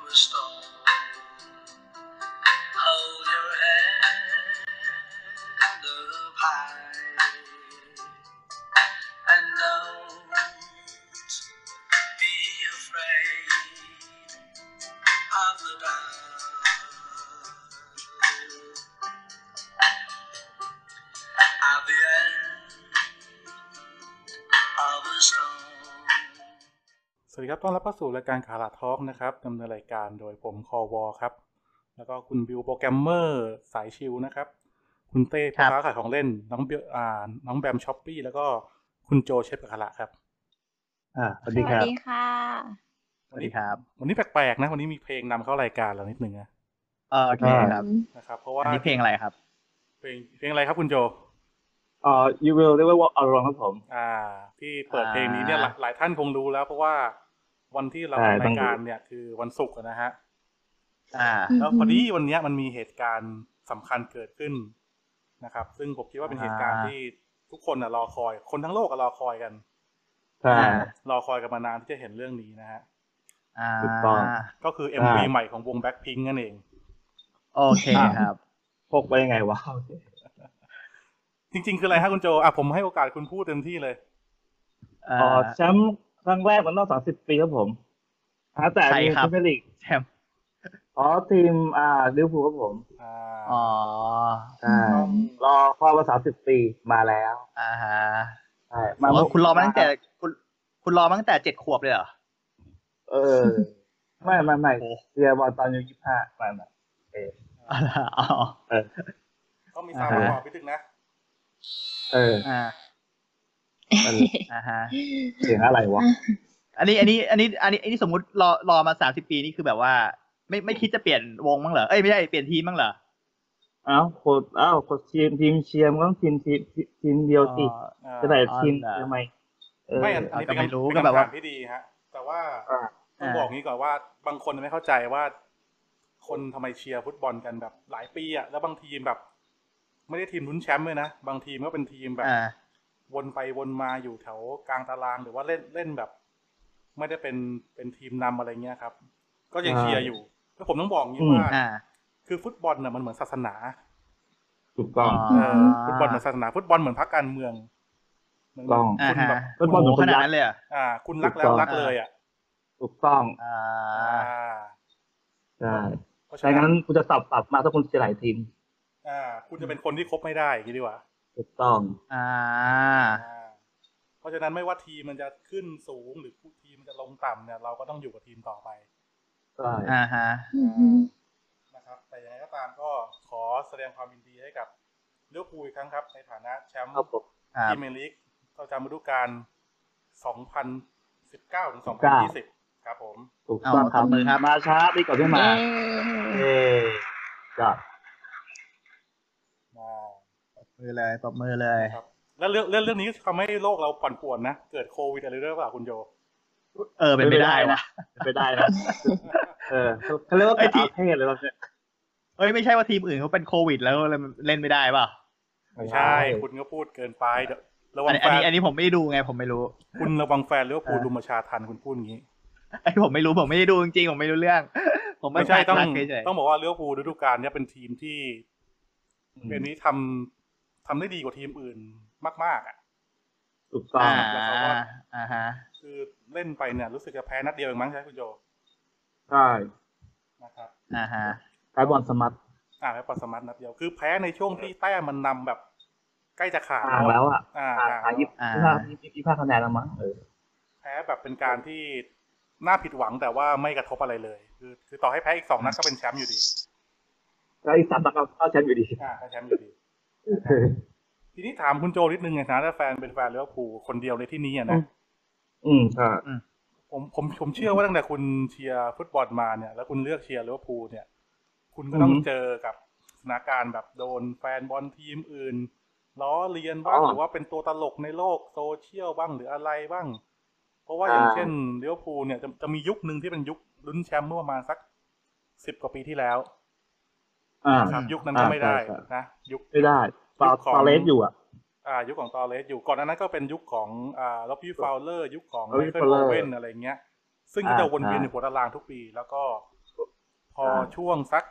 stone. Hold your head up high and don't be afraid of the dark. At the end of the storm. สวัสดีครับต้อนรับเข้าสู่รายการขาลาทอล์กนะครับดำเนินรายการโดยผมคอวอครับแล้วก็คุณบิวโปรแกรมเมอร์สายชิลนะครับคุณเต้พ่อค้าขายของเล่นน้องเบลน้องแบมช้อปปี้แล้วก็คุณโจเชฟขาละครับสวัสดีครับสวัสดีค่ะสวัสดีครับวันนี้แปลกๆนะวันนี้มีเพลงนำเข้ารายการเรานิดนึงนะโอเคครับนะครับเพราะว่าอันนี้เพลงอะไรครับเพลงอะไรครับคุณโจ You Will Never Walk Alone ครับผมที่เปิดเพลงนี้เนี่ยหลายท่านคงรู้แล้วเพราะว่าวันที่เรารายการเนี่ยคือวันศุกร์นะฮะแล้วพอดีวันนี้มันมีเหตุการณ์สำคัญเกิดขึ้นนะครับซึ่งผมคิดว่าเป็นเหตุการณ์ที่ทุกคนรอคอยคนทั้งโลกรอคอยกันรอคอยกันมานานที่จะเห็นเรื่องนี้นะฮะถูกต้องก็คือ MV ใหม่ของวง Blackpink นั่นเองโอเคครับพกไปยังไงวะจริงๆคืออะไรฮะคุณโจผมให้โอกาสคุณพูดเต็มที่เลยแชมป์ครั้งแรกมันต้อง30 ปีครับผมแต่มีพรีเมียร์ลีกแชมป์ทีมลิเวอร์พูลครับผมรอคอยมา30 ปีมาแล้วใช่มาคุณรอมาตั้งแต่คุณรอมาตั้งแต่7 ขวบเลยเหรอไม่เรียบอลตอนอายุ25ไปมาก็มี3 ประกอบนิดนึงนะเสียงอะไรวะอันนี้สมมุติรอมา30 ปีนี่คือแบบว่าไม่คิดจะเปลี่ยนวงมั้งเหรอไม่ใช่เปลี่ยนทีมมั้งเหรอโค้ชทีมเชียร์มันต้องทีมเดียวสิจะได้ทีมทำไมไม่อันนี้ไม่รู้ก็แบบว่าที่ดีฮะแต่ว่าต้องบอกงี้ก่อนว่าบางคนไม่เข้าใจว่าคนทำไมเชียร์ฟุตบอลกันแบบหลายปีแล้วบางทีมแบบไม่ได้ทีมลุ้นแชมป์เลยนะบางทีมก็เป็นทีมแบบวนไปวนมาอยู่แถวกลางตารางหรือว่าเล่นแบบไม่ได้เป็นทีมนำอะไรเงี้ยครับก็ยังเชียร์อยู่แล้วผมต้องบอกงี้ว่าคือฟุตบอลน่ะมันเหมือนศาสนาถูกต้องฟุตบอลเหมือนศาสนาฟุตบอลเหมือนพรรคการเมืองต้องคุณแบบฟุตบอลขนาดนั้นเลยคุณรักแล้วรักเลยถูกต้องใช่เพราะฉะนั้นคุณจะสับมาถ้าคุณเชียร์หลายทีมคุณจะเป็นคนที่คบไม่ได้อย่างนี้ดีกว่าถูกต้องเพราะฉะนั้นไม่ว่าทีมมันจะขึ้นสูงหรือทีมมันจะลงต่ำเนี่ยเราก็ต้องอยู่กับทีมต่อไปใช่นะครับแต่อย่างไรก็ตามก็ขอแสดงความยินดีให้กับลิเวอร์พูลอีกครั้งครับในฐานะแชมป์พรีเมียร์ลีกประจำฤดูกาล2019 ถึง 2020ครับผมถูกต้องครับมาช้าดีกว่าไม่มาจับตบมือเลยครับแล้วเรื่องนี้ทำให้โลกเราปั่นป่วนนะเกิดโควิดอะไรด้วยป่ะคุณโจเป็นไม่ได้นะเป็นได้นะเขาเรียกว่าเกิดอาเพศเลยเราเนี่ยไม่ใช่ว่าทีมอื่นเขาเป็นโควิดแล้วเล่นไม่ได้ป่ะไม่ใช่คุณก็พูดเกินไปเดี๋ยวระวังแฟนอันนี้ผมไม่ได้ดูไงผมไม่รู้คุณระวังแฟนลิเวอร์พูลรุมประชาทัณฑ์คุณพูดงี้ผมไม่รู้ผมไม่ได้ดูจริงๆผมไม่รู้เรื่องผมไม่ใช่ต้องบอกว่าลิเวอร์พูลฤดูกาลนี้เป็นทีมที่เป็นนี้ทำได้ดีกว่าทีมอื่นมากถูกต้องแล้วเขาก็คือเล่นไปเนี่ยรู้สึกจะแพ้นัดเดียวเองมั้งใช่คุณโจใช่นะครับแพ้บอลสมัตแพ้บอลสมัตนัดเดียวคือแพ้ในช่วงที่แต้มมันนำแบบใกล้จะขาดแล้ว25 คะแนนแล้วมั้งแพ้แบบเป็นการที่น่าผิดหวังแต่ว่าไม่กระทบอะไรเลยคือต่อให้แพ้อีก2 นัดก็เป็นแชมป์อยู่ดีแล้วอีก3 นัดก็แชมป์อยู่ดีก็แชมป์อยู่ดีทีนี้ถามคุณโจนิดนึงไงนะถ้าเป็นแฟนลิเวอร์พูลคนเดียวในที่นี้นะผมเชื่อว่าตั้งแต่คุณเชียร์ฟุตบอลมาเนี่ยแล้วคุณเลือกเชียร์ลิเวอร์พูลเนี่ยคุณก็ต้องเจอกับสถานการณ์แบบโดนแฟนบอลทีมอื่นล้อเลียนบ้างหรือว่าเป็นตัวตลกในโลกโซเชียลบ้างหรืออะไรบ้างเพราะว่าอย่างเช่นลิเวอร์พูลเนี่ยจะมียุคนึงที่เป็นยุคลุ้นแชมป์เมื่อประมาณสัก10 กว่าปีที่แล้วครับยุคนั้นก็ไม่ได้นะยุคไม่ได้ตอเลสอยู่ยุคของตอเลสอยู่ก่อนนั้นก็เป็นยุคของล็อบบี้ฟาวเลอร์ยุคของไมเคิลโอเว่นอะไรเงี้ยซึ่งก็จะวนเวียนในหัวตารางทุกปีแล้วก็พอช่วงสัก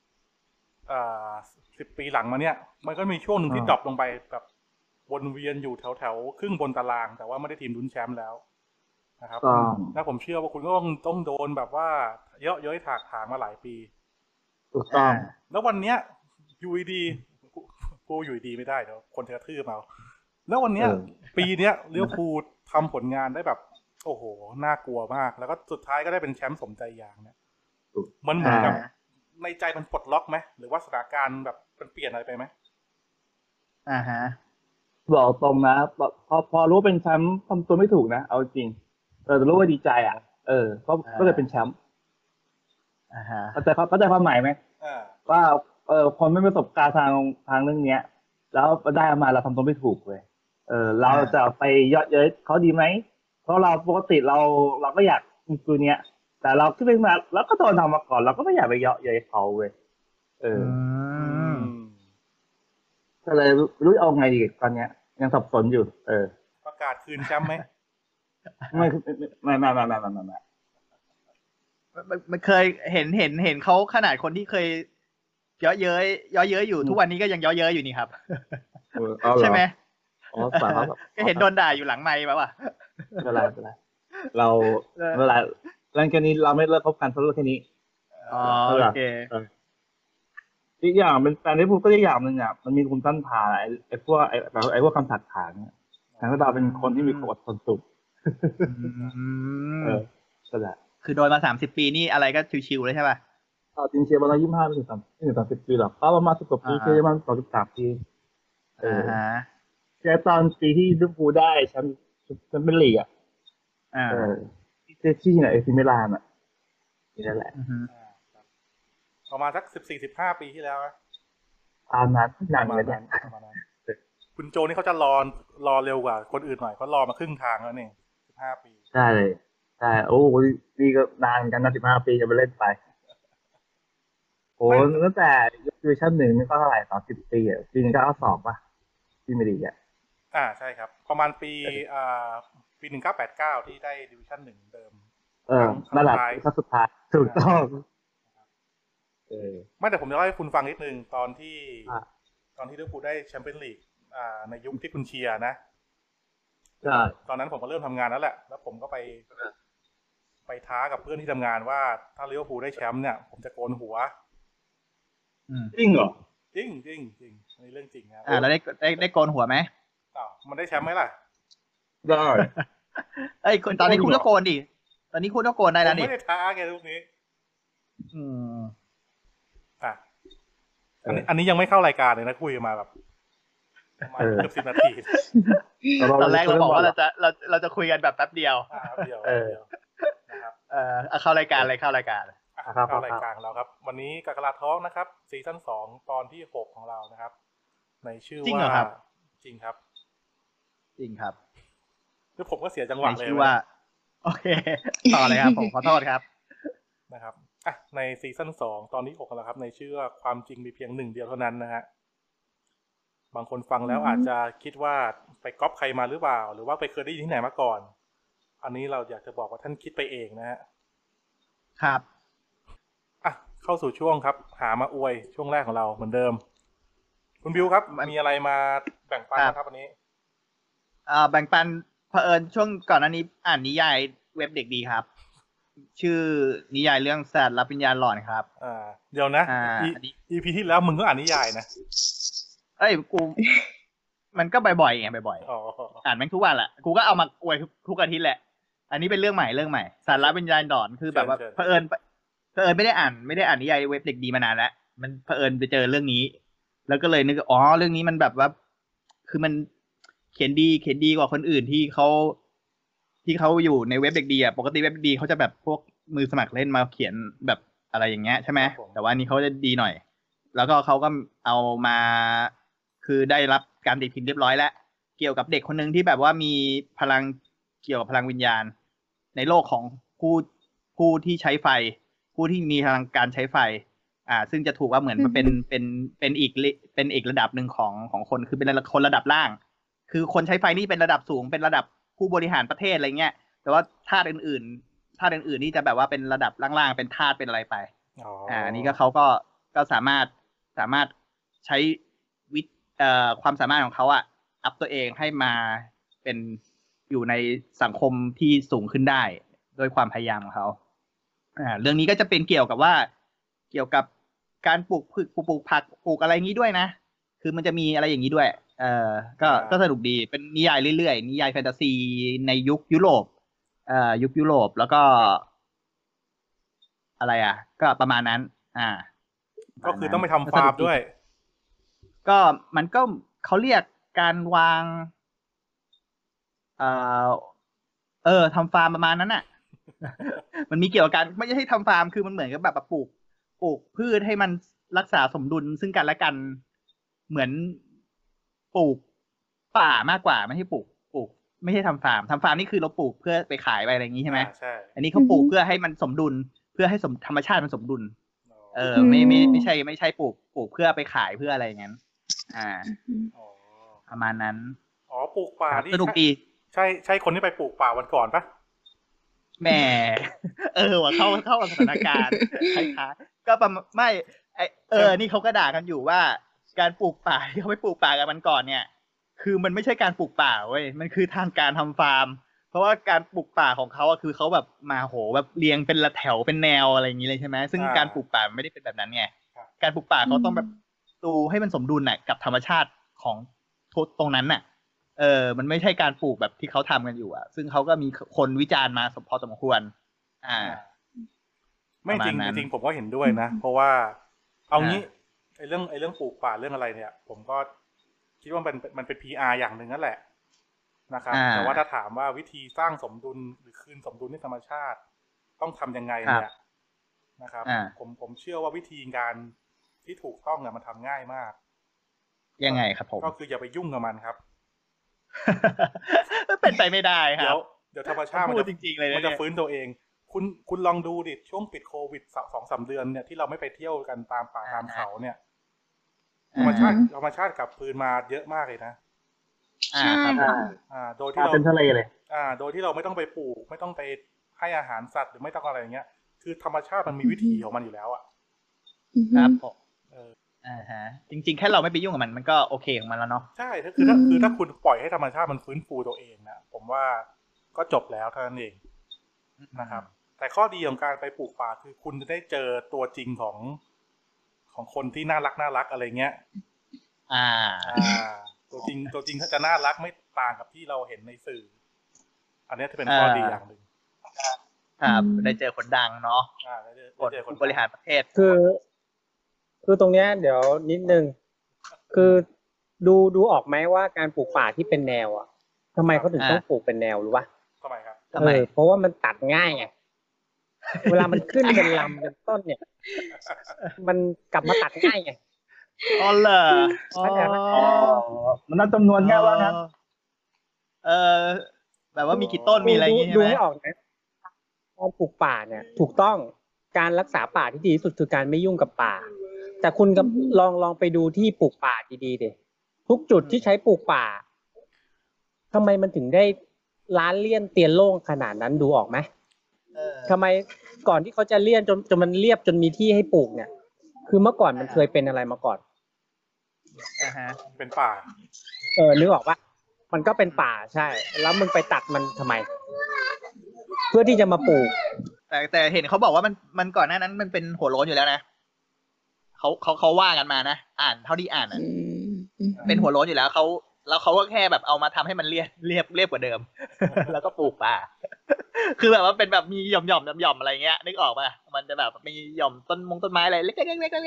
10 ปีหลังมาเนี่ยมันก็มีช่วงหนึ่งที่ดรอปลงไปแบบวนเวียนอยู่แถวครึ่งบนตารางแต่ว่าไม่ได้ทีมลุ้นแชมป์แล้วนะครับแล้วผมเชื่อว่าคุณก็ต้องโดนแบบว่าเยอะเย้ยถากถางมาหลายปีถูกต้องแล้ววันเนี้ยอยู่ดีกูอยู่ดีไม่ได้เดี๋ยวคนจะกระทืบเอาแล้ววันเนี้ยปีเนี้ยลิเวอร์พูลทำผลงานได้แบบโอ้โหน่ากลัวมากแล้วก็สุดท้ายก็ได้เป็นแชมป์สมใจอยางเนี่ยมันเหมือนกับในใจมันปลดล็อกไหมหรือว่าสถานการณ์แบบมันเปลี่ยนอะไรไปไหมบอกตรงนะพอรู้เป็นแชมป์ทำตัวไม่ถูกนะเอาจริงแต่รู้ว่าดีใจก็เลยเป็นแชมป์เข้าใจความหมายไหมว่าคนไม่มีประสบการณ์ทางเรื่องเนี้ยแล้วได้มาเราทำตัวไม่ถูกเลยเราจะไปเยาะเย้ยเขาดีไหมเพราะเราปกติเราก็อยากมีตัวเนี้ยแต่เราขึ้นมาแล้วก็โดนทำมาก่อนเราก็ไม่อยากไปเยาะเย้ยเขาเว้ยก็เลยรู้เอาไงดีตอนเนี้ยยังสับสนอยู่ประกาศคืนแชมป์ไหมไม่เคยเห็นเขาขนาดคนที่เคยเยาะเย้ยอยู่ทุกวันนี้ก็ยังเยาะเย้ยอยู่นี่ครับใช่ไหมก็เห็นโดนด่าอยู่หลังไมค์ป่ะไม่เป็นไรเราเวลาเรื่องแค่นี้เราไม่เลิกคบกันเพราะเรื่องแค่นี้โอเคอีกอย่างเป็นแฟนลิเวอร์พูลก็อีกอย่างนึงอ่ะมันมีคุณต้านทานไอ้พวกคำถักถางเนี่ยทางเราเป็นคนที่มีความอดทนสูงก็แหละคือโดนมา30 ปีนี่อะไรก็ชิวๆเลยใช่ป่ะจริงเชียร์บอล25ไม่ถึง30 ปีหรอกประมาณ10 ปีเชียร์มัน23 ปีแค่ตอนปีที่ลิเวอร์พูลได้แชมป์เป็นลีกอ่ะที่ไหนซิมิลานอ่ะนี่แหละประมาณสัก14-15 ปีที่แล้วนั้นนานเลยเนี่ยคุณโจนี่เขาจะรอเร็วกว่าคนอื่นหน่อยเขารอมาครึ่งทางแล้วนี่15 ปีใช่โอ้นี่ก็นานกันนะ15 ปีจะไปเล่นไปโอ้ตั้งแต่ดิวิชั่น1นี่ก็เท่าไหร่30 ปีอ่ะปีนึงก็2ป่ะที่ไม่ดีอ่ะใช่ครับประมาณปี1989ที่ได้ดิวิชั่น1เดิมนั่นแหละขั้นสุดท้ายถูกต้องไม่แต่ผมจะเล่าให้คุณฟังนิดนึงตอนที่ลิเวอร์พูลได้แชมเปี้ยนลีกในยุคที่คุณเชียร์นะใช่ตอนนั้นผมก็เริ่มทำงานแล้วแหละแล้วผมก็ไปท้ากับเพื่อนที่ทำงานว่าถ้าลิเวอร์พูลได้แชมป์เนี่ยผมจะโกนหัวจริงเหรอจริงอันนี้เรื่องจริงครับแล้วได้โกนหัวไหมมันได้แชมป์ไหมล่ะได้คนตอนนี้คุณก็โกนดิตอนนี้คุณก็โกนได้แล้วนี่ไม่ได้ท้าแกลูกนี้อันนี้ยังไม่เข้ารายการเลยนะคุยมาแบบประมาณเกือบ10 นาทีตอนแรกเราบอกว่าเราจะคุยกันแบบแป๊บเดียวนะครับเข้ารายการเลยเข้ารายการเราครับวันนี้กากลาทอล์กนะครับซีซั่น2ตอนที่6ของเรานะครับในชื่อว่าจริงครับคือผมก็เสียจังหวะเลยชื่อว่าโอเคต่อเลยครับผมขอโทษครับนะครับในซีซั่น2ตอนที่6แล้วครับในชื่อว่าความจริงมีเพียง1 เดียวเท่านั้นนะฮะบางคนฟังแล้วอาจจะคิดว่าไปก๊อปใครมาหรือเปล่าหรือว่าไปเคยได้ยินที่ไหนมาก่อนอันนี้เราอยากจะบอกว่าท่านคิดไปเองนะฮะครับเข้าสู่ช่วงครับหามาอวยช่วงแรกของเราเหมือนเดิมคุณบิวครับมีอะไรมาแบ่งปันครับวันนี้แบ่งปันเผอิญช่วงก่อนหน้านี้อ่านนิยายเว็บเด็กดีครับชื่อนิยายเรื่องศาสตร์รับวิญญาณหลอนครับเดี๋ยวนะEP ที่แล้วมึงก็อ่านนิยายนะกูมันก็บ่อยๆไงบ่อยๆอ่านแม่งทุกวันแหละกูก็เอามาอวยทุกอาทิตย์แหละอันนี้เป็นเรื่องใหม่ศาสตร์รับวิญญาณหลอนคือแบบว่าเผอิญไม่ได้อ่านนิยายเว็บเด็กดีมานานแล้วมันเผอิญไปเจอเรื่องนี้แล้วก็เลยนึกเรื่องนี้มันแบบว่าคือมันเขียนดีกว่าคนอื่นที่เขาอยู่ในเว็บเด็กดีอ่ะปกติเว็บดีเขาจะแบบพวกมือสมัครเล่นมาเขียนแบบอะไรอย่างเงี้ยใช่ไหมแต่ว่านี้เขาจะดีหน่อยแล้วก็เขาก็เอามาคือได้รับการตีพิมพ์เรียบร้อยแล้วเกี่ยวกับเด็กคนนึงที่แบบว่ามีพลังเกี่ยวกับพลังวิญญาณในโลกของผู้ที่ใช้ไฟผู้ที่มีพลังการใช้ไฟซึ่งจะถูกว่าเหมือนมันเป็นอีกระดับหนึ่งของคนคือเป็นคนระดับล่างคือคนใช้ไฟนี่เป็นระดับสูงเป็นระดับผู้บริหารประเทศอะไรเงี้ยแต่ว่าธาตุอื่นนี่จะแบบว่าเป็นระดับล่างๆเป็นธาตุเป็นอะไรไปอันนี้ก็เขาก็สามารถใช้วิความสามารถของเขาอัพตัวเองให้มาเป็นอยู่ในสังคมที่สูงขึ้นได้โดยความพยายามของเขาเรื่องนี้ก็จะเป็นเกี่ยวกับการปลูกผักปลูกอะไรงี้ด้วยนะคือมันจะมีอะไรอย่างนี้ด้วยก็สนุกดีเป็นนิยายเรื่อยๆนิยายแฟนตาซีในยุคยุโรปแล้วก็อะไรก็ประมาณนั้นก็คือต้องไปทำฟาร์มด้วยก็มันก็เขาเรียกการวางทำฟาร์มประมาณนั้นน่ะ มันมีเกี่ยวกับการไม่ใช่ให้ทำฟาร์มคือมันเหมือนกับแบบปลูกพืชให้มันรักษาสมดุลซึ่งกันและกันเหมือนปลูกป่ามากกว่าไม่ใช่ปลูกไม่ใช่ทำฟาร์มนี่คือเราปลูกเพื่อไปขายไปอะไรอย่างนี้ใช่ไหมใช่อันนี้เขาปลูกเพื่อให้มันสมดุลเพื่อให้ธรรมชาติมันสมดุลไม่ใช่ปลูกเพื่อไปขายเพื่ออะไรอย่างนั้นประมาณนั้นปลูกป่าสนุกดีใช่คนที่ไปปลูกป่าวันก่อนปะแหมว่าเข้าสถานการณ์คล้ายๆก็ไม่นี่เขาก็ด่ากันอยู่ว่าการปลูกป่าที่เขาไปปลูกป่ากันวันก่อนเนี่ยคือมันไม่ใช่การปลูกป่าเว้ยมันคือทางการทำฟาร์มเพราะว่าการปลูกป่าของเขาคือเขาแบบมาแบบเรียงเป็นละแถวเป็นแนวอะไรอย่างนี้เลยใช่ไหมซึ่งการปลูกป่าไม่ได้เป็นแบบนั้นไงการปลูกป่าเขาต้องแบบดูให้มันสมดุลกับธรรมชาติของตรงนั้นน่ะมันไม่ใช่การปลูกแบบที่เขาทำกันอยู่ซึ่งเขาก็มีคนวิจารณ์มาพอสมควรไม่จริงผมก็เห็นด้วยนะเพราะว่าเอางี้ไอ้เรื่องปลูกป่าเรื่องอะไรเนี่ยผมก็คิดว่ามันเป็น PR อย่างหนึ่งนั่นแหละนะครับแต่ว่าถ้าถามว่าวิธีสร้างสมดุลหรือคืนสมดุลให้ธรรมชาติต้องทำยังไงเนี่ยนะครับผมเชื่อว่าวิธีการที่ถูกต้องมันทำง่ายมากยังไงครับผมก็คืออย่าไปยุ่งกับมันครับเป็นไปไม่ได้ครับเดี๋ยวธรรมชาติมันจะฟื้นตัวเองคุณลองดูดิช่วงปิดโควิด 2-3 เดือนเนี่ยที่เราไม่ไปเที่ยวกันตามป่าตามเขาเนี่ยธรรมชาติกลับคืนมาเยอะมากเลยนะโดยที่เราเป็นทะเลเลยโดยที่เราไม่ต้องไปปลูกไม่ต้องไปให้อาหารสัตว์หรือไม่ต้องอะไรอย่างเงี้ยคือธรรมชาติมันมีวิถีของมันอยู่แล้วครับจริงๆแค่เราไม่ไปยุ่งกับมันก็โอเคของมันแล้วเนาะใช่คือถ้าคุณปล่อยให้ธรรมชาติมันฟื้นฟูตัวเองนะผมว่าก็จบแล้วเท่านั้นเองนะครับแต่ข้อดีของการไปปลูกป่าคือคุณจะได้เจอตัวจริงของคนที่น่ารักอะไรเงี้ยตัวจริงถ้าจะน่ารักไม่ต่างกับที่เราเห็นในสื่ออันนี้จะเป็นข้อดีอย่างหนึ่งครับได้เจอคนดังเนาะคนบริหารประเทศคือตรงเนี้ยเดี๋ยวนิดนึงคือดูออกไหมว่าการปลูกป่าที่เป็นแนวทำไมเขาถึงต้องปลูกเป็นแนวรู้ป่ะทำไมครับเพราะว่ามันตัดง่ายไงเวลามันขึ้นเป็นลำเป็นต้นเนี่ยมันกลับมาตัดง่ายไงเหรอมันนับจำนวนแค่ว่างั้นแบบว่ามีกี่ต้นมีอะไรอย่างงี้ใช่ไหมดูไม่ออกนะการปลูกป่าเนี่ยถูกต้องการรักษาป่าที่ดีที่สุดคือการไม่ยุ่งกับป่าแต่คุณก็ลองไปดูที่ปลูกป่าดีๆดิทุกจุดที่ใช้ปลูกป่าทำไมมันถึงได้ล้านเลี่ยนเตียนโล่งขนาดนั้นดูออกไหมทำไมก่อนที่เขาจะเลี่ยนจนมันเรียบจนมีที่ให้ปลูกเนี่ยคือเมื่อก่อนมันเคยเป็นอะไรมาก่อนเป็นป่านึกออกปะมันก็เป็นป่าใช่แล้วมึงไปตัดมันทำไมเพื่อที่จะมาปลูกแต่เห็นเขาบอกว่ามันก่อนหน้านั้นมันเป็นหัวโล้นอยู่แล้วนะเขาว่ากันมานะอ่านเท่าที่อ่านเป็นหัวโล้นอยู่แล้วเขาก็แค่แบบเอามาทำให้มันเรียบกว่าเดิมแล้วก็ปลูกป่าคือแบบว่าเป็นแบบมีหย่อมอะไรเงี้ยนึกออกป่ะมันจะแบบมีหย่อมต้นไม้อะไรเล็ก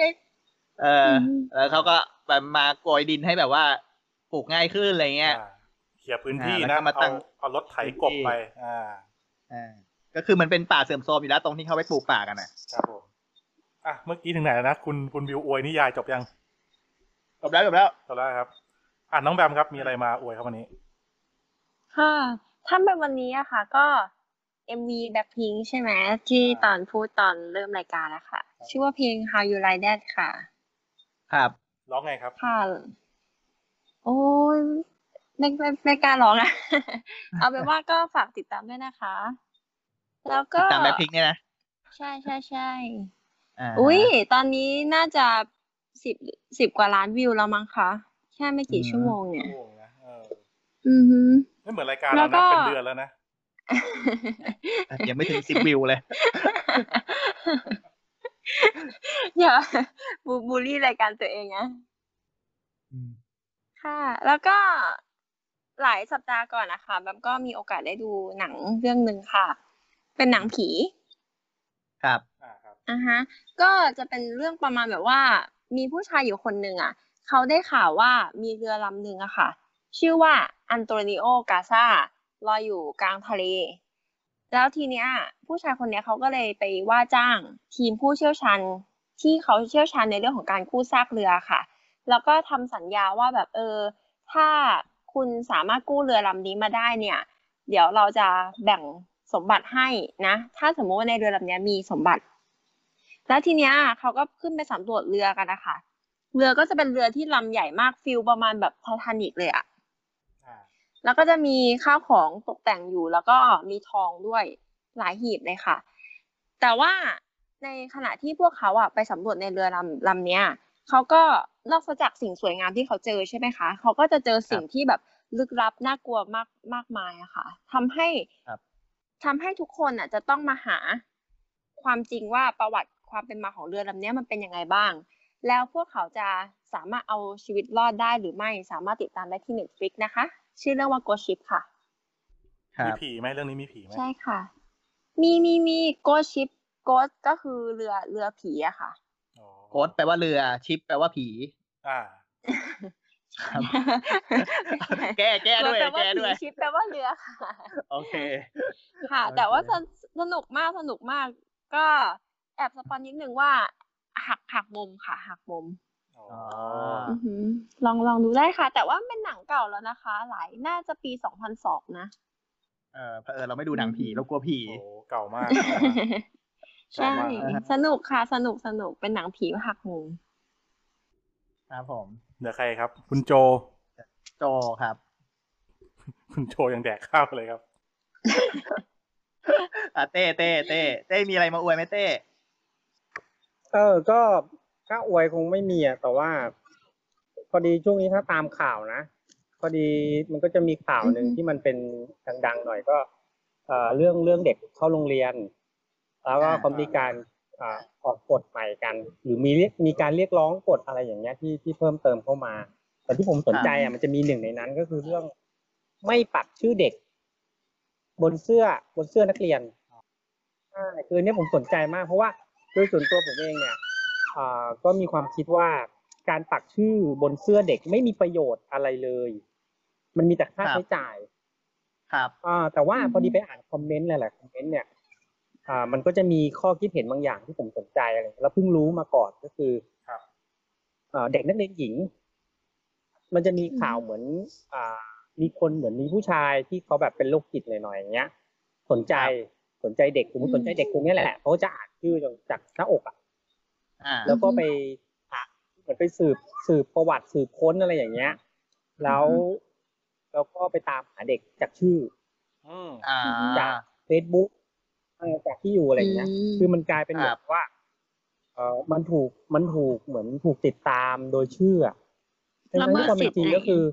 แล้วเขาก็แบบมาโกยดินให้แบบว่าปลูกง่ายขึ้นอะไรเงี้ยเคลียร์พื้นที่นะเอารถไถกบไปก็คือมันเป็นป่าเสื่อมโทรมอยู่แล้วตรงที่เขาไปปลูกป่ากันนะครับผมเมื่อกี้ถึงไหนแล้วนะคุณวิวอวยนิยายจบยังจบแล้วครับน้องแบมครับมีอะไรมาอวยครับวันนี้ค่ะถ้าเป็นวันนี้ค่ะก็ MV Blackpink ใช่ไหมที่ตอนพูดตอนเริ่มรายการนะคะชื่อว่าเพลง How You Like That ค่ะครับร้องไงครับค่ะโอ้ยไม่กล้าร้องเอาเป็นว่าก็ฝากติดตามด้วยนะคะแล้วก็ติดตามBlackpinkเนี่ยนะใช่อุ้ยตอนนี้น่าจะสิบกว่าล้านวิวแล้วมั้งคะแค่ไม่กี่ชั่วโมงเนี่ยโอ้นะอือฮึไม่เหมือนรายการแล้เราวก็นะเป็นเดือนแล้วนะยังไม่ถึง10 วิวเลยอย่าบูลลี่รายการตัวเองนะค่ะ แล้วก็หลายสัปดาห์ก่อนนะคะแบบก็มีโอกาสได้ดูหนังเรื่องหนึ่งค่ะ เป็นหนังผีครับอ่าฮะ ก็จะเป็นเรื่องประมาณแบบว่า มีผู้ชายอยู่คนหนึ่งอ่ะ เขาได้ข่าวว่ามีเรือลำหนึ่งอะค่ะ ชื่อว่าอันโตนิโอกาซาลอยอยู่กลางทะเล แล้วทีเนี้ย ผู้ชายคนเนี้ยเขาก็เลยไปว่าจ้างทีมผู้เชี่ยวชาญที่เขาเชี่ยวชาญในเรื่องของการกู้ซากเรือค่ะ แล้วก็ทำสัญญาว่าแบบถ้าคุณสามารถกู้เรือลำนี้มาได้เนี่ย เดี๋ยวเราจะแบ่งสมบัติให้นะ ถ้าสมมติว่าในเรือลำนี้มีสมบัติ แล้วทีเนี้ยเขาก็ขึ้นไปสำรวจเรือกันนะคะเรือก็จะเป็นเรือที่ลำใหญ่มากฟิลประมาณแบบไททานิคเลยอะแล้วก็จะมีข้าวของตกแต่งอยู่แล้วก็มีทองด้วยหลายหีบเลยค่ะ แต่ว่าในขณะที่พวกเขาอะไปสำรวจในเรือลำเนี้ยเขาก็นอกจากสิ่งสวยงามที่เขาเจอใช่ไหมคะเขาก็จะเจอสิ่งที่แบบลึกลับน่ากลัวมากมายอะค่ะทำให้ทุกคนอะจะต้องมาหาความจริงว่าประวัติความเป็นมาของเรือลำนี้มันเป็นยังไงบ้างแล้วพวกเขาจะสามารถเอาชีวิตรอดได้หรือไม่สามารถติดตามได้ที่ Netflix นะคะชื่อเรื่องว่า Ghost Ship ค่ะมีผีไหมเรื่องนี้มีผีไหมใช่ค่ะมี Ghost Ship Ghost ก็คือเรือผีอะค่ะ Ghost แปลว่าเรือชิปแปลว่าผีแก้ด้วยแปลว่าผีชิปแปลว่าเรือค่ะโอเคค่ะ แต่ว่าสนุกมากก็แอบสปอยนิดนึงว่าหักมุมค่ะหักมุมลองดูได้ค่ะ แต่ว่าเป็นหนังเก่าแล้วนะคะน่าจะปี2002นะเราไม่ดูหนังผีเรากลัวผีโอ้เก่ามากใช่สนุกค่ะสนุกเป็นหนังผีหักมุมครับผมเดี๋ยวใครครับคุณโจครับคุณโจยังแดกข้าวเลยครับเต้มีอะไรมาอวยไหมเต้ก็อวยคงไม่มีอ่ะแต่ว่าพอดีช่วงนี้ถ้าตามข่าวนะพอดีมันก็จะมีข่าวหนึ่งที่มันเป็นดังๆหน่อยก็เรื่องเด็กเข้าโรงเรียนแล้วก็เขามีการออกกฎใหม่กันหรือมีการเรียกร้องกฎอะไรอย่างเงี้ยที่เพิ่มเติมเข้ามาแต่ที่ผมสนใจมันจะมีหนึ่งในนั้นก็คือเรื่องไม่ปักชื่อเด็กบนเสื้อนักเรียนคือเนี้ยผมสนใจมากเพราะว่าโดยส่วนตัวผมเองเนี่ยก็มีความคิดว่าการปักชื่อบนเสื้อเด็กไม่มีประโยชน์อะไรเลยมันมีแต่ค่าใช้จ่ายครับแต่ว่าพอดีไปอ่านคอมเมนต์หลายๆคอมเมนต์เนี่ยมันก็จะมีข้อคิดเห็นบางอย่างที่ผมสนใจอะไรแล้วเพิ่งรู้มาก่อนก็คือเด็กนักเรียนหญิงมันจะมีข่าวเหมือนมีคนเหมือนมีผู้ชายที่เขาแบบเป็นโรคจิตหน่อยๆอย่างเงี้ยสนใจเด็กสมมติสนใจเด็กคนนี้แหละเขาจะอ่านชื่อจากหน้าอกแล้วก็ไปเหมือนไปสืบประวัติสืบค้นอะไรอย่างเงี้ยแล้วก็ไปตามหาเด็กจากชื่อจาก Facebook จากที่อยู่อะไรเงี้ยคือมันกลายเป็นแบบว่ามันถูกเหมือนถูกติดตามโดยชื่อแล้วเมื่อความจริงก็คือ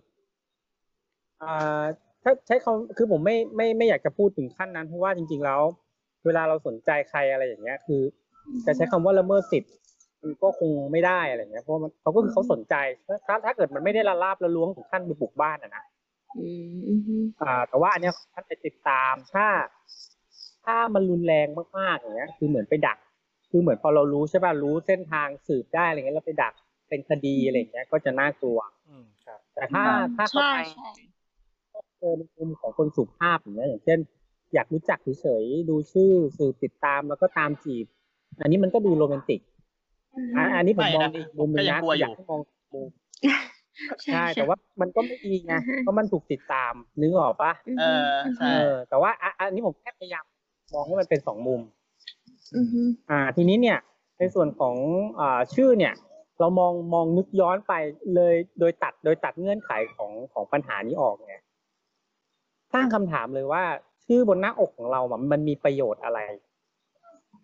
ถ้าใช้คำคือผมไม่อยากจะพูดถึงขั้นนั้นเพราะว่าจริงๆแล้วเวลาเราสนใจใครอะไรอย่างเงี้ยคือจะใช้คำว่าละเมิดสิทธิ์มันก็คงไม่ได้อะไรเงี้ยเพราะเขาก็คือเขาสนใจถ้าเกิดมันไม่ได้ละลาบละล้วงถึงขั้นไปบุกบ้านนะแต่ว่าอันเนี้ยท่านไปติดตามถ้ามันรุนแรงมากๆอย่างเงี้ยคือเหมือนไปดักคือเหมือนพอเรารู้ใช่ป่ะรู้เส้นทางสืบได้อะไรเงี้ยแล้วไปดักเป็นคดีอะไรเงี้ยก็จะน่ากลัวแต่ถ้าเข้าไปเจอในมุมของคนสุภาพอย่างเงี้ยอย่างเช่นอยากรู้จักเฉยๆดูชื่อสืบติดตามแล้วก็ตามจีบอันนี้มันก็ดูโรแมนติกอันนี้ผมมองอีกมุมนึงนะอยากให้มองมุมใช่แต่ว่ามันก็ไม่ดีไงเพราะมันถูกติดตามนึกออกปะใช่แต่ว่าอันนี้ผมแค่พยายามมองให้มันเป็นสองมุมทีนี้เนี่ยในส่วนของชื่อเนี่ยเรามองนึกย้อนไปเลยโดยตัดเงื่อนไขของปัญหานี้ออกเนี่ยตั้งคำถามเลยว่าชื่อบนหน้าอกของเรามันมีประโยชน์อะไร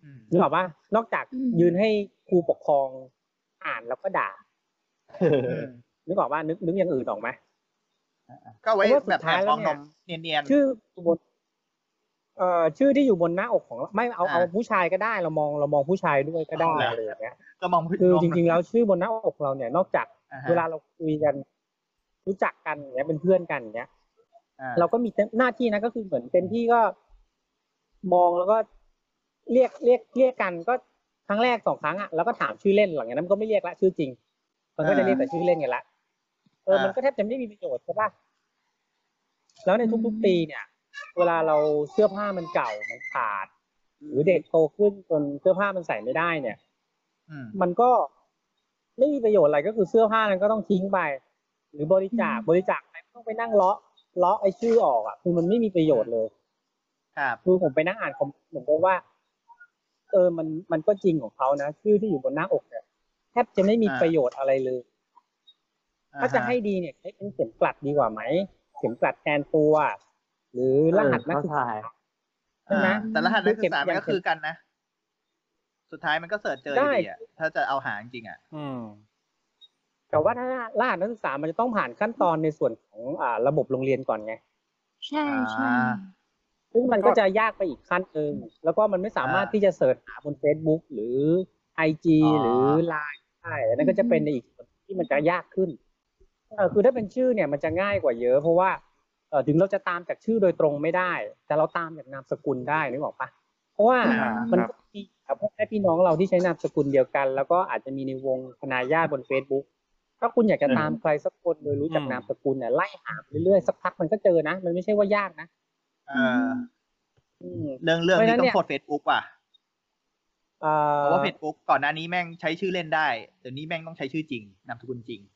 นึกออกป่ะนอกจากยืนให้ครูปกครองอ่านแล้วก็ด่านึกออกป่ะนึกอย่างอื่นออกไหมก็ไว้แบบแทนฟองนมเนียนๆชื่อบนชื่อที่อยู่บนหน้าอกของไม่เอาผู้ชายก็ได้เรามองผู้ชายด้วยก็ได้อะไรอย่างเงี้ยก็มองคือจริงๆแล้วชื่อบนหน้าอกเราเนี่ยนอกจากเวลาเราคุยกันรู้จักกันอย่างเงี้ยเป็นเพื่อนกันอย่างเงี้ยเราก็มีหน้าที่นะก็คือเหมือนเต็มที่ก็มองแล้วก็เรียกกันก็ครั้งแรก2 ครั้งอ่ะแล้วก็ถามชื่อเล่นหลังจากนั้นมันก็ไม่เรียกละชื่อจริงมันก็จะเรียกแต่ชื่อเล่นกันละมันก็แทบจะไม่มีประโยชน์ใช่ป่ะแล้วในทุกๆปีเนี่ยเวลาเราเสื้อผ้ามันเก่ามันขาดหรือเด็กโตขึ้นจนเสื้อผ้ามันใส่ไม่ได้เนี่ยมันก็ไม่มีประโยชน์อะไรก็คือเสื้อผ้านั้นก็ต้องทิ้งไปหรือบริจาคไปต้องไปนั่งเลาะไอ้ชื่อออกอ่ะคือมันไม่มีประโยชน์เลยคือผมไปนั่งอ่านคอมเมนต์ผมว่ามันก็จริงของเขานะชื่อที่อยู่บนหน้าอกเนี่ยแทบจะไม่มีประโยชน์อะไรเลยถ้าจะให้ดีเนี่ยใช้เป็นเข็มกลัดดีกว่าไหมเข็มกลัดแทนตัวหรือรหัสนักศึกษาใช่ไหมแต่รหัสนักศึกษามันก็คือกันนะสุดท้ายมันก็เสิร์ชเจออยู่ดีอ่ะถ้าจะเอาหาจริงอ่ะแต่ว่าถ้ารหัสนักศึกษามันจะต้องผ่านขั้นตอนในส่วนของระบบโรงเรียนก่อนไงใช่ซึ่งมันก็จะยากไปอีกขั้นนึงแล้วก็มันไม่สามารถที่จะเสิร์ชหาบน Facebook หรือ IG หรือ LINE ได้นั่นก็จะเป็นในอีกส่วนที่มันจะยากขึ้นคือถ้าเป็นชื่อเนี่ยมันจะง่ายกว่าเยอะเพราะว่าถึงเราจะตามจากชื่อโดยตรงไม่ได้แต่เราตามจากนามสกุลได้นึกออกปะเพราะว่ามันก็มีพ่อแม่พี่น้องเราที่ใช้นามสกุลเดียวกันแล้วก็อาจจะมีในวงคณะญาติบน Facebook ถ้าคุณอยากจะตามใครสักคนโดยรู้จักนามสกุลเนี่ยไล่หาเรื่อยๆสักพักมันก็เจอนะมันไม่ใช่ว่ายากนะเรื่องนี้ต้องโทษ Facebook ว่ะเพราะว่า Facebook ก่อนหน้านี้แม่งใช้ชื่อเล่นได้เดี๋ยวนี้แม่งต้องใช้ชื่อจริงนามสกุลจริง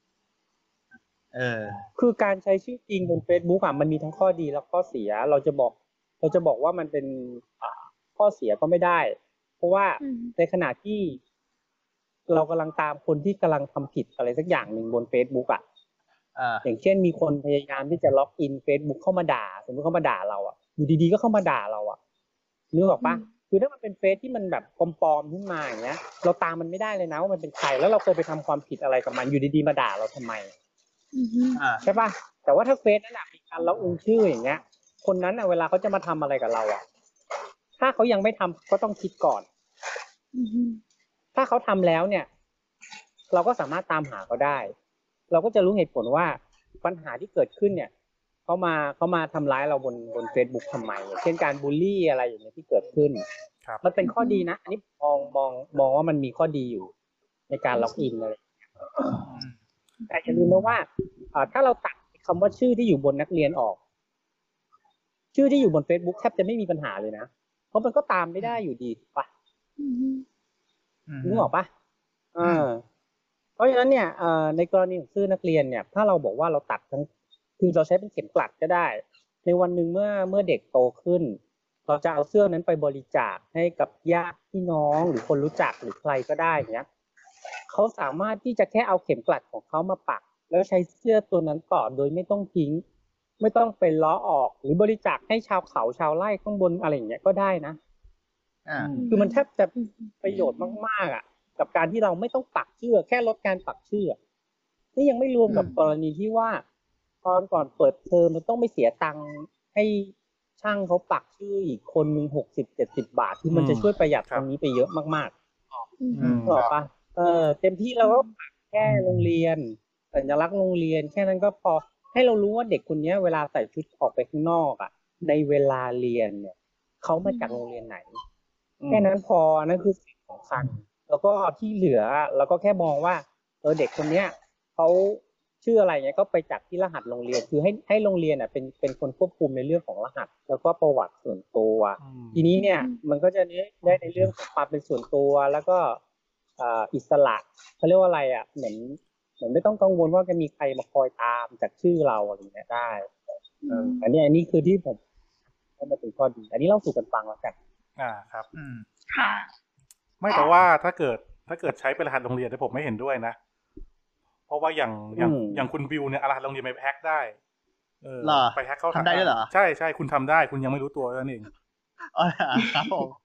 คือการใช้ชื่อจริงบน Facebook มันมีทั้งข้อดีและข้อเสียเราจะบอกว่ามันเป็นข้อเสียก็ไม่ได้เพราะว่าในขณะที่เรากำลังตามคนที่กำลังทำผิดอะไรสักอย่างหนึ่งบน Facebook อย่างเช่นมีคนพยายามที่จะล็อกอิน Facebook เข้ามาด่าสมมติเข้ามาด่าเราอยู่ดีๆก็เข้ามาด่าเรานึกออกปะคือถ้ามันเป็นเฟซที่มันแบบปลอมๆขึ้นมาอย่างเงี้ยเราตามมันไม่ได้เลยนะว่ามันเป็นใครแล้วเราเคยไปทำความผิดอะไรกับมันอยู่ดีๆมาด่าเราทำไมใช่ป่ะแต่ว่าถ้าเฟซนั้นมีการล็อกอินชื่ออย่างเงี้ยคนนั้นเวลาเขาจะมาทำอะไรกับเราถ้าเขายังไม่ทำก็ต้องคิดก่อนถ้าเขาทำแล้วเนี่ยเราก็สามารถตามหาเขาได้เราก็จะรู้เหตุผลว่าปัญหาที่เกิดขึ้นเนี่ยเขามาทำร้ายเราบน Facebook ทำไมเช่นการบูลลี่อะไรอย่างเงี้ยที่เกิดขึ้นมันเป็นข้อดีนะอันนี้มองว่ามันมีข้อดีอยู่ในการล็อกอินอะไรแต่อย่าลืมนะว่าถ้าเราตัดคำว่าชื่อที่อยู่บนนักเรียนออกชื่อที่อยู่บน Facebook แทบจะไม่มีปัญหาเลยนะเพราะมันก็ตามไม่ได้อยู่ดีถูกปะนึกออกปะเพราะฉะนั้นเนี่ยในกรณีของชื่อนักเรียนเนี่ยถ้าเราบอกว่าเราตัดทั้งคือเราใช้เป็นเข็มกลัดก็ได้ในวันหนึ่งเมื่อเด็กโตขึ้นเราจะเอาเสื้อนั้นไปบริจาคให้กับญาติพี่น้องหรือคนรู้จักหรือใครก็ได้เนี้ยเขาสามารถที่จะแค่เอาเข็มกลัดของเขามาปักแล้วใช้เสื้อตัวนั้นต่อโดยไม่ต้องทิ้งไม่ต้องไปล้อออกหรือบริจาคให้ชาวเขาชาวไร่ข้างบนอะไรอย่างเงี้ยก็ได้นะคือมันแทบจะประโยชน์มากๆกับการที่เราไม่ต้องปักชื่อแค่ลดการปักชื่อนี่ยังไม่รวมกับกรณีที่ว่าตอนก่อนเปิดเทอมมันต้องไม่เสียตังค์ให้ช่างเขาปักชื่ออีกคนนึง60-70 บาทที่มันจะช่วยประหยัดตรงนี้ไปเยอะมากๆถูกปะเต็มที่เราก็ปักแค่โรงเรียนสัญลักษณ์โรงเรียนแค่นั้นก็พอให้เรารู้ว่าเด็กคนนี้เวลาใส่ชุดออกไปข้างนอกในเวลาเรียนเนี่ยเขามาจากโรงเรียนไหนแค่นั้นพอนั่นคือสิ่งสำคัญแล้วก็ที่เหลือเราก็แค่มองว่าเด็กคนเนี้ยเขาชื่ออะไรเงี้ยก็ไปจัดที่รหัสโรงเรียนคือให้โรงเรียนเป็นคนควบคุมในเรื่องของรหัสแล้วก็ประวัติส่วนตัวทีนี้เนี่ยมันก็จะได้ในเรื่องของความเป็นส่วนตัวแล้วก็อิสระเขาเรียกว่าอะไรเหมือนไม่ต้องกังวลว่าจะมีใครมาคอยตามจากชื่อเราอะไรเงี้ยได้อันนี้คือที่ผมมันเป็นข้อดีอันนี้เล่าสู่กันฟังแล้วกันครับค่ะไม่แต่ว่าถ้าเกิดใช้เป็นรหัสโรงเรียนเนี่ยผมไม่เห็นด้วยนะเพราะว่าอย่างคุณวิวเนี่ยรหัสโรงเรียนไปแฮ็กได้ไปแฮ็กเข้าทำได้ด้วยเหรอใช่คุณทำได้คุณยังไม่รู้ตัวนั่นเองครับผม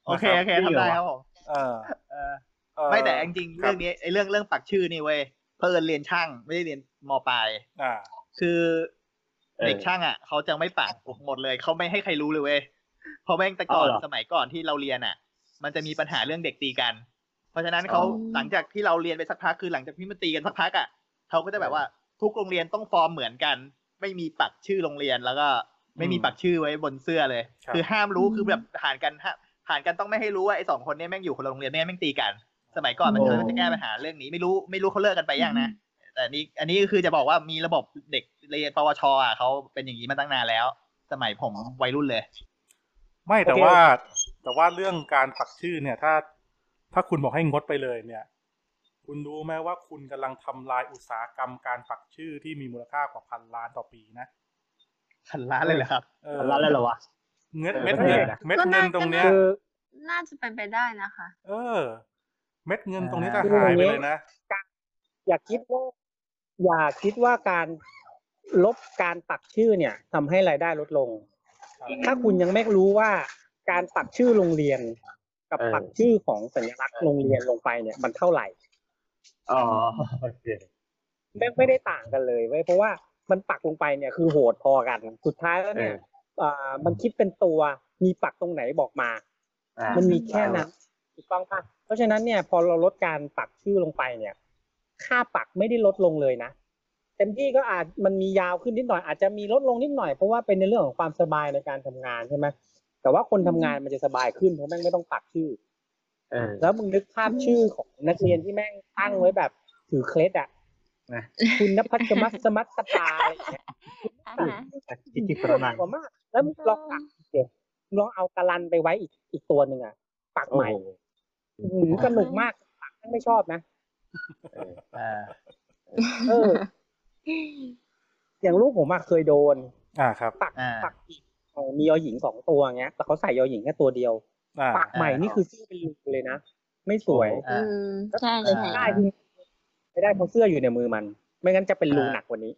โอเคทำได้ครับผมเออไม่แต่จริงๆครัเรื่บองนี้ไอ้เรื่องปักชื่อนี่เว้ยเพิ่นเรียนช่างไม่ได้เรียนมปลายอ่าคือเด็กช่างอ่ะเขาจะไม่ปักหมดเลยเขาไม่ให้ใครรู้เลยเว้ยเพราะแม่งแต่ก่อนสมัยก่อนที่เราเรียนอ่ะ มันจะมีปัญหาเรื่องเด็กตีกัน เพราะฉะนั้นเขาหลังจากที่เราเรียนไปสักพักคือหลังจากที่มันตีกันสักพักอ่ะเขาก็จะแบบว่าทุกโรงเรียนต้องฟอร์มเหมือนกัน ไม่มีปักชื่อโรงเรียนแล้วก็ไม่มีปักชื่อไว้บนเสื้อเลย คือห้ามรู้คือแบบผ่านกันต้องไม่ให้รู้ว่าไอ้2 คนนี้แม่งอยู่คนละโรงเรียนแม่งตีกัน สมัยก่อนมันจะแก้ปัญหาเรื่องนี้ไม่รู้เขาเลิกกันไปยังนะแต่อันนี้คือจะบอกว่ามีระบบเด็กเรียนปวชอ่ะเขาเป็นอย่างนี้มาตั้งนานแล้ว สมัยผมวัยรุ่นเลยไม่แต่ว่าเรื่องการปักชื่อเนี่ยถ้าคุณบอกให้งดไปเลยเนี่ย คุณรู้ไหมว่าคุณกำลังทำลายอุตสาหกรรมการปักชื่อที่มีมูลค่ากว่า1,000 ล้านต่อปีนะ 1,000 ล้านเลยเหรอครับร้านอะไรเหรอวะเม็ดเงินตรงเนี้ยคือน่าจะเป็นไปได้นะคะเม็ดเงินตรงนี้จะหายไปเลยนะอย่าคิดว่าการลบการปักชื่อเนี่ยทำให้รายได้ลดลง ถ้าคุณยังไม่รู้ว่าการปักชื่อโรงเรียนกับปักชื่อของสัญลักษณ์โรงเรียนลงไปเนี่ยมันเท่าไหร่โอเคไม่ได้ต่างกันเลยเว้ยเพราะว่ามันปักลงไปเนี่ยคือโหดพอกันสุดท้ายแล้วเนี่ยมันคิดเป็นตัวมีปักตรงไหนบอกมามันมีแค่นั้นถูกต้องป่ะเพราะฉะนั้นเนี่ยพอเราลดการปักชื่อลงไปเนี่ยค่าปักไม่ได้ลดลงเลยนะเต็มที่ก็มันมียาวขึ้นนิดหน่อยอาจจะมีลดลงนิดหน่อยเพราะว่าเป็นในเรื่องของความสบายในการทำงานใช่ไหมแต่ว่าคนทำงานมันจะสบายขึ้นเพราะแม่งไม่ต้องปักชื่อแล้วมึงนึกภาพชื่อของนักเรียนที่แม่งตั้งไว้แบบถือเคล็ดอ่ะคุณนภัสมัสมัสตาอะไรอย่างเงี้ยจิตกระนังมากแล้วลองปักลองเอากะลันไปไว้อีกตัวหนึ่งอ่ะปักใหม่สนุกมากปักไม่ชอบนะอย่างลูกผมเคยโดนครับปักมียอหญิง2 ตัวเงี้ยแต่เขาใส่ยอหญิงแค่ตัวเดียวปักใหม่นี่คือชื่อเป็นรูเลยนะไม่สวยใช่ไม่ได้เพราะเสื้ออยู่ในมือมันไม่งั้นจะเป็นรูหนักกว่านี้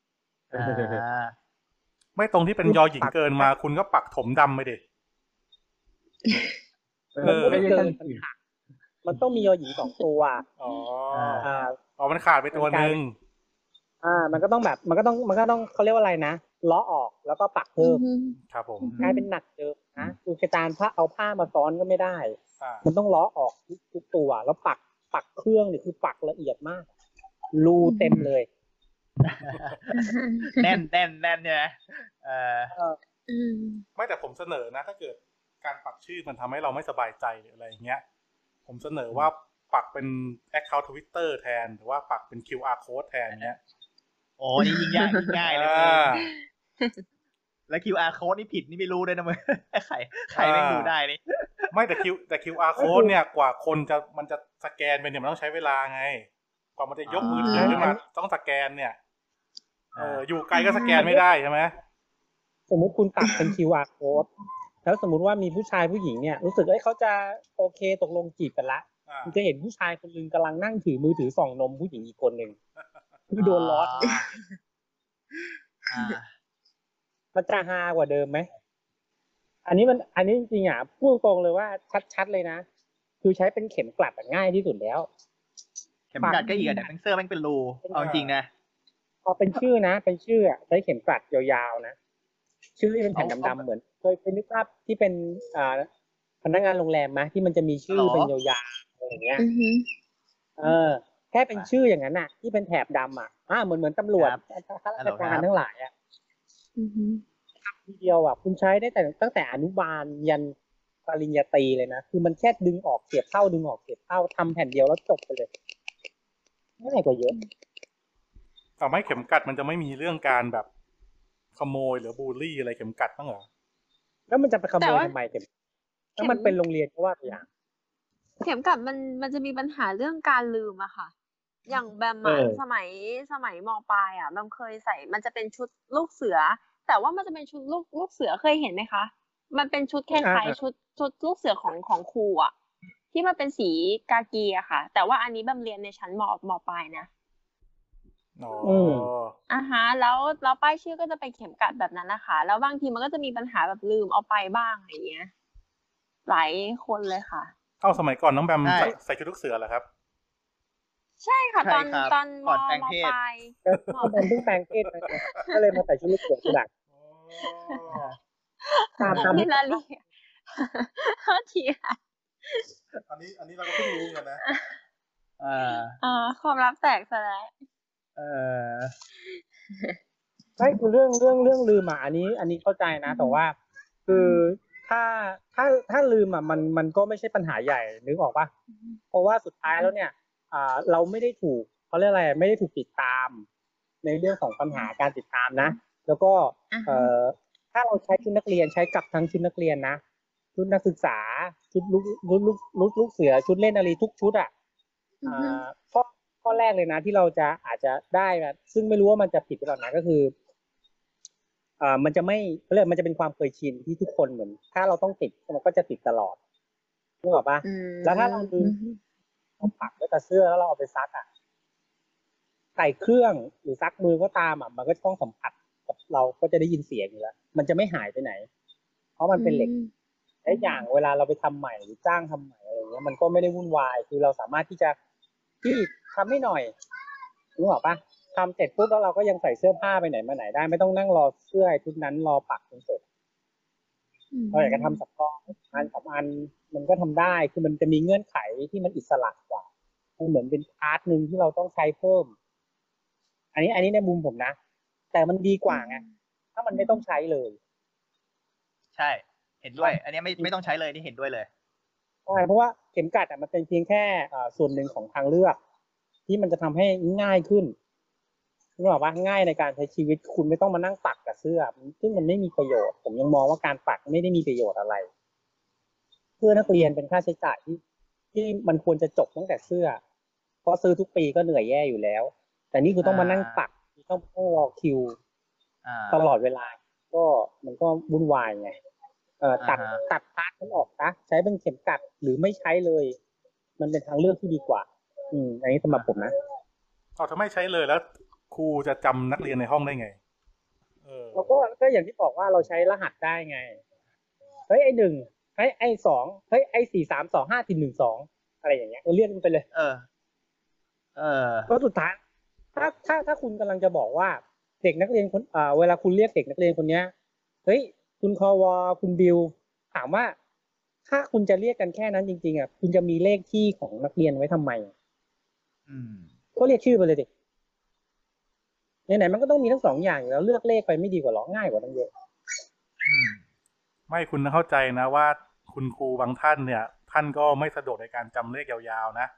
ไม่ตรงที่เป็นยอหญิงเกินมาคุณก็ปักถมดำไปดิไม่เกินมันต้องมียอหญิง2 ตัวมันขาดไปตัวนึงมันก็ต้องเขาเรียกว่าอะไรนะล้อออกแล้วก็ปักเพิ่มครับผมกลายเป็นหนักเดิมนะคืออาจารย์เอาผ้ามาซ้อนก็ไม่ได้มันต้องล้อออกทุกตัวแล้วปักเครื่องนี่คือปักละเอียดมากรูเต็มเลยแน่นเนี่ยไม่แต่ผมเสนอนะถ้าเกิดการปักชื่อมันทำให้เราไม่สบายใจหรืออะไรอย่างเงี้ยผมเสนอว่าปักเป็น account Twitter แทนหรือว่าปักเป็น QR code แทนเนี้ยโอ้นี่ยิ่งง่ายเลยแล้ว QR code นี่ผิดนี่ไม่รู้ด้วยนะมึงใครไม่ดูได้นี่ไม่แต่ QR code เนี่ยกว่าคนมันจะสแกนไปเนี่ยมันต้องใช้เวลาไงกว่ามันจะยกมือถือขึ้นมาต้องสแกนเนี่ยอยู่ไกลก็สแกนไม่ได้ใช่ไหมสมมุติคุณปักเป็น QR code แล้วสมมุติว่ามีผู้ชายผู้หญิงเนี่ยรู้สึกเขาจะโอเคตกลงจีบกันละคุณจะเห็นผู้ชายคนนึงกำลังนั่งถือมือถือส่องนมผู้หญิงอีกคนนึงคือโดนล้อมันจะฮากว่าเดิมไหมอันนี้จริงๆพูดตรงเลยว่าชัดๆเลยนะคือใช้เป็นเข็มกลัดง่ายที่สุดแล้วเข็มกลัดก็อีกแต่เสื้อมันเป็นรูเอาจริงนะพอเป็นชื่อนะเป็นชื่อใช้เข็มกลัดยาวๆนะชื่อที่เป็นแผ่นดำๆเหมือนเคยนึกภาพที่เป็นพนักงานโรงแรมไหมที่มันจะมีชื่อเป็นยาวๆอะไรอย่างเงี้ยแค่เป็นชื่ออย่างนั้นน่ะที่เป็นแถบดำเหมือนตำรวจข้าราชการทั้งหลายทีเดียวคุณใช้ได้แต่ตั้งแต่อนุบาลยันปริญญาตรีเลยนะคือมันแค่ดึงออกเสียบเข้าดึงออกเสียบเข้าทำแผ่นเดียวแล้วจบไปเลยง่ายกว่าเยอะแต่ไม่เข็มกัดมันจะไม่มีเรื่องการแบบขโมยหรือบูลลี่อะไรเข็มกัดบ้างเหรอแล้วมันจะไปขโมยทำไมเข็มถ้ามันเป็นโรงเรียนก็ว่าไปอย่างเข็มกัดมันจะมีปัญหาเรื่องการลืมอะค่ะอย่างแบมสมัยม.ปลายแบมเคยใส่มันจะเป็นชุดลูกเสือแต่ว่ามันจะเป็นชุดลูกเสือเคยเห็นไหมคะมันเป็นชุดคล้ายๆชุดลูกเสือของครูที่มันเป็นสีกากีอะค่ะแต่ว่าอันนี้แบมเรียนในชั้นม.ปลายนะแล้วป้ายชื่อก็จะเป็นเข็มกัดแบบนั้นนะคะแล้วบางทีมันก็จะมีปัญหาแบบลืมเอาไปบ้างอะไรอย่างเงี้ยหลายคนเลยค่ะสมัยก่อนน้องแบมใส่ชุดลูกเสือเหรอครับใช่ค่ะใช่ตอนครับตอนก่อนแปลงมเพศปลายก็มันเพิ่งแปลงเพศมาไงก็เลยมาใส่ชุดลูกเสือทีหลังตามนิลาลีโทษทีค่ะอันนี้เราก็เพิ่งรู้กันนะความลับแตกซะแล้วไม่คือเรื่องลืมอ่ะอันนี้เข้าใจนะแต่ว่า คือถ้าลืมอ่ะมันก็ไม่ใช่ปัญหาใหญ่นึกออกปะเพราะว่าสุดท้ายแล้วเนี่ยเราไม่ได้ถูกเขาเรียกอะไรไม่ได้ถูกติดตาม ในเรื่องของปัญหาการติดตามนะ แล้วก็ถ้าเราใช้ชุดนักเรียนใช้กับทั้งชุดนักเรียนนะชุดนักศึกษาชุดลูกเสือชุดเล่นนารีทุกชุดอ่ะข้อแรกเลยนะที่เราอาจจะได้นะซึ่งไม่รู้ว่ามันจะผิดหรือเปล่านะก็คือมันจะไม่เรียกมันจะเป็นความเคยชินที่ทุกคนเหมือนถ้าเราต้องติดมันก็จะติดตลอดนึกออกปะแล้วถ้าเราลืมเอาปักไว้กับเสื้อแล้วเราเอาไปซักอ่ะใส่เครื่องหรือซักมือก็ตามอ่ะมันก็ต้องสัมผัสกับเราก็จะได้ยินเสียงอยู่แล้วมันจะไม่หายไปไหนเพราะมันเป็นเหล็กและอย่างเวลาเราไปทำใหม่หรือจ้างทำใหม่อะไรเงี้ยมันก็ไม่ได้วุ่นวายคือเราสามารถที่ทำให้หน่อยนึกออกปะทำเสร็จปุ๊บแล้วเราก็ยังใส่เสื้อผ้าไปไหนมาไหนได้ไม่ต้องนั่งรอเสื้อชุดนั้นรอปักจนเสร็จเราอยากจะทำสับกองอันมันก็ทำได้คือมันจะมีเงื่อนไขที่มันอิสระกว่ามันเหมือนเป็นพาร์ทนึงที่เราต้องใช้เพิ่มอันนี้ในมุมผมนะแต่มันดีกว่าไงถ้ามันไม่ต้องใช้เลยใช่เห็นด้วยอันนี้ไม่ต้องใช้เลยนี่เห็นด้วยเลยใช่เพราะว่าเข็มกัดมันเป็นเพียงแค่ส่วนหนึ่งของทางเลือกที่มันจะทำให้ง่ายขึ้นนึกออกปะง่ายในการใช้ชีวิตคุณไม่ต้องมานั่งปักกับเสื้อซึ่งมันไม่มีประโยชน์ผมยังมองว่าการปักไม่ได้มีประโยชน์อะไรเสื้อนักเรียนเป็นค่าใช้จ่ายที่มันควรจะจบตั้งแต่เสื้อเพราะซื้อทุกปีก็เหนื่อยแย่อยู่แล้วแต่นี่คือต้องมานั่งปักต้องรอคิวตลอดเวลาก็มันก็วุ่นวายไงตัดพาร์ทมันออกนะใช้เป็นเข็มกัดหรือไม่ใช้เลยมันเป็นทางเลือกที่ดีกว่าอันนี้สำหรับผมนะถ้าไม่ใช้เลยแล้วครูจะจำนักเรียนในห้องได้ไงเราก็อย่างที่บอกว่าเราใช้รหัสได้ไงเฮ้ย1เฮ้ย2เฮ้ย4-3-2-5-1-2อะไรอย่างเงี้ยเราเรียกมันไปเลยก็สุดท้ายถ้าคุณกำลังจะบอกว่าเด็กนักเรียนคนเวลาคุณเรียกเด็กนักเรียนคนเนี้ยเฮ้ยคุณควคุณบิวถามว่าถ้าคุณจะเรียกกันแค่นั้นจริงๆอ่ะคุณจะมีเลขที่ของนักเรียนไว้ทำไมก็เรียกชื่อไปเลยดิไหนๆมันก็ต้องมีทั้งสองอย่างอยู่แล้วเลือกเลขไปไม่ดีกว่าหรอง่ายกว่าตั้งเยอะไม่คุณเข้าใจนะว่าคุณครูบางท่านเนี่ยท่านก็ไม่สะดวกในการจำเลขยาวๆนะ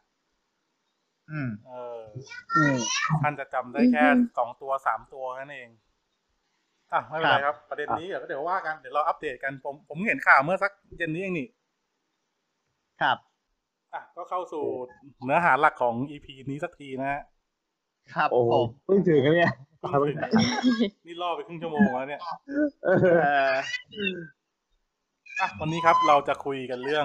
ท่านจะจำได้แค่2 ตัว3 ตัวนั่นเองไม่เป็นไรครับประเด็นนี้เดี๋ยวว่ากันเดี๋ยวเราอัปเดตกันผมเห็นข่าวเมื่อสักเย็นนี้เองนี่ครับก็เข้าสู่เนื้อหาหลักของ EP นี้สักทีนะฮะครับโอ้โหเพิ่งถึงกันเนี่ยนี่ล่อไปครึ่งชั่วโมงแล้วเนี่ยวันนี้ครับเราจะคุยกันเรื่อง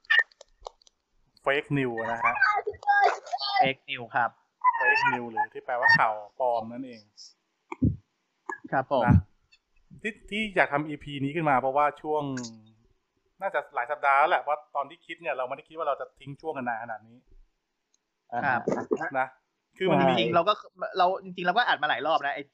fake news นะฮะ fake news ครับ fake news หรือที่แปลว่าข่าวปลอมนั่นเองครับผมที่อยากทำ EP นี้ขึ้นมาเพราะว่าช่วงน่าจะหลายสัปดาห์แล้วแหละว่าตอนที่คิดเนี่ยเราไม่ได้คิดว่าเราจะทิ้งช่วงกันนานขนาดนี้ครับนะคือมันมีจริงเราจริงๆเราก็อัดมาหลายรอบนะไอ้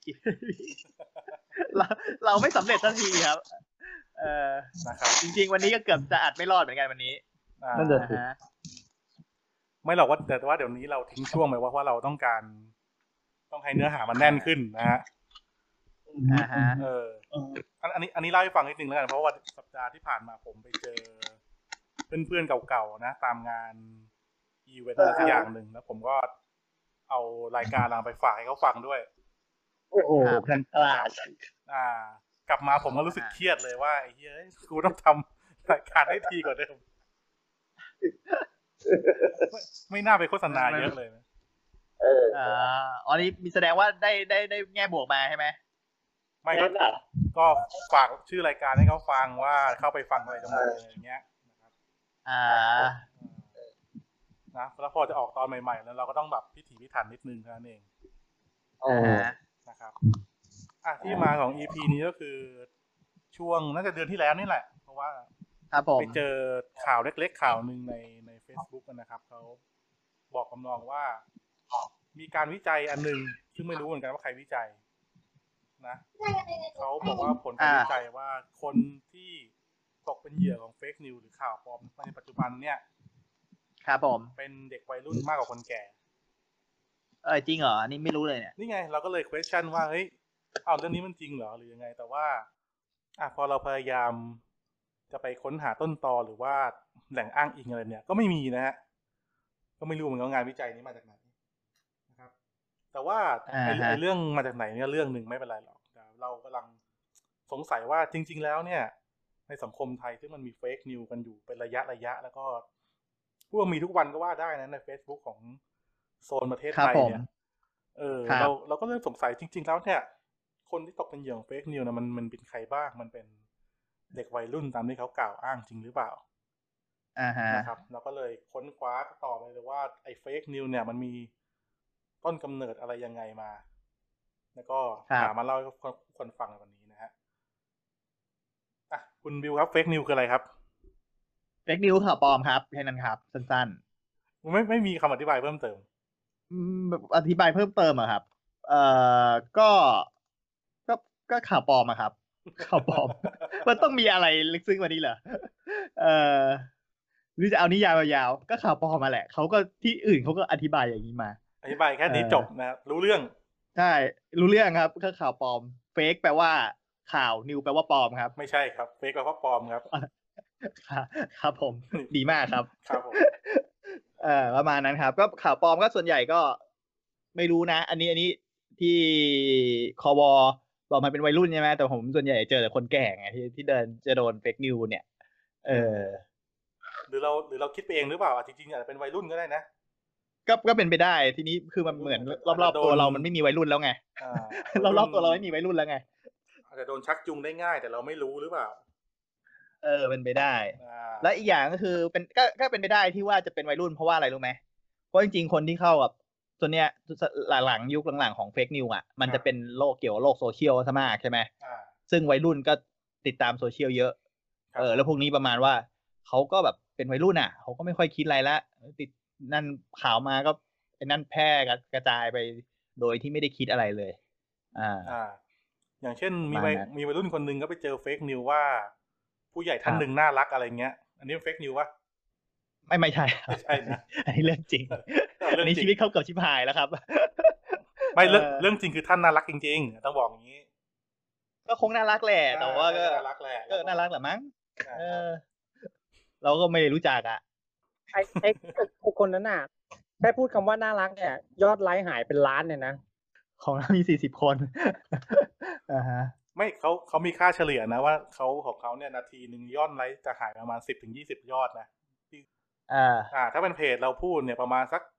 เราไม่สำเร็จสักทีครับนะครับจริงๆวันนี้ก็เกือบจะอัดไม่รอดเหมือนกันวันนี้นั่นแหละไม่หรอกว่าแต่ว่าเดี๋ยวนี้เราทิ้งช่วงไปว่าเราต้องให้เนื้อหามันแน่นขึ้นนะฮะอันนี้เล่าให้ฟังนิดนึงแล้วกันเพราะว่าสัปดาห์ที่ผ่านมาผมไปเจอเพื่อนๆเก่าๆนะตามงานอีเวนต์อะไรสักอย่างหนึ่งแล้วผมก็เอารายการเราไปฝากให้เขาฟังด้วยโอ้โหพันตลาดกลับมาผมก็รู้สึกเครียดเลยว่าไอ้เฮ้ยกูต้องทำรายการให้ทีกว่าเดิมไม่น่าไปโฆษณาเยอะเลยนะอันนี้มีแสดงว่าได้แง่บวกมาใช่ไหมไม่ก็ฝากชื่อรายการให้เขาฟังว่าเข้าไปฟังอะไรกันอะไรอย่างเงี้ยนะครับนะแล้วพอจะออกตอนใหม่ๆแล้วเราก็ต้องแบบพิถีพิถันนิดนึงแค่นั้นเองนะครับที่มาของ EP นี้ก็คือช่วงน่าจะเดือนที่แล้วนี่แหละเพราะว่าครับผมไปเจอข่าวเล็กๆข่าวหนึ่งใน Facebook นะครับเขาบอกคำนองว่ามีการวิจัยอันนึงซึ่งไม่รู้เหมือนกันว่าใครวิจัยนะเขาบอกว่าผลการวิจัยว่าคนที่ตกเป็นเหยื่อของเฟกนิวหรือข่าวปลอมในปัจจุบันเนี่ยครับผมเป็นเด็กวัยรุ่นมากกว่าคนแก่จริงเหรออันนี้ไม่รู้เลยเนี่ยนี่ไงเราก็เลย question ว่าเฮ้ยเอาเรื่องนี้มันจริงเหรอหรือยังไงแต่ว่าพอเราพยายามจะไปค้นหาต้นตอหรือว่าแหล่งอ้างอิงอะไรเนี่ยก็ไม่มีนะฮะก็ไม่รู้เหมือนกันงานวิจัยนี้มาจากไหนนะครับแต่ว่าไอ้เรื่องมาจากไหนเนี่ยเรื่องนึงไม่เป็นไรหรอกเรากำลังสงสัยว่าจริงๆแล้วเนี่ยในสังคมไทยที่มันมีเฟกนิวกันอยู่เป็นระยะแล้วก็พวกมีทุกวันก็ว่าได้นะใน Facebook ของโซนประเทศไทยเนี่ยเราก็เริ่มสงสัยจริงๆแล้วเนี่ยคนที่ตกเป็นเหยื่อของเฟกนิวนะมันเป็นใครบ้างมันเป็นเด็กวัยรุ่นตามที่เขากล่าวอ้างจริงหรือเปล่านะครับเราก็เลยค้นคว้าต่อไปเลยว่าไอ้เฟกนิวเนี่ยมันมีต้นกำเนิดอะไรยังไงมาแล้วก็หามาเล่าให้คนฟังในวันนี้นะฮะคุณบิวครับเฟกนิวคืออะไรครับเฟกนิวข่าวปลอมครับแค่นั้นครับสั้นๆไม่มีคำอธิบายเพิ่มเติมแบบอธิบายเพิ่มเติมอะครับก็ข่าวปลอมอะครับข่าวปลอม มันต้องมีอะไรลึกซึ้งกว่านี้เหรอหรือจะเอานิยายยาวๆก็ข่าวปลอมมาแหละเขาก็ที่อื่นเขาก็อธิบายอย่างนี้มาอธิบายแค่นี้จบนะรู้เรื่องใช่รู้เรื่องครับก็ข่าวปลอมเฟกแปลว่าข่าวนิวแปลว่าปลอมครับไม่ใช่ครับเฟกแปลว่าปลอมครับครับผมดีมากครับครับผมประมาณนั้นครับก็ข่าวปลอมก็ส่วนใหญ่ก็ไม่รู้นะอันนี้ที่ควบอกมาเป็นวัยรุ่นใช่ไหมแต่ผมส่วนใหญ่เจอแต่คนแก่ไงที่เดินจะโดนเฟกนิวเนี่ยหรือเราคิดไปเองหรือเปล่าจริงๆอาจจะเป็นวัยรุ่นก็ได้นะก็เป็นไปได้ทีนี้คือมันเหมือนรอบๆตัวเรามันไม่มีวัยรุ่นแล้วไงรอบๆตัวเราไม่มีวัยรุ่นแล้วไงอาจจะโดนชักจูงได้ง่ายแต่เราไม่รู้หรือเปล่าเป็นไปได้และอีกอย่างก็คือเป็นก็เป็นไปได้ที่ว่าจะเป็นวัยรุ่นเพราะว่าอะไรรู้ไหมเพราะจริงๆคนที่เข้ากับส่วนเนี้ยหลังยุคหลังๆของเฟกนิวอ่ะมันจะเป็นโลกเกี่ยวกับโลกโซเชียลซะมากใช่ไหมซึ่งวัยรุ่นก็ติดตามโซเชียลเยอะแล้วพวกนี้ประมาณว่าเขาก็แบบเป็นวัยรุ่นอ่ะเขาก็ไม่ค่อยคิดอะไรละติดนั่นข่าวมาก็ไอ้นั่นแพร่กระจายไปโดยที่ไม่ได้คิดอะไรเลยอย่างเช่นมีวัยรุ่นคนนึงก็ไปเจอเฟกนิวว่าผู้ใหญ่ท่านหนึ่งน่ารักอะไรเงี้ยอันนี้เฟกนิววะไม่ใช่นะอันนี้เรื่องจริงอันนี้ชีวิตเขาเกือบชิบหายแล้วครับไม่เรื่องจริงคือท่านน่ารักจริงๆต้องบอกอย่างนี้ก็คงน่ารักแหละแต่ว่าก็น่ารักแหละก็น่ารักแหละมั้งเราก็ไม่ได้รู้จักอ่ะไอ้คนนั้นน่ะแค่พูดคำว่าน่ารักเนี่ยยอดไลค์หายเป็นล้านเนี่ยนะของเรามี40 คนไม่เขามีค่าเฉลี่ยนะว่าของเขาเนี่ยนาทีนึงยอดไลค์จะหายประมาณ10-20 ยอดนะถ้าเป็นเพจเราพูดเนี่ยประมาณสัก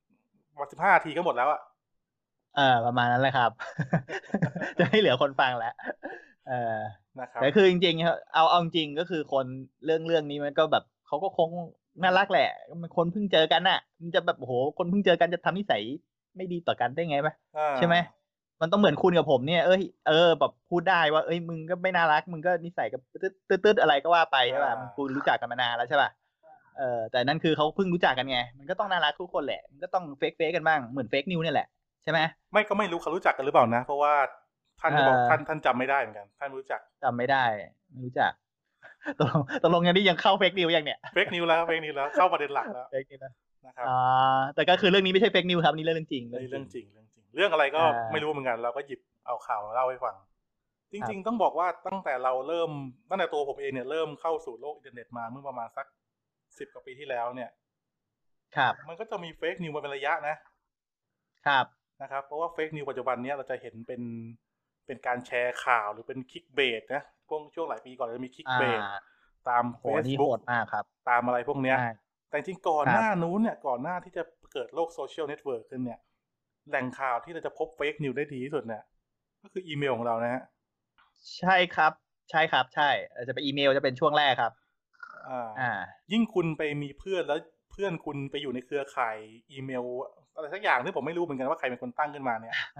15 นาทีก็หมดแล้วประมาณนั้นแหละครับจะให้เหลือคนฟังแล้วนะครับแต่คือจริงๆเอาจริงก็คือคนเรื่องนี้มันก็แบบเขาก็คงน่ารักแหละมันคนเพิ่งเจอกันน่ะมันจะแบบโอ้โหคนเพิ่งเจอกันจะทำนิสัยไม่ดีต่อกันได้ไงปะใช่ไหมมันต้องเหมือนคุณกับผมเนี่ยแบบพูดได้ว่ามึงก็ไม่น่ารักมึงก็นิสัยกับตืดอะไรก็ว่าไปใช่ป่ะคุณรู้จักกันมานานแล้วใช่ป่ะแต่นั่นคือเขาเพิ่งรู้จักกันไงมันก็ต้องน่ารักทุกคนแหละมันก็ต้องเฟกกันบ้างเหมือนเฟกนิวเนี่ยแหละใช่ไหมก็ไม่รู้เขารู้จักกันหรือเปล่านะเพราะว่าท่านบอกท่านจำไม่ได้เหมือนกันท่านรู้จักจำไม่ได้ไม่รู้จักตกลงอย่างนี้ยังเข้าเฟกนิวยังเนี่ยเฟกนิวแล้วเข้าประเด็นหลักแล้วเฟกนิวนะครับแต่ก็คือเรื่องนี้ไม่ใช่เฟกนิวครับนี่เรื่องจริงเรื่องจริงเรื่องอะไรก็ไม่รู้เหมือนกันเราก็หยิบเอาข่าวมาเล่าให้ฟังจริงๆต้องบอกว่าตั้งแต่ตัวผมเองเนี่ยเริ่มเข้าสู่โลกอินเทอร์เน็ตมาเมื่อประมาณสัก10 กว่าปีที่แล้วเนี่ยครับมันก็จะมีเฟกนิวมาเป็นระยะนะครับเพราะว่าเฟกนิวปัจจุบันนี้เราจะเห็นเป็นการแชร์ข่าวหรือเป็นคลิกเบสนะพวกช่วงหลายปีก่อนจะมีคลิกเบสตาม Facebook มากครับตามอะไรพวกเนี้ยแต่จริงก่อนหน้านู้นเนี่ยก่อนหน้าที่จะเกิดโลกโซเชียลเน็ตเวิร์กขึ้นเนี่ยแหล่งข่าวที่เราจะพบเฟกนิวได้ดีที่สุดเนี่ยก็คืออีเมลของเรานะฮะใช่ครับใจะเป็นอีเมลจะเป็นช่วงแรกครับยิ่งคุณไปมีเพื่อนแล้วเพื่อนคุณไปอยู่ในเครือข่ายอีเมลอะไรสักอย่างที่ผมไม่รู้เหมือนกันว่าใครเป็นคนตั้งขึ้นมาเนี่ย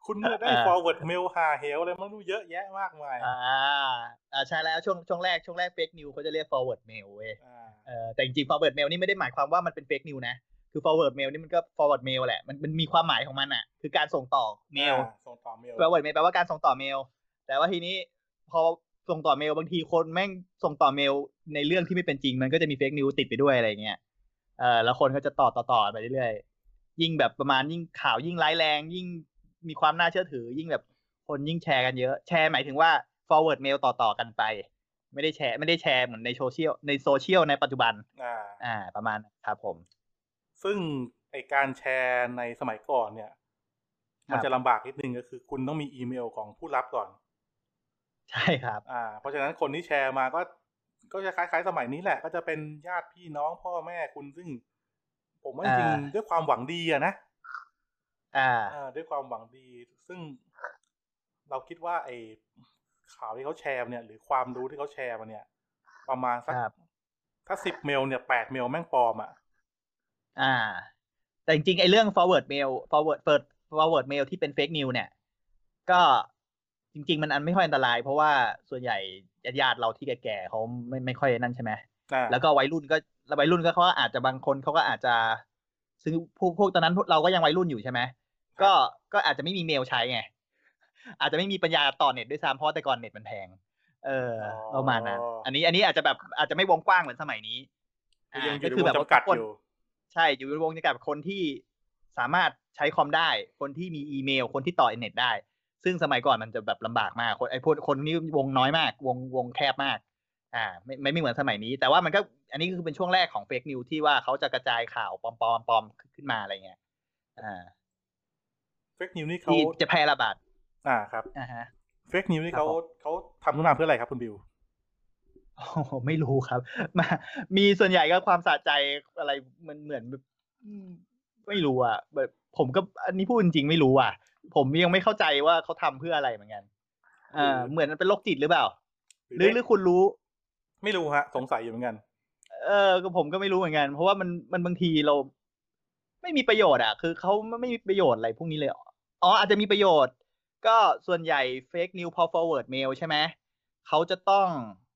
คุณเนี่ยได้ forward mail หาเหวอะไรไม่รู้เยอะแยะมากมายใช่แล้วช่วงแรกเฟกนิวเขาจะเรียก forward mail เว้ยแต่จริงๆ forward mail นี่ไม่ได้หมายความว่ามันเป็นเฟกนิวนะคือ forward mail นี่มันก็ forward mail แหละมันมีความหมายของมันอ่ะคือการส่งต่อเมลforward mail แปลว่าการส่งต่อเมลแต่ว่าทีนี้พอส่งต่อเมลบางทีคนแม่งส่งต่อเมลในเรื่องที่ไม่เป็นจริงมันก็จะมีเฟกนิวติดไปด้วยอะไรเงี้ยแล้วคนก็จะต่อไปเรื่อยๆยิ่งแบบประมาณยิ่งข่าวยิ่งร้ายแรงยิ่งมีความน่าเชื่อถือยิ่งแบบคนยิ่งแชร์กันเยอะแชร์หมายถึงว่า forward mail ต่อกันไปไม่ได้แชร์เหมือนในโซเชียลในปัจจุบันประมาณครับผมซึ่งไอการแชร์ในสมัยก่อนเนี่ยมันจะลำบากนิดนึงก็คือคุณต้องมีอีเมลของผู้รับก่อนใช่ครับเพราะฉะนั้นคนที่แชร์มาก็จะคล้ายๆสมัยนี้แหละก็จะเป็นญาติพี่น้องพ่อแม่คุณซึ่งผมว่าจริงๆด้วยความหวังดีนะด้วยความหวังดีซึ่งเราคิดว่าไอ้ข่าวที่เขาแชร์เนี่ยหรือความรู้ที่เขาแชร์มาเนี่ยประมาณสักถ้า10 เมลเนี่ย8 เมลแม่งปลอมแต่จริงๆไอ้เรื่อง forward mail ที่เป็น fake news เนี่ยก็จริงๆมันไม่ค่อยอันตรายเพราะว่าส่วนใหญ่ญาติเราที่แก่ๆเขาไม่ค่อยนั่นใช่ไหมแล้วก็วัยรุ่นก็เขาอาจจะบางคนเขาก็อาจจะซึ่งพวกตอนนั้นเราก็ยังวัยรุ่นอยู่ใช่ไหมก็อาจจะไม่มีเมลใช้ไงอาจจะไม่มีปัญญาต่อเน็ตด้วยซ้ำเพราะแต่ก่อนเน็ตมันแพงประมาณนั้นอันนี้อาจจะไม่วงกว้างเหมือนสมัยนี้ก็คือแบบจำกัดอยู่ใช่อยู่ในวงจำกัดคนที่สามารถใช้คอมได้คนที่มีอีเมลคนที่ต่ออินเทอร์เน็ตได้ซึ่งสมัยก่อนมันจะแบบลำบากมากคนนี้วงน้อยมากวงแคบมากไม่เหมือนสมัยนี้แต่ว่ามันก็อันนี้คือเป็นช่วงแรกของเฟกนิวที่ว่าเขาจะกระจายข่าวปลอมขึ้นมาอะไรเงี้ยเฟกนิวนี่เขาจะแพร่ระบาดครับเฟกนิวนี่เขาทำขึ้นมาเพื่ออะไรครับคุณบิวไม่รู้ครับมีส่วนใหญ่ก็ความสะใจอะไรมันเหมือนไม่รู้อ่ะแบบผมก็อันนี้พูดจริงๆไม่รู้อ่ะผมยังไม่เข้าใจว่าเขาทำเพื่ออะไรเหมือนกันเหมือนมันเป็นโรคจิตหรือเปล่าหรือคุณรู้ไม่รู้ฮะสงสัยอยู่เหมือนกันก็ผมก็ไม่รู้เหมือนกันเพราะว่ามันบางทีเราไม่มีประโยชน์อ่ะคือเขาไม่มีประโยชน์อะไรพวกนี้เลยอาจจะมีประโยชน์ก็ส่วนใหญ่เฟกนิวพอ forward mail ใช่ไหมเขาจะต้อง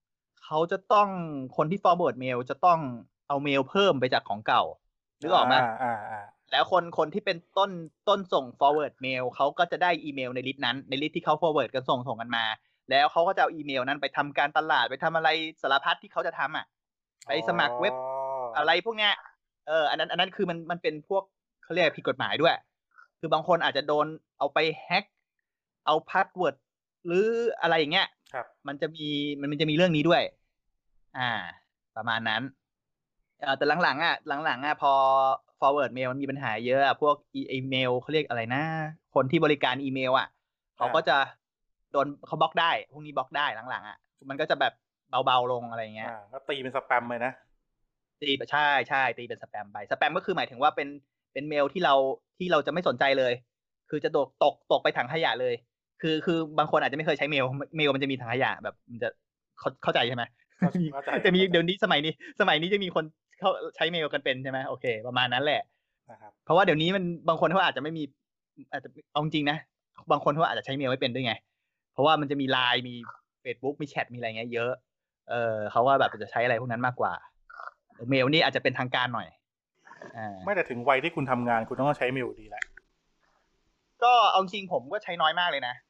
คนที่ forward mail จะต้องเอาเมลเพิ่มไปจากของเก่านึกออกไหมแล้วคนที่เป็นต้นส่ง forward mail เขาก็จะได้อีเมลในลิสต์นั้นในลิสต์ที่เขา forward กันส่งกันมาแล้วเขาก็จะเอาอีเมลนั้นไปทำการตลาดไปทำอะไรสารพัดที่เขาจะทำไปสมัครเว็บอะไรพวกเนี้ยอันนั้นคือมันเป็นพวกเขาเรียกผิดกฎหมายด้วยคือบางคนอาจจะโดนเอาไปแฮ็กเอาพาสเวิร์ดหรืออะไรอย่างเงี้ยมันจะมีเรื่องนี้ด้วยประมาณนั้นแต่หลังๆพอ forward mail มันมีปัญหาเยอะพวกอีเมลเขาเรียกอะไรนะคนที่บริการอีเมลเขาก็จะโดนเขาบล็อกได้พวกนี้บล็อกได้หลังๆมันก็จะแบบเบาๆลงอะไรเงี้ยก็ตีเป็นสแปมเลยนะตีใช่ตีเป็นสแปมไปสแปมก็คือหมายถึงว่าเป็นเมลที่เราจะไม่สนใจเลยคือจะตกไปถังขยะเลยคือบางคนอาจจะไม่เคยใช้เมลมันจะมีถังขยะแบบมันจะเข้าใจใช่ไหมจะมีเดี๋ยวนี้สมัยนี้จะมีคนเขาใช้เมลกันเป็นใช่ไหมโอเคประมาณนั้นแหละนะครับเพราะว่าเดี๋ยวนี้มันบางคนเขาอาจจะไม่มีอาจจะเอาจริงนะบางคนเขาอาจจะใช้เมลไม่เป็นด้วยไงเพราะว่ามันจะมีไลน์มี Facebook มีแชทมีอะไรเงี้ยเยอะเขาว่าแบบจะใช้อะไรพวกนั้นมากกว่าเมลนี่อาจจะเป็นทางการหน่อยไม่แต่ถึงวัยที่คุณทำงานคุณต้องใช้เมลดีแหละก็เอาจริงผมก็ใช้น้อยมากเลยนะ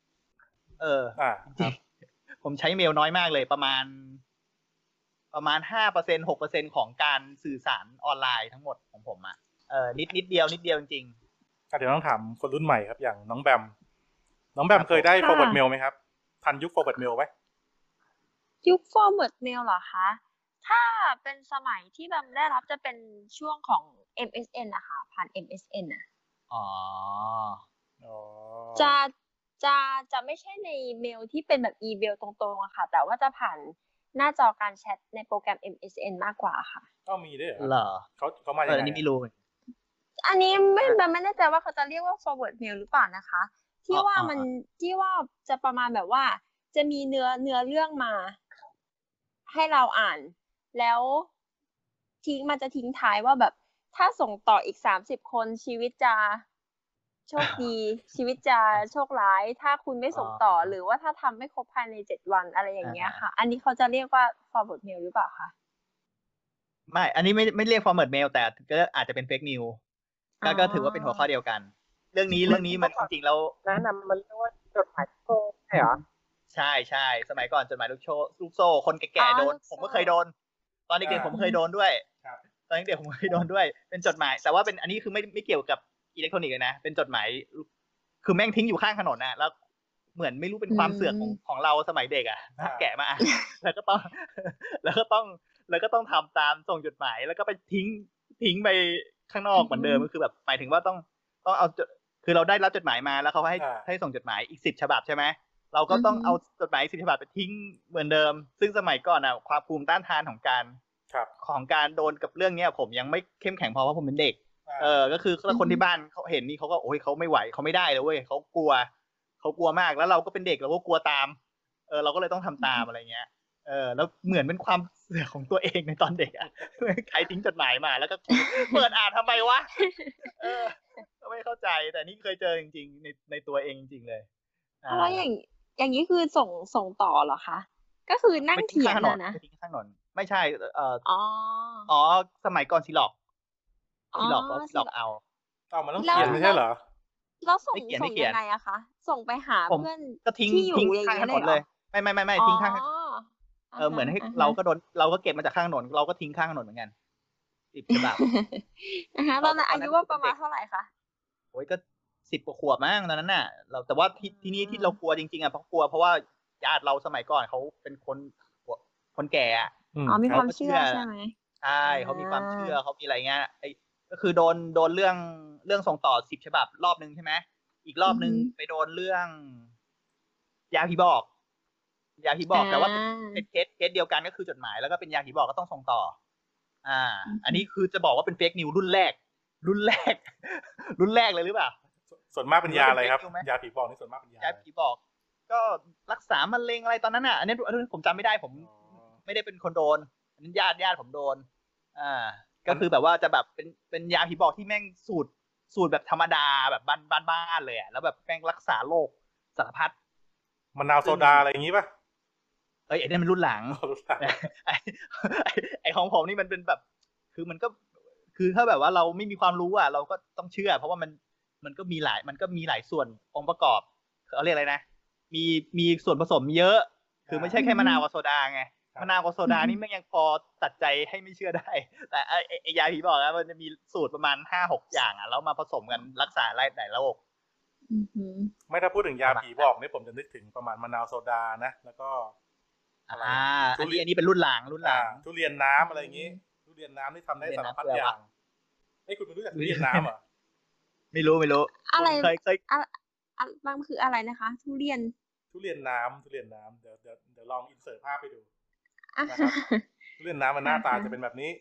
ผมใช้เมลน้อยมากเลยประมาณ 5% 6% ของการสื่อสารออนไลน์ทั้งหมดของผมนิดเดียวจริงๆเดี๋ยวต้องถามคนรุ่นใหม่ครับอย่างน้องแบมเคยได้ forward mail ไหมครับทันยุค forward mail ไหมยุค forward mail เหรอคะถ้าเป็นสมัยที่แบมได้รับจะเป็นช่วงของ MSN นะคะผ่าน MSN จะไม่ใช่ในเมลที่เป็นแบบอีเมลตรงๆอะค่ะแต่ว่าจะผ่านหน้าจอการแชทในโปรแกรม MSN มากกว่าค่ะก็มีด้วยเหรอเขามาอย่างไรอันนี้ไม่รู้อันนี้ไม่แน่ใจว่าเขาจะเรียกว่า forward mail หรือเปล่านะคะที่ว่าจะประมาณแบบว่าจะมีเนื้อเรื่องมาให้เราอ่านแล้วมันจะทิ้งท้ายว่าแบบถ้าส่งต่ออีก30 คนชีวิตจะโชคดี ชีวิตจะโชคร้าย ถ้าคุณไม่ส่งต่อ หรือว่าถ้าทำไม่ครบภายใน7 วันอะไรอย่างเงี้ยค่ะ อันนี้เขาจะเรียกว่า forward mail หรือเปล่าคะไม่ อันนี้ไม่เรียก forward mail แต่ก็อาจจะเป็น fake news ก็ถือว่าเป็นหัวข้อเดียวกัน เรื่องนี้มันจริงๆแล้วแนะนำมันเรียกว่าจดหมายโซ่ใช่เหรอใช่สมัยก่อนจดหมายลูกโซ่คนแก่ๆโดน ผมก็เคยโดน ตอนเด็กๆผมเคยโดนด้วยตอนเด็กๆผมเคยโดนด้วย เป็นจดหมายแต่ว่าเป็นอันนี้คือไม่เกี่ยวกับอิเล็กทรอนิกส์เลยนะเป็นจดหมายคือแม่งทิ้งอยู่ข้างถนนนะแล้วเหมือนไม่รู้เป็นความเสือกของเราสมัยเด็กอ่ะแกะมาอ่ะแล้วก็ต้องทำตามส่งจดหมายแล้วก็ไปทิ้งไปข้างนอกเหมือนเดิมก็คือแบบหมายถึงว่าต้องเอาคือเราได้รับจดหมายมาแล้วเขาให้ส่งจดหมายอีก10 ฉบับใช่ไหมเราก็ต้องเอาจดหมาย10 ฉบับไปทิ้งเหมือนเดิมซึ่งสมัยก่อนอ่ะความภูมิต้านทานของการโดนกับเรื่องเนี้ยผมยังไม่เข้มแข็งพอเพราะผมเป็นเด็กก็คือคนที่บ้านเขาเห็นนี่เขาก็โอ้ยเขาไม่ไหวเขาไม่ได้เลยเว้ยเขากลัวมากแล้วเราก็เป็นเด็กเราก็กลัวตามเราก็เลยต้องทำตามอะไรเงี้ยแล้วเหมือนเป็นความเสื่อของตัวเองในตอนเด็กอ่ะใครทิ้งจดหมายมาแล้วก็เปิดอ่านทำไมวะก็ไม่เข้าใจแต่นี่เคยเจอจริงๆในตัวเองจริงๆเลยแล้วอย่างนี้คือส่งต่อเหรอคะก็คือนั่งเขียนนะทิ้งข้างถนนไม่ใช่สมัยก่อนซีล็อกเอามันต้องเขียนไม่ใช่เหรอแล้วส่งยังไงอะคะส่งไปหาเพื่อนก็ทิ้งข้างถนนเลยไม่ทิ้งข้างเหมือนให้เราก็เก็บมาจากข้างถนนเราก็ทิ้งข้างถนนเหมือนกัน10 ฉบับตอนนั้นอายุว่าประมาณเท่าไหร่คะโอ้ยก็10 กว่าขวบมั้งตอนนั้นน่ะแต่ว่าที่นี่ที่เรากลัวจริงๆอ่ะเพราะว่าญาติเราสมัยก่อนเขาเป็นคนแก่อ่ะมีความเชื่อใช่ไหมใช่เขามีความเชื่อเขามีอะไรเงี้ยก็คือโดนเรื่องส่งต่อ10 ฉบับรอบนึงใช่ไหมอีกรอบนึงไปโดนเรื่องยาผีบอกแต่ว่าเป็นเคสเดียวกันก็คือจดหมายแล้วก็เป็นยาผีบอกก็ต้องส่งต่ออันนี้คือจะบอกว่าเป็นเฟกนิวรุ่นแรกเลยหรือเปล่าส่วนมากเป็นยาอะไรครับยาผีบอกนี่ส่วนมากเป็นยาผีบอกก็รักษามะเร็งอะไรตอนนั้นอันนี้ผมจำไม่ได้ผมไม่ได้เป็นคนโดนอันนั้นญาติผมโดนก็คือแบบว่าจะแบบเป็นยาผีบอกที่แม่งสูตรแบบธรรมดาแบบบ้านเลยแล้วแบบแม่งรักษาโรคสารพัดมะนาวโซดาอะไรอย่างงี้ป่ะไอ้นี่มันรุ่นหลังไอ้ของผมนี่มันเป็นแบบคือมันก็คือถ้าแบบว่าเราไม่มีความรู้เราก็ต้องเชื่อเพราะว่ามันก็มีหลายส่วนองค์ประกอบเขาเรียกอะไรนะมีส่วนผสมเยอะคือไม่ใช่แค่มะนาวกับโซดาไงมะนาวกับโซดานี่มันยังพอตัดใจให้ไม่เชื่อได้แต่ไอ้ยาผีบอกนะมันจะมีสูตรประมาณ 5-6 อย่างแล้วมาผสมกันรักษาหลายโรคไม่ถ้าพูดถึงยาผีบอกนี่ผมจะนึกถึงประมาณมะนาวโซดานะแล้วก็อันนี้เป็นรุ่นหลังทุเรียนน้ำอะไรอย่างงี้ทุเรียนน้ำที่ทำได้สารพัดอย่างคุณไม่รู้จักทุเรียนน้ำเหรอไม่รู้อะไรเคยมันคืออะไรนะคะทุเรียนน้ำเดี๋ยวลองอินเสิร์ตภาพไปดูนะครับทุเรียนน้ำมันหน้าตาจะเป็นแบบนี้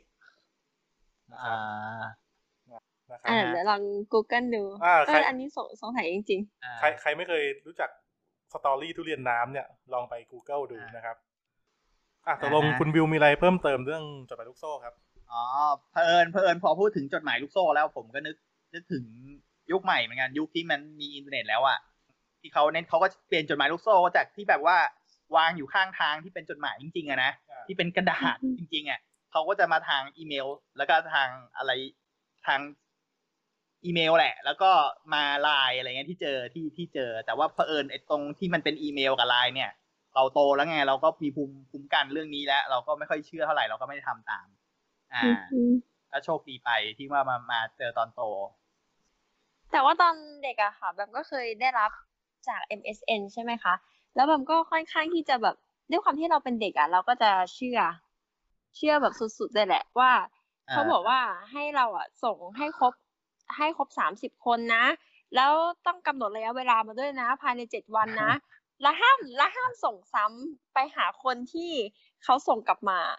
นะครับเดี๋ยวลอง Google ดูอันนี้สงสัยจริงๆใครไม่เคยรู้จักสตอรี่ทุเรียนน้ำเนี่ยลองไป Google ดูนะครับตกลงคุณวิวมีอะไรเพิ่มเติมเรื่องจดหมายลูกโซ่ครับเผอิญพอพูดถึงจดหมายลูกโซ่แล้วผมก็นึกถึงยุคใหม่เหมือนกันยุคที่มันมีอินเทอร์เน็ตแล้วที่เขาก็เปลี่ยนจดหมายลูกโซ่จากที่แบบว่าวางอยู่ข้างทางที่เป็นจดหมายจริงๆนะที่เป็นกระดาษจริงๆเขาก็จะมาทางอีเมลแล้วก็ทางอะไรทางอีเมลแหละแล้วก็มาไลน์อะไรเงี้ยที่เจอแต่ว่าเผอิญไอ้ตรงที่มันเป็นอีเมลกับไลน์เนี่ยเราโตแล้วไงเราก็มีภูมิกันเรื่องนี้แล้วเราก็ไม่ค่อยเชื่อเท่าไหร่เราก็ไม่ได้ทำตามแล้วโชคดีไปที่ว่ามาเจอตอนโตแต่ว่าตอนเด็กอะค่ะแบบก็เคยได้รับจาก MSN ใช่ไหมคะแล้วแบบก็ค่อนข้างที่จะแบบด้วยความที่เราเป็นเด็กอะเราก็จะเชื่อแบบสุดๆเลยแหละว่าเขาบอกว่าให้เราส่งให้ครบ30 คนนะแล้วต้องกำหนดระยะเวลามาด้วยนะภายใน7 วันนะแล้วห้ามส่งซ้ำไปหาคนที่เขาส่งกลับมา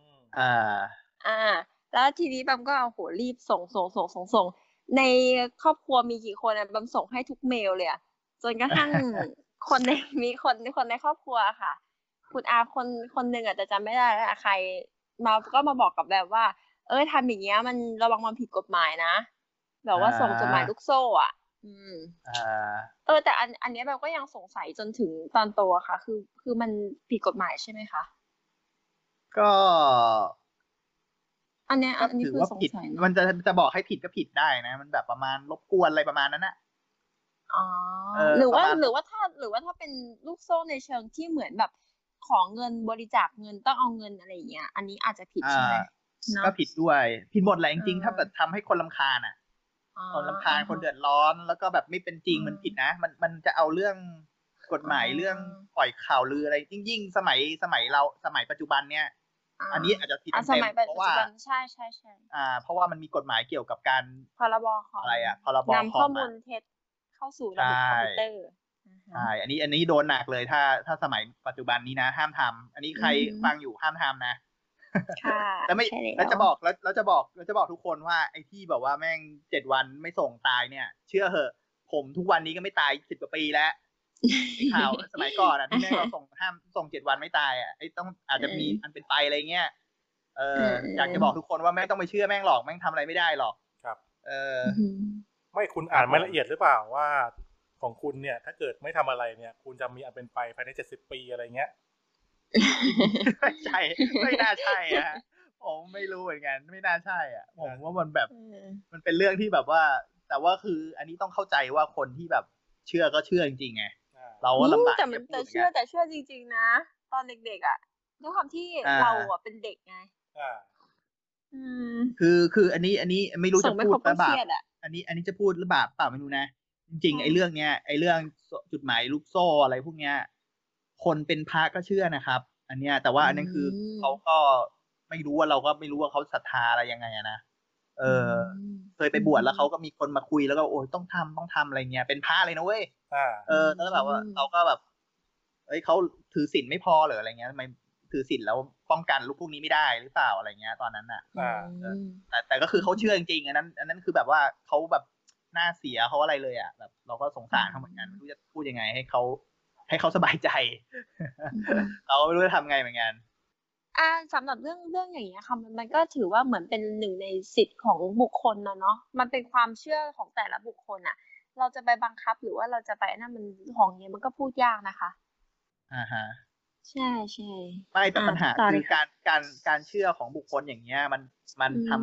แล้วทีนี้บัมก็โหรีบส่งในครอบครัวมีกี่คนบัมส่งให้ทุกเมลเลยจนกระทั่งมีคนในครอบครัวค่ะคุณอาคนหนึ่งอาจจะจำไม่ได้แล้วใครมาบอกกับแบบว่าทำอย่างเงี้ยมันระวังมันผิดกฎหมายนะแบบว่าส่งจดหมายลูกโซ่อืมอ่าแต่อันเนี้ยแบบก็ยังสงสัยจนถึงตอนโตอะค่ะ คือมันผิดกฎหมายใช่ไหมคะก็อันเนี้ยก็อันนี้ถือคือว่าสงผิดสัยมันะนจะบอกให้ผิดก็ผิดได้นะ มันแบบประมาณรบกวนอะไรประมาณนั้นน่ะอ๋อ หรือว่าถ้าเป็นลูกโซ่ในเชิงที่เหมือนแบบขอเงินบริจาคเงินต้องเอาเงินอะไรอย่างเงี้ย อันนี้อาจจะผิดใช่ไหมเนาะก็ผิดด้วย ผิดหมดแหละจเอริงๆ ถ้าอแบบทำให้คนรำคาญอะอ๋อคนรำคาญอะคนฮะเดือดร้อน แล้วก็แบบไม่เป็นจริงอืมันมผิดนะ มันจะเอาเรื่องกฎอ๋หมาย เรื่องอปล่อยข่าวลืออะไร ยิ่งสมัยเรา สมัยปัจจุบันเนี่ยอาอันนี้อาจจะผิดสเต็มมัยๆปัจเพราะปัจว่าจุบัน ใช่ ๆเพราะว่ามันมีกฎหมายเกี่ยวกับการๆ พรบ.คออะไรมอะ พรบ. นำคข้ออมมูอะลเท็จเข้าสู่ใชระบบคอมพิวเตอร์ อะฮะใช่ อันนี้โดนหนักเลย ถ้าสมัยปัจจุบันนี้นะ ห้ามทำ อันนี้อืใครอฮึฟังอยู่ห้ามทำนะค่ะแล้วไม่ใช่แล้แล้ววจะบอกทุกคนว่า ไอ้ที่แบบว่าแม่ง 7 วันไม่ส่งตายเนี่ย เชื่อเหอะ ผมทุกวันนี้ก็ไม่ตาย 10 กว่าปีแล้ว ไอ้ข่าวสมัยก่อนอะ ที่แม่งเราห้ามส่ง 7 วันไม่ตายอะ อาจจะมีอันเป็นไป อะไรเงี้ย อยากจะบอกทุกคนว่าไม่ต้องไปเชื่อแม่งหรอก แม่งทำอะไรไม่ได้หรอกครับอือฮึไม่คุณครัอ่าบนไม่ผมละเอียดหรือเปล่าว่า ของคุณเนี่ย ถ้าเกิดไม่ทำอะไรเนี่ย คุณจะมีอันเป็นไปภายใน 70 ปี อะไรเงี้ยไม่ใช่ ไม่น่าใช่อะครับ ผมไม่รู้เหมือนกัน ไม่น่าใช่อะ ผมว่ามันแบบ มันเป็นเรื่องที่แบบว่า แต่ว่าคืออันนี้ต้องเข้าใจว่าคนที่แบบเชื่อก็เชื่อจริงๆไงอาเราก็ลำบากแต่ที่มัจะนพูดแต่เหมือนเชื่กัอน แต่เชื่อจริง ๆ นะ ตอนเด็ก ๆ อะ ด้วยความที่อาเราอะเป็นเด็กไงอาอืมคืออันนี้ไม่รู้ส่จะงไม่พูครดบแล้ก็วเคบารีปยดอะอันนี้จะพูดแล้วบาปเปล่าไม่รู้นะ จริงใช่ๆ ไอ้เรื่องเนี้ย ไอ้เรื่องจุดหมายลูกโซ่อะไรพวกเนี้ย คนเป็นพระก็เชื่อนะครับ อันเนี้ย แต่ว่าอือันนั้นคือเขามก็ไม่รู้ว่า เราก็ไม่รู้ว่าเขาศรัทธาอะไรยังไงอะนะอืมเคยไปบวชแล้วเขาก็มีคนมาคุย แล้วก็ โอ๊ย ต้องทำ อะไรเงี้ย เป็นพระเลยนะเว้ยอาแล้วแบบว่าเราก็แบบ เฮ้ย เขาถือศีลไม่พอเหรอ อะไรเงี้ย ทำไมถือศีลแล้วป้องกันพวกนี้ไม่ได้หรือเปล่า อะไรเงี้ย ตอนนั้นน่ะอาแต่ก็คือเขาเชื่อจริงๆ อันนั้นคือแบบว่าเขาแบบหน้าเสียเขาอะไรเลยอะ แบบเราก็สงสารเขาเหมือนกัน ไม่รู้จะพูดยังไงให้เขาสบายใจ เราก็ไม่รู้จะทำไงเหมือนกันสำหรับเรื่องอย่างเงี้ยค่ะ มันก็ถือว่าเหมือนเป็นหนึ่งในสิทธิ์ของบุคคลอะเนาะ มันเป็นความเชื่อของแต่ละบุคคลอะ เราจะไปบังคับ หรือว่าเราจะไปนั่นมัน ของอย่างเงี้ยมันก็พูดยากนะคะอะฮะใช่ ๆไม่แต่ปัญหาต่อคืเลอยค่ะการเชื่อของบุคคลอย่างเงี้ย มันอืทำม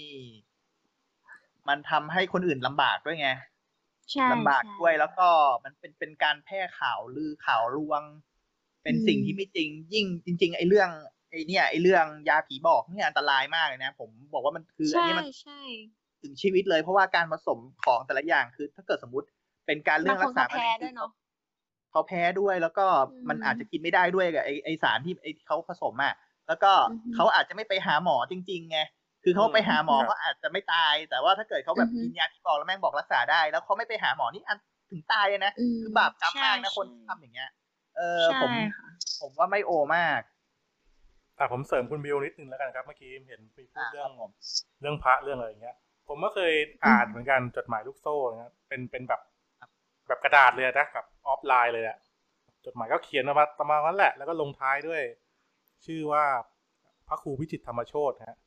ให้คนอื่นลำบากด้วยไงใช่ลำบากๆด้วย แล้วก็มันเป็นการแพร่ข่าวลือข่าวลวง เป็นสิ่งที่ไม่จริง ยิ่งจริง ๆ ไอ้เรื่องยาผีบอกเนี่ยอันตรายมากเลยนะ ผมบอกว่ามันคือใอันนี้มันช่ถึงชีวิตเลย เพราะว่าการผสมของแต่ละอย่าง คือถ้าเกิดสมมุติเป็นการเรื่บาอง งครันกเขษาามะแพ้เร็งด้วยเนาะเขาแพ้ด้วย แล้วก็อืมันอาจจะมกินไม่ได้ด้วยกับไอ้สารที่เขาผสมอะ แล้วก็อือฮึเขาอาจจะไม่ไปหาหมอจริง ๆ ไง คือเขาไปหาหมอครับเขาอาจจะไม่ตาย แต่ว่าถ้าเกิดเขาแบบอือฮึกินยาผีบอกแล้วแม่งบอกรักษาได้ แล้วเขาไม่ไปหาหมอนี่ถึงตายเลยนะอืมคือบาปกรรมใช่มากนะ คนๆที่ทำอย่างเงี้ยใช่ผมค่ะว่าไม่โอมากผมเสริมคุณบิวนิดนึงแล้วกันครับ เมื่อกี้เห็นมีพูดเรื่องครับผมเรื่องพระเรื่องอะไรอย่างเงี้ย ผมก็เคยอ่านเหมือนกันจดหมายลูกโซ่นะครับเป็นแบบกระดาษเลยนะแบบออฟไลน์เลยอะจดหมายก็เขียนมาประมาณนั้นแหละ แล้วก็ลงท้ายด้วย ชื่อว่าพระครูวิจิตรธรรมโชติฮะ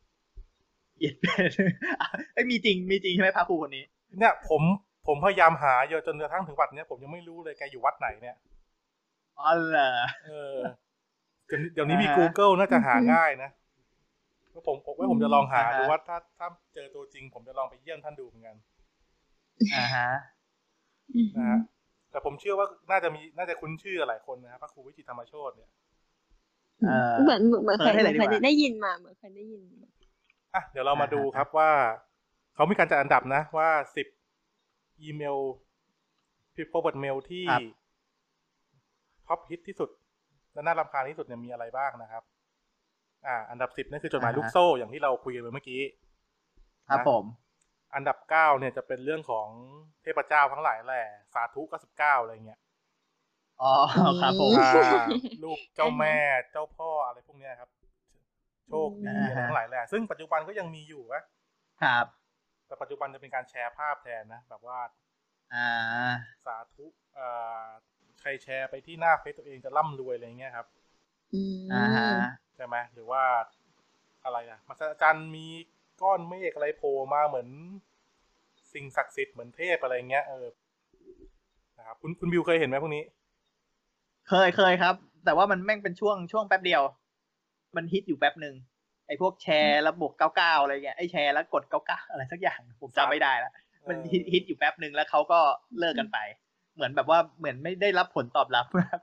มีจริงใช่ไหมพระครูคนนี้เนี่ยผมพยายามหาอยู่จนกระทั่งถึงวัดเนี้ยผมยังไม่รู้เลยแกอยู่วัดไหนเนี่ยอ๋อเหรอเดี๋ยวนี้มี Google น่าจะหาง่ายนะผมจะลองหาดูว่าถ้าเจอตัวจริง ผมจะลองไปเยี่ยมท่านดูเหมือนกันฮะนะฮะแต่ผมเชื่อว่าน่าจะคุ้นชื่อหลายคนนะครับพระครูวิจิตรธรรมโชติเนี่ยเหมือนเคยได้ยินมา เหมือนเคยได้ยินเดี๋ยวเรามาดูครับว่าเขามีการจัดอันดับนะว่า10อีเมล forward mail ที่ท็อปฮิตที่สุดและน่ารำคาญที่สุดเนี่ยมีอะไรบ้างนะครับอันดับ10นั่นคือจดหมายลูกโซ่อย่างที่เราคุยกันไปเมื่อกี้ครับผมอันดับ9เนี่ยจะเป็นเรื่องของเทพเจ้าทั้งหลายแหละสาธุ99อะไรเงี้ยอ๋อครับผมรูปเจ้าแม่เจ้าพ่ออะไรพวกเนี้ยครับโชคดีอะไรทั้งหลายแหละซึ่งปัจจุบันก็ยังมีอยู่นะครับแต่ปัจจุบันจะเป็นการแชร์ภาพแทนนะแบบว่าสาธุใครแชร์ไปที่หน้าเฟซตัวเองจะร่ำรวยอะไรเงี้ยครับใช่ไหมหรือว่าอะไรนะมหัศจรรย์มีก้อนเมฆอะไรโผล่มาเหมือนสิ่งศักดิ์สิทธิ์เหมือนเทพอะไรเงี้ยนะครับคุณบิวเคยเห็นไหมพวกนี้เคยครับแต่ว่ามันแม่งเป็นช่วงแป๊บเดียวมันฮิตอยู่แป๊บนึงไอ้พวกแชร์แล้วบวก99อะไรเงี้ยไอ้แชร์แล้วกด99อะไรสักอย่างผมจำไม่ได้แล้วมันฮิตอยู่แป๊บนึงแล้วเขาก็เลิกกันไปเหมือนแบบว่าเหมือนไม่ได้รับผลตอบรับมาก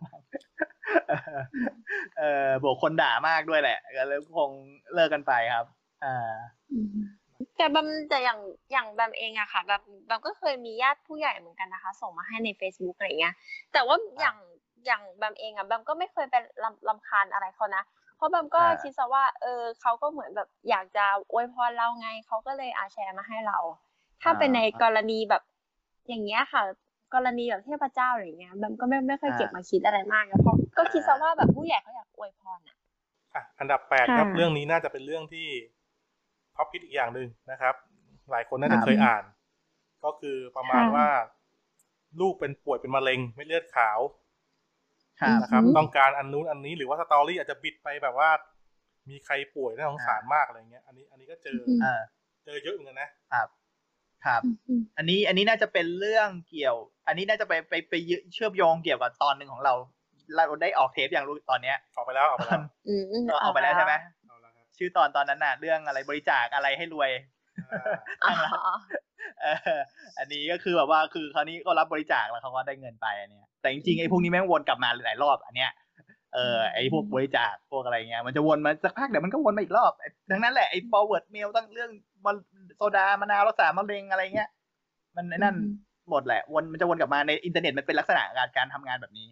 บวกคนด่ามากด้วยแหละก็เลยคงเลิกกันไปครับแต่อย่างแบมเองอะค่ะแบมก็เคยมีญาติผู้ใหญ่เหมือนกันนะคะส่งมาให้ใน Facebook อะไรเงี้ยแต่ว่าอย่างแบมเองอะแบมก็ไม่เคยเป็นรำคาญอะไรเขานะเพราะแบมก็คิดซะว่าเขาก็เหมือนแบบอยากจะอวยพรเราไงเขาก็เลยแชร์มาให้เราถ้าเป็นในกรณีแบบอย่างเงี้ยค่ะกรณีแบบเทพเจ้าอะไรเงี้ยแบมก็ไม่เคยเก็บมาคิดอะไรมากนะเพราะก็คิดซะว่าแบบผู้ใหญ่เขาอยากอวยพรอะอันดับ8ครับเรื่องนี้น่าจะเป็นเรื่องที่ท็อปฮิตอีกอย่างหนึ่งนะครับหลายคนน่าจะเคยอ่านก็คือประมาณว่าลูกเป็นป่วยเป็นมะเร็งเม็ดเลือดขาวนะครับต้องการอันนู้นอันนี้หรือว่าสตอรี่อาจจะบิดไปแบบว่ามีใครป่วยน่าสงสารมากอะไรเงี้ยอันนี้ก็เจอเยอะเหมือนกันนะครับอันนี้น่าจะเป็นเรื่องเกี่ยวอันนี้น่าจะไปเชื่อมโยงเกี่ยวกับตอนหนึ่งของเราได้ออกเทปอย่างรู้ตอนเนี้ยออกไปแล้วออกไปแล้วใช่ไหมชื่อตอนนั้นน่ะเรื่องอะไรบริจาคอะไรให้รวยอันนี้ก็คือแบบว่าคือคราวนี้ก็รับบริจาคแล้วเขาก็ได้เงินไปอันเนี้ยแต่จริงๆไอ้พวกนี้แม่งวนกลับมาหลายรอบอันเนี้ยไอ้พวกบริจาคพวกอะไรเงี้ยมันจะวนมาสักพักเดี๋ยวมันก็วนมาอีกรอบทั้งนั้นแหละไอ้ forward mail ตั้งเรื่องโซดามะนาวรักษามะเร็งอะไรเงี้ยมันนั่นหมดแหละมันจะวนกลับมาในอินเทอร์เน็ตมันเป็นลักษณะการทำงานแบบนี้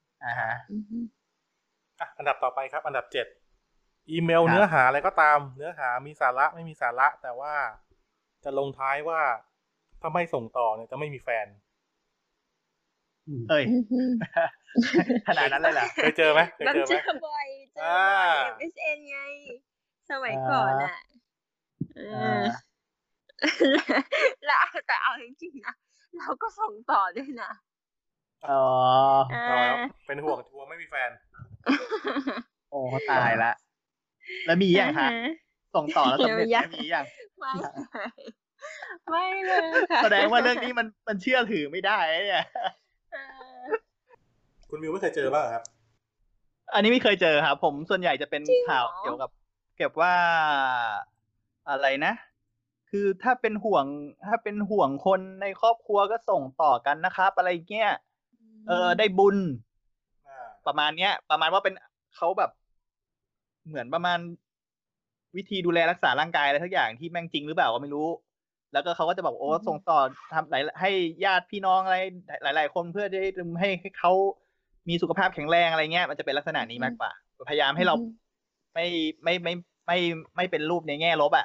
อันดับต่อไปครับอันดับ7อีเมลเนื้อหาอะไรก็ตามเนื้อหามีสาระไม่มีสาระแต่ว่าจะลงท้ายว่าถ้าไม่ส่งต่อเนี่ยจะไม่มีแฟนขนาดนั้นเลยเหรอเคยเจอไหมเจอบ่อยMSN ไงสมัยก่อนอ่ะแล้วแต่เอาจริงๆนะเราก็ส่งต่อด้วยนะเป็นห่วงทัวร์ไม่มีแฟนโอ้ตายละแล้วมียังคะส่งต่อแล้วสำเร็จมียังไม่เลยค่ะแสดงว่าเรื่องนี้มันเชื่อถือไม่ได้เนี่ยคุณมิวไม่เคยเจอบ้างครับอันนี้ไม่เคยเจอครับผมส่วนใหญ่จะเป็นข่าวเกี่ยวกับว่าอะไรนะคือถ้าเป็นห่วงคนในครอบครัวก็ส่งต่อกันนะครับอะไรเงี้ยได้บุญประมาณเนี้ยประมาณว่าเป็นเขาแบบเหมือนประมาณวิธีดูแลรักษาร่างกายอะไรทุกอย่างที่แม่งจริงหรือเปล่าก็ไม่รู้แล้วก็เขาก็จะบอกส่งต่อทำให้ญาติพี่น้องอะไรหลายๆคนเพื่อจะให้เขามีสุขภาพแข็งแรงอะไรเงี้ยมันจะเป็นลักษณะนี้มากกว่าพยายามให้เราไม่เป็นรูปในแง่ลบ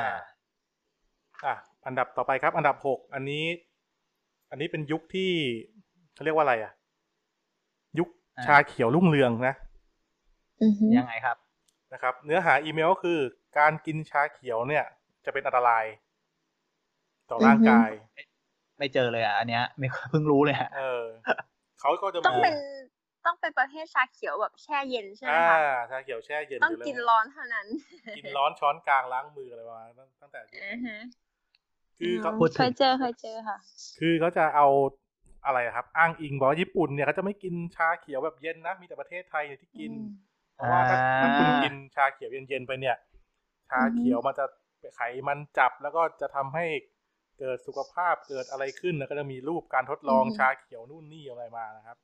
อันดับต่อไปครับอันดับ6อันนี้เป็นยุคที่เขาเรียกว่าอะไรยุคชาเขียวรุ่งเรืองนะยังไงครับนะครับเนื้อหาอีเมลก็คือการกินชาเขียวเนี่ยจะเป็นอันตรายต่อร่างกายไม่เจอเลยอันเนี้ยไม่เพิ่งรู้เลยเขาก็จะต้องเป็นประเภทชาเขียวแบบแช่เย็นใช่ไหมคะชาเขียวแช่เย็นต้องกินร้อนเท่านั้นกินร้อนช้อนกลางล้างมืออะไรประมาณนั้นตั้งแต่คือเขาเคยเจอค่ะคือเขาจะเอาอะไรครับอ้างอิงบอกว่าญี่ปุ่นเนี่ยเขาจะไม่กินชาเขียวแบบเย็นนะมีแต่ประเทศไทยที่กินเพราะว่าถ้าคุณกินชาเขียวเย็นๆไปเนี่ยชาเขียวมันจะไขมันจับแล้วก็จะทำให้เกิดสุขภาพเกิดอะไรขึ้นแล้วก็จะมีรูปการทดลองชาเขียวนู่นนี่อะไรมานะครับ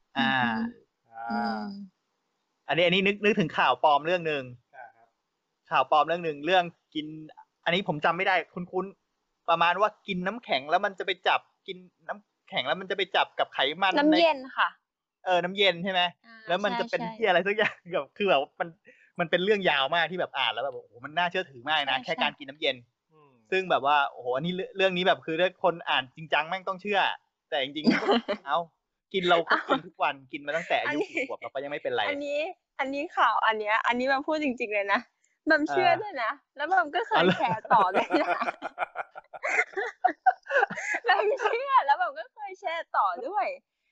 อันนี้นึกถึงข่าวปลอมเรื่องนึงข่าวปลอมเรื่องนึงเรื่องกินอันนี้ผมจำไม่ได้คุ้นประมาณว่ากินน้ำแข็งแล้วมันจะไปจับกินน้ำแข็งแล้วมันจะไปจับกับไขมันน้ำเย็นค่ะน้ำเย็นใช่ไหมแล้วมันจะเป็นที่อะไรสักอย่างแบบคือแบบมันเป็นเรื่องยาวมากที่แบบอ่านแล้วแบบโอ้โหมันน่าเชื่อถือมากนะแค่การกินน้ำเย็นซึ่งแบบว่าโอ้โหอันนี้เรื่องนี้แบบคือถ้าคนอ่านจริงจังแม่งต้องเชื่อแต่จริงๆเอากินเราก็กินทุกวันกินมาตั้งแต่อายุ10 ขวบเราก็ยังไม่เป็นไรอันนี้ข่าวอันนี้มันพูดจริงๆเลยนะมันเชื่อด้วยนะแล้วมันก็เคยแชร์ต่อด้วยนะแบบเชื่อแล้วแบบก็เคยแชร์ต่อด้วย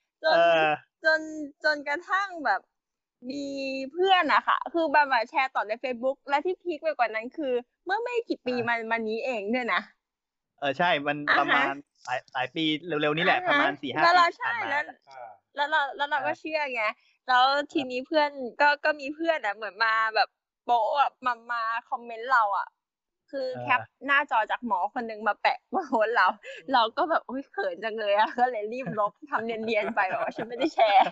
จนกระทั่งแบบมีเพื่อนอะค่ะคือแบบแชร์ต่อใน Facebook และที่พีคไปกว่านั้นคือเมื่อไม่กี่ปีมานี้เองด้วยนะใช่มันประมาณหลายปีเร็วๆนี้แหละประมาณ 4-5 ปีแล้วเราที่ใช่ผ่านมาแล้วเราก็เชื่อไงแล้วทีนี้เพื่อนก็มีเพื่อนเหมือนมาแบบโป๊ะแบบมาคอมเมนต์เราคือแคปหน้าจอจากหมอคนนึงมาแปะมาโพสเราก็แบบโอ๊ยเขินจังเลยก็เลยรีบลบทำเนียนๆไปแบบว่าฉันไม่ได้แชร์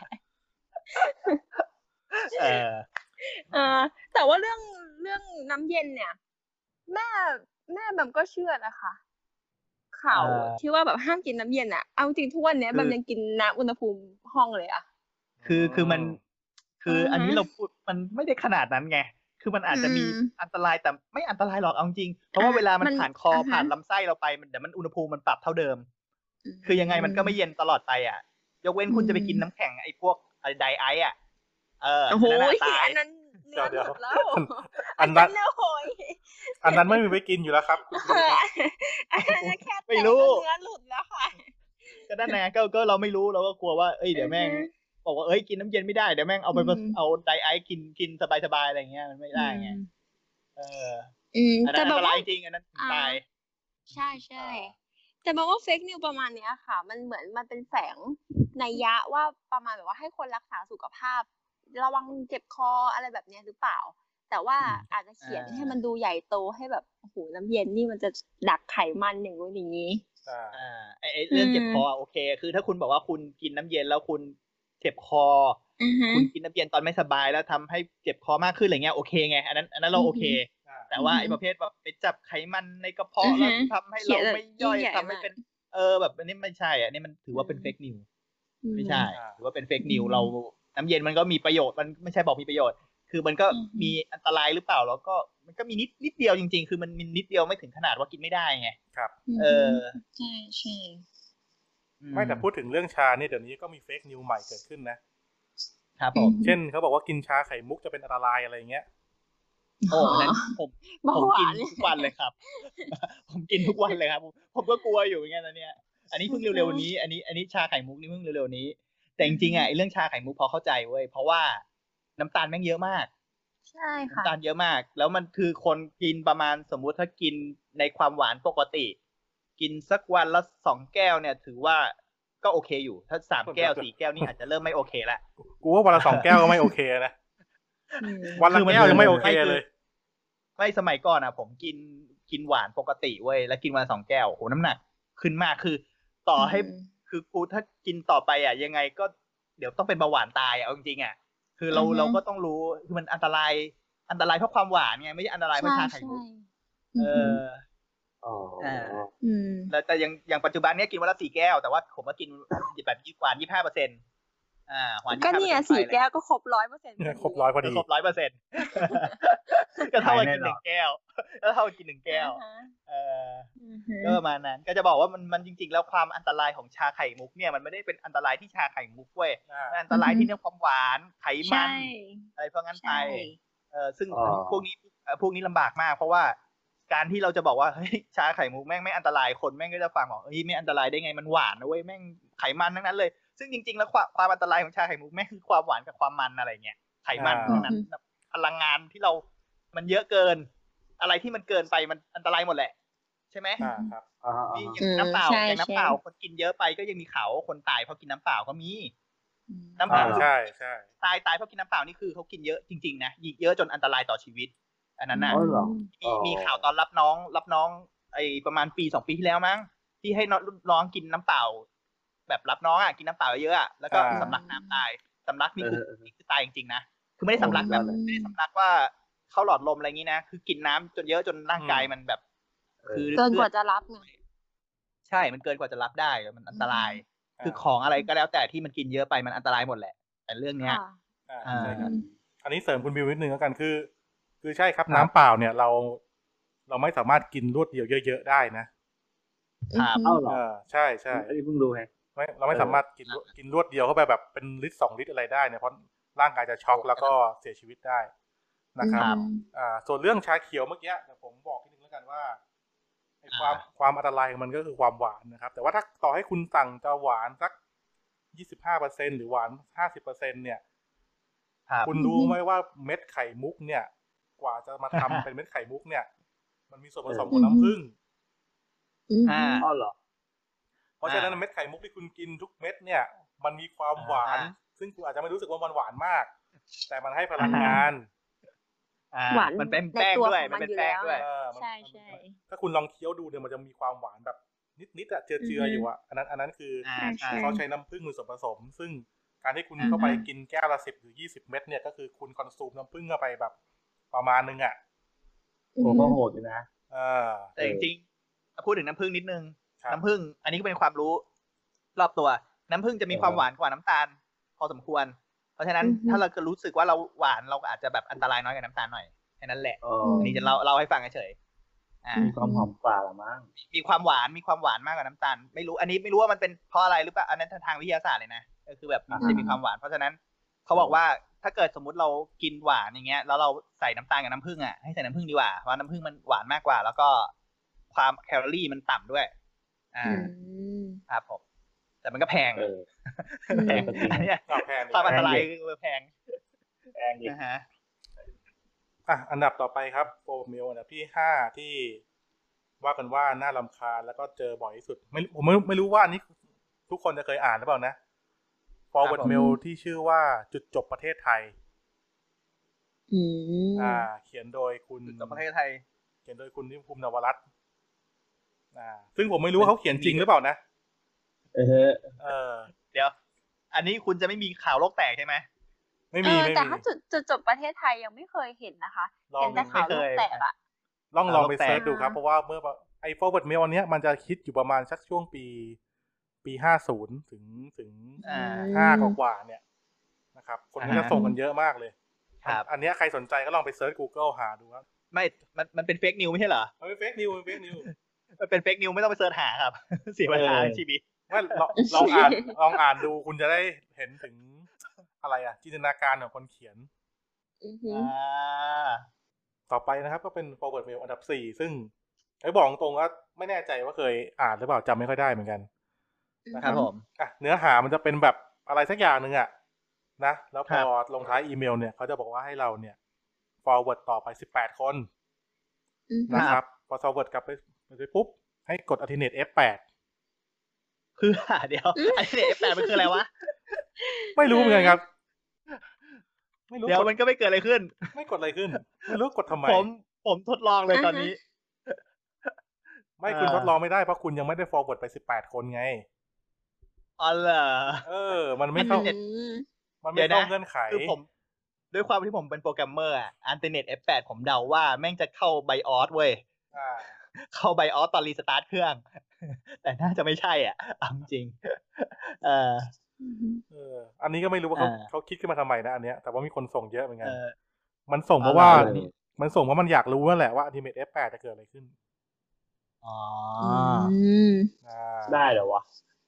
แต่ว่าเรื่องน้ำเย็นเนี่ยแม่แบบก็เชื่อนะคะข่าวที่ว่าแบบห้ามกินน้ำเย็นเอาจริงทุกวันนี้แบบยังกินน้ำอุณหภูมิห้องเลยคือมันคืออันนี้เราพูดมันไม่ได้ขนาดนั้นไงคือมันอาจจะมีอันตรายแต่ไม่อันตรายหรอกเอาจริงเพราะว่าเวลามันผ่านคอผ่านลำไส้เราไปมันเดี๋ยวมันอุณหภูมิมันปรับเท่าเดิมคือยังไงมันก็ไม่เย็นตลอดไปยกเว้นคุณจะไปกินน้ำแข็งไอ้พวกไดไอซ์โอ้โหอันนั้นเนื้อหลุดแล้วอันนั้นไม่มีไว้กินอยู่แล้วครับอันนั้นแค่ไม่รู้เนื้อหลุดแล้วค่ะก็นั่นแหละก็เราไม่รู้เราก็กลัวว่าเดี๋ยวแม่งบอกว่ากินน้ำเย็นไม่ได้เดี๋ยวแม่งเอาไปเอาไดไอซ์กินสบายๆอะไรเงี้ยมันไม่ได้ไงแต่แบบว่าจริงอันนั้นตายใช่แต่บอกว่าเฟกนิวประมาณเนี้ยค่ะมันเหมือนมันเป็นแฝงนัยยะว่าประมาณแบบว่าให้คนรักษาสุขภาพระวังเจ็บคออะไรแบบนี้หรือเปล่าแต่ว่าอาจจะเขียนให้มันดูใหญ่โตให้แบบโอ้โหน้ำเย็นนี่มันจะดักไขมันอย่างนู้นอย่างนี้ไอ้เรื่องเจ็บคอโอเคคือถ้าคุณบอกว่าคุณกินน้ำเย็นแล้วคุณเจ็บคอคุณกินน้ำเย็นตอนไม่สบายแล้วทำให้เจ็บคอมากขึ้นอะไรเงี้ยโอเคไงอันนั้นเราโอเคแต่ว่าไอ้ประเภทแบบไปจับไขมันในกระเพาะแล้วทำให้เราไม่ย่อยทำให้เป็นแบบอันนี้ไม่ใช่อันนี้มันถือว่าเป็นเฟกนิวไม่ใช่ถือว่าเป็นเฟกนิวเราน้ำเย็นมันก็มีประโยชน์มันไม่ใช่บอกมีประโยชน์คือมันก็มีอันตรายหรือเปล่าแล้วก็มันก็มีนิดเดียวจริงๆคือมันมีนิดเดียวไม่ถึงขนาดว่ากินไม่ได้ไงครับใช่ไม่แต่พูดถึงเรื่องชาเนี่ยเดี๋ยวนี้ก็มีเฟกนิวใหม่เกิดขึ้นนะครับผมเช่นเขาบอกว่ากินชาไข่มุกจะเป็นอันตรายอะไรเงี้ยโอ้นั้นผมกินทุกวันเลยครับผมกินทุกวันเลยครับผมก็กลัวอยู่อย่างเงี้ยนะเนี่ยอันนี้เพิ่งเร็วๆนี้อันนี้ชาไข่มุกนี่เพิ่งเร็วๆนี้แต่จริงๆไอ้เรื่องชาไข่มุกพอเข้าใจเว้ยเพราะว่าน้ำตาลแม่งเยอะมากใช่ค่ะน้ำตาลเยอะมากแล้วมันคือคนกินประมาณสมมุติถ้ากินในความหวานปกติกินสักวันละ2 แก้วเนี่ยถือว่าก็โอเคอยู่ถ้า3 แก้ว4 แก้วนี่อาจจะเริ่มไม่โอเคละกูว่าวันละ2 แก้วก็ไม่โอเคนะวันละแก้วยังไม่โอเคเลยไม่สมัยก่อนผมกินหวานปกติเว้ยแล้วกินวันละ2 แก้วโหน้ำหนักขึ้นมากคือต่อให้คือกูถ้ากินต่อไปยังไงก็เดี๋ยวต้องเป็นเบาหวานตายเอาจริงๆคือเราก็ต้องรู้คือมันอันตรายเพราะความหวานไงไม่ใช่อันตรายเพราะชาไข่มุกแล้วแต่อย่างปัจจุบันนี้กินวันละ4 แก้วแต่ว่าผมก็กินแบบหวาน 25%หวาน 25% ก็เนี่ย4 แก้วก็ครบ 100% ครบ100พอดีครบ 100% ก็เท่ากับกิน1 แก้วแล้วเท่ากับกิน1 แก้วก็ประมาณนั้นก็จะบอกว่ามันจริงๆแล้วความอันตรายของชาไข่มุกเนี่ยมันไม่ได้เป็นอันตรายที่ชาไข่มุกเว้ยมันอันตรายที่เรื่องความหวานไขมันอะไรพวกนั้นไปซึ่งพวกนี้ลำบากมากเพราะว่าการที่เราจะบอกว่าเฮ้ยชาไข่มุกแม่งไม่อันตรายคนแม่งก็จะฟังบอกเฮ้ยไม่อันตรายได้ไงมันหวานนะเว้ยแม่งไขมันทั้งนั้นเลยซึ่งจริงๆแล้วความอันตรายของชาไข่มุกแม่งคือความหวานกับความมันอะไรเงี้ยไขมันทั้งนั้นพลังงานที่เรามันเยอะเกินอะไรที่มันเกินไปมันอันตรายหมดแหละใช่ไหมครับมีอย่างน้ำเปล่าคนกินเยอะไปก็ยังมีข่าวคนตายเพราะกินน้ำเปล่าก็มีน้ำเปล่าใช่ตายเพราะกินน้ำเปล่านี่คือเขากินเยอะจริงๆนะเยอะจนอันตรายต่อชีวิตอันนั้นนะมีข่าวตอนรับน้องไอ้ประมาณปี2 ปีที่แล้วมั้งที่ให้น้องกินน้ำเปล่าแบบรับน้องกินน้ำเปล่าเยอะแล้วก็สำลักน้ำตายสำลักนี่คือตายจริงๆนะคือไม่ได้สำลักแบบไม่ได้สำลักว่าเข้าหลอดลมอะไรอย่างนี้นะคือกินน้ำจนเยอะจนร่างกายมันแบบคือเกินกว่าจะรับไงใช่มันเกินกว่าจะรับได้มันอันตรายคือของอะไรก็แล้วแต่ที่มันกินเยอะไปมันอันตรายหมดแหละแต่เรื่องเนี้ยใช่ครับอันนี้เสริมคุณบิวนิดนึงแล้วกันคือใช่ครับน้ำเปล่าเนี่ยเราไม่สามารถกินรวดเดียวเยอะๆได้นะครับใช่อันนี้เพิ่งรู้ไงเราไม่สามารถกินรวดเดียวเข้าไปแบบเป็นลิตร2 ลิตรอะไรได้เนี่ยเพราะร่างกายจะช็อกแล้วก็เสียชีวิตได้นะครับส่วนเรื่องชาเขียวเมื่อกี้เดี๋ยวผมบอกนิดนึงแล้วกันว่าความอันตรายของมันก็คือความหวานนะครับแต่ว่าถ้าต่อให้คุณสั่งจะหวานสัก 25% หรือหวาน 50% เนี่ยคุณรู้ไหมว่าเม็ดไข่มุกเนี่ยกว่าจะมาทำเป็นเม็ดไข่มุกเนี่ยมันมีส่วนผสมของน้ำผึ้งอืมอ๋อเหรอเพราะฉะนั้นเม็ดไข่มุกที่คุณกินทุกเม็ดเนี่ย มันมีความหวาน ซึ่งคุณอาจจะไม่รู้สึกว่ามันหวานมาก แต่มันให้พลังงานหวานมันเป็นแป้งด้วยในตัวของมันเป็นมันอยู่แป้งแล้วด้วยใช่ใช่ถ้าคุณลองเคี้ยวดูเนี่ยมันจะมีความหวานแบบนิดๆอะเจือๆอยู่อะอันนั้นคืออใช่เขาใช้น้ำผึ้งเป็นส่วนผสม ซึ่งการที่คุณเข้าไปกินแก้วละ10 หรือ 20 เม็ดเนี่ยก็คือคุณคอนซูมน้ำผึ้งเข้าไปแบบประมาณนึงอะโอ้ก็โหดอยู่นะแต่จริงๆพูดถึงน้ำผึ้งนิดนึงครับน้ำผึ้งอันนี้ก็เป็นความรู้รอบตัว น้ำผึ้งจะมีความหวานกว่าน้ำตาล พอสมควร เพราะฉะนั้นถ้าเรารู้สึกว่าเราหวานเราก็อาจจะแบบอันตรายน้อยกว่าน้ำตาลหน่อยแค่นั้นแหละอันนี้จะเล่าให้ฟังเฉยๆมีความหอมกว่าละมั้งมีความหวานมากกว่าน้ำตาล ไม่รู้อันนี้ไม่รู้ว่ามันเป็นเพราะอะไรหรือเปล่าอันนั้นทางวิทยาศาสตร์เลยนะก็คือแบบจะมีความหวาน เพราะฉะนั้นเขาบอกว่าถ้าเกิดสมมุติเรากินหวานอย่างเงี้ยแล้วเราใส่น้ำตาลกับน้ำผึ้งอ่ะให้ใส่น้ำผึ้งดีกว่าเพราะน้ำผึ้งมันหวานมากกว่า แล้วก็ความแคลอรี่มันต่ำด้วยครับผมแต่มันก็แพงแพงจริงอันนี้ความอันตรายคือแพงดินะฮะอันดับต่อไปครับโฟร์มิลอันดับที่5ที่ว่ากันว่าน่ารำคาญแล้วก็เจอบ่อยที่สุดผมไม่รู้ว่าอันนี้ทุกคนจะเคยอ่านหรือเปล่านะ forward mail ที่ชื่อว่าจุดจบประเทศไทยเขียนโดยคุณจุดจบประเทศไทยเขียนโดยคุณนิภูมินวรัตน์ซึ่งผมไม่รู้ว่าเขาเขียนจริงหรือเปล่านะเดี๋ยวอันนี้คุณจะไม่มีข่าวโลกแตกใช่ไหมไม่มีแต่ถ้าจุดจบประเทศไทยยังไม่เคยเห็นนะคะเห็นแต่ข่าวโลกแตกอะลองไปเสิร์ชดูครับเพราะว่าเมื่อไอ้ forward mail อันเนี้ยมันจะคิดอยู่ประมาณสักช่วงปี50ถึง5กว่าเนี่ยนะครับคนก็จะส่งกันเยอะมากเลยอันนี้ใครสนใจก็ลองไปเสิร์ช Google หาดูครับไม่มันเป็นเฟกนิวไม่ใช่เหรอมันเป็นเฟกนิวมันเป็นเฟกนิวไม่ต้องไปเสิร์ชหาครับเสียเวลาชีวิตว่าลองอ่านดูคุณจะได้เห็นถึงอะไรจินตนาการของคนเขียนต่อไปนะครับก็เป็น forward mail อันดับ4ซึ่งบอกตรงว่าไม่แน่ใจว่าเคยอ่านหรือเปล่าจำไม่ค่อยได้เหมือนกันนะครับผมเนื้อหามันจะเป็นแบบอะไรสักอย่างนึงนะแล้วพอลงท้ายอีเมลเนี่ยเขาจะบอกว่าให้เราเนี่ย forward ต่อไป18คนนะครับพอ forward กลับไปปุ๊บให้กด alternate F8 คือเดี๋ยว alternate F8 มันคืออะไรวะไม่รู้เหมือนกันครับไม่รู้เดี๋ยวมันก็ไม่เกิดอะไรขึ้นไม่กดอะไรขึ้นไม่รู้กดทำไมผมทดลองเลยตอนนี้ไม่คุณทดลองไม่ได้เพราะคุณยังไม่ได้ forward ไป18คนไงอ๋อเหรอมันไม่เข้าเงื่อนไขคือผมด้วยความที่ผมเป็นโปรแกรมเมอร์alternate F8 ผมเดาว่าแม่งจะเข้า BIOS เว้ยเข้า BIOS ตอนรีสตาร์ทเครื่องแต่น่าจะไม่ใช่จริงอันนี้ก็ไม่รู้ว่าเขาคิดขึ้นมาทำไมนะอันเนี้ยแต่ว่ามีคนส่งเยอะเหมือนกันมันส่งเพราะว่ามันอยากรู้นั่นแหละว่า Ultimate F8 จะเกิดอะไรขึ้นได้เหรอวะ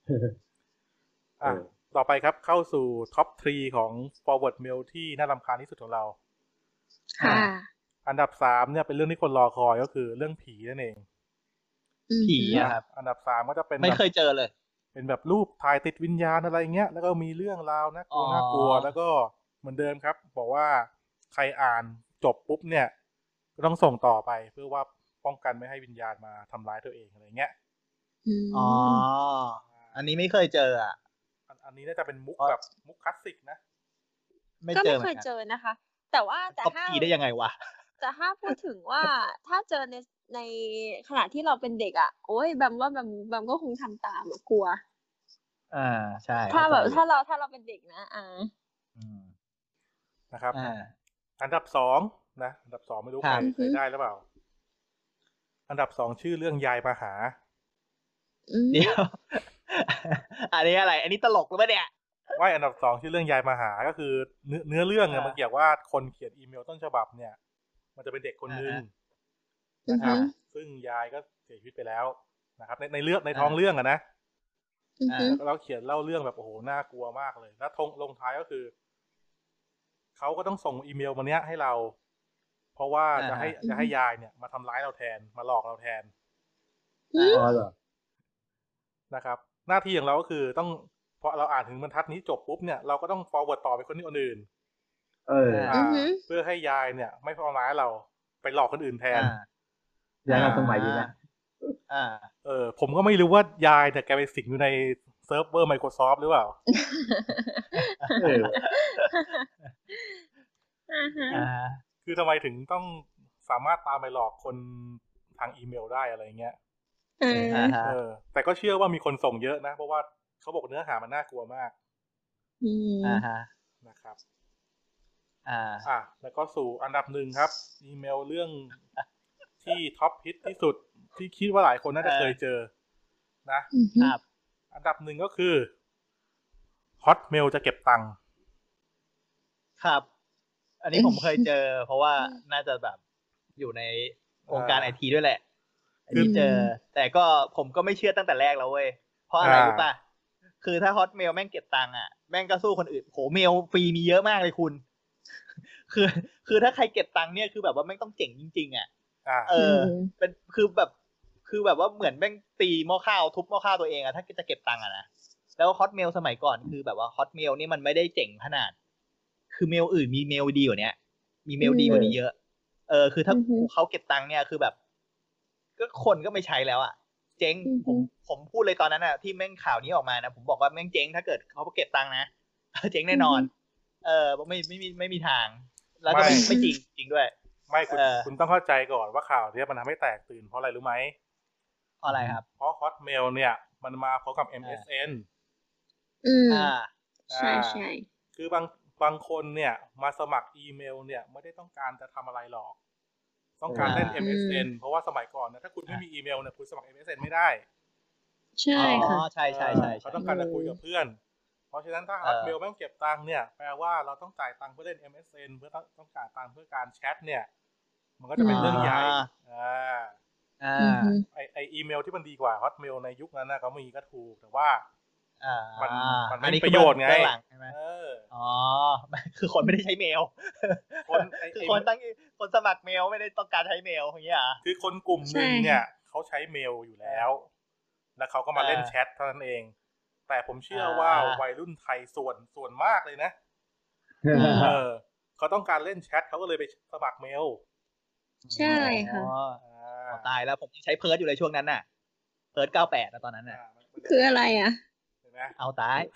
ต่อไปครับเข้าสู่ท็อป 3 ของ forward mail ที่น่ารำคาญที่สุดของเราอันดับ3เนี่ยเป็นเรื่องที่คนรอคอยก็คือเรื่องผีนั่นเองผีครับอันดับ3ก็จะเป็นไม่เคยเจอเลยเป็นแบบรูปถ่ายติดวิญญาณอะไรเงี้ยแล้วก็มีเรื่องราวน่ากลัวแล้วก็เหมือนเดิมครับบอกว่าใครอ่านจบปุ๊บเนี่ยก็ต้องส่งต่อไปเพื่อว่าป้องกันไม่ให้วิญญาณมาทำร้ายตัวเองอะไรเงี้ยอันนี้ไม่เคยเจออันนี้น่าจะเป็นมุกแบบมุกคลาสสิกนะก็ไม่เคยเจอนะคะแต่ถ้าได้ยังไงวะแต่ถ้าพูดถึงว่าถ้าเจอในขณะที่เราเป็นเด็กโอ้ยแบบว่าแบบก็คงทำตามกลัวใช่ถ้าเราเป็นเด็กนะนะครับอันดับ2นะอันดับ2ไม่รู้ใครเคยได้หรือเปล่าอันดับ2ชื่อเรื่องยายมาหาเดี๋ยวอันนี้อะไรอันนี้ตลกหรือเปล่าเนี่ยว่าอันดับ2ชื่อเรื่องยายมาหาก็คือเนื้อเรื่องมันเกี่ยวว่าคนเขียนอีเมลต้นฉบับเนี่ยมันจะเป็นเด็กคนนึงนะครับซึ่งยายก็เสียชีวิตไปแล้วนะครับในเรื่องในท้องเรื่องนะแล้วเขียนเล่าเรื่องแบบโอ้โหน่ากลัวมากเลยแล้วลงท้ายก็คือเขาก็ต้องส่งอีเมลมาเนี้ยให้เราเพราะว่าจะให้ยายเนี่ยมาทำร้ายเราแทนมาหลอกเราแทนนะครับหน้าที่ของเราก็คือต้องพอเราอ่านถึงบรรทัดนี้จบปุ๊บเนี่ยเราก็ต้อง forward ต่อไปคนอื่นเพื่อให้ยายเนี่ยไม่ทำร้ายเราไปหลอกคนอื่นแทนยายเราสมัยดีนะผมก็ไม่รู้ว่ายายแต่แกไปสิงอยู่ในเซิร์ฟเวอร์ Microsoft หรือเปล่า คือทำไมถึงต้องสามารถตามไปหลอกคนทางอีเมลได้อะไรเงี้ยแต่ก็เชื่อว่ามีคนส่งเยอะนะเพราะว่าเขาบอกเนื้อหามันน่ากลัวมากนะครับแล้วก็สู่อันดับหนึ่งครับอีเมลเรื่องที่ท็อปฮิตที่สุดที่คิดว่าหลายคนน่าจะเคยเจอนะครับอันดับหนึ่งก็คือ Hotmail จะเก็บตังค์ครับอันนี้ผมเคยเจอเพราะว่าน่าจะแบบอยู่ในวงการไอทีด้วยแหละที่เจอแต่ก็ผมก็ไม่เชื่อตั้งแต่แรกแล้วเว้ยเพราะอะไรรู้ป่ะคือถ้า Hotmail แม่งเก็บตังค์อ่ะแม่งก็สู้คนอื่นโหเมลฟรีมีเยอะมากเลยคุณคือถ้าใครเก็บตังค์เนี่ยคือแบบว่าแม่งต้องเจ๋งจริงๆอ่ะเป็นคือแบบว่าเหมือนแม่งตีหม้อข้าวทุบหม้อข้าวตัวเองอ่ะถ้าจะเก็บตังค์อ่ะนะแล้ว Hotmail สมัยก่อนคือแบบว่า Hotmail นี่มันไม่ได้เจ๋งขนาดคือเมลอื่นมีเมลดีกว่านี้มีเมลดีกว่านี้เยอะคือถ้าเขาเก็บตังค์เนี่ยคือแบบก็คนก็ไม่ใช้แล้วอ่ะเจ๊งผมพูดเลยตอนนั้นอ่ะที่แม่งข่าวนี้ออกมานะผมบอกว่าแม่งเจ๊งถ้าเกิดเขาเก็บตังค์นะเจ๊งแน่นอนไม่มีทางแล้วก็ไม่จริงด้วยไม่คุณต้องเข้าใจก่อนว่าข่าวนี้มันทำให้แตกตื่นเพราะอะไรรู้ไหมเพราะอะไรครับเพราะ Hotmail เนี่ยมันมาพร้อมกับ MSN ใช่ใช่คือบางคนเนี่ยมาสมัครอีเมลเนี่ยไม่ได้ต้องการจะทำอะไรหรอกต้องการเล่น MSN เพราะว่าสมัยก่อนนะถ้าคุณไม่มีอีเมลเนี่ยคุณสมัคร MSN ไม่ได้ใช่ค่ะใช่เขาต้องการจะคุยกับเพื่อนเพราะฉะนั้นถ้า Hotmail แม่งเก็บตังค์เนี่ยแปลว่าเราต้องจ่ายตังค์เพื่อเล่น MSN เพื่อต้องจ่ายตังค์เพื่อการแชทเนี่ยมันก็จะเป็นเรื่องใหญ่ไออีเมลที่มันดีกว่า Hotmail ในยุคนั้นนะเขามีก็ถูกแต่ว่ามันไม่มีประโยชน์ไงคือคนไม่ได้ใช้เมลคนสมัครเมลไม่ได้ต้องการใช้เมลอย่างเงี้ยคือคนกลุ่มนึงเนี่ยเขาใช้เมลอยู่แล้วเขาก็มาเล่นแชทเท่านั้นเองแต่ผมเชื่อว่าวัยรุ่นไทยส่วนมากเลยนะเขาต้องการเล่นแชทเขาก็เลยไปสมัครเมลใช่ค่ะตายแล้วผมยังใช้เพิร์ทอยู่เลยช่วงนั้นน่ะเพิร์ท98นะตอนนั้นน่ะคืออะไรอ่ะเอาตาย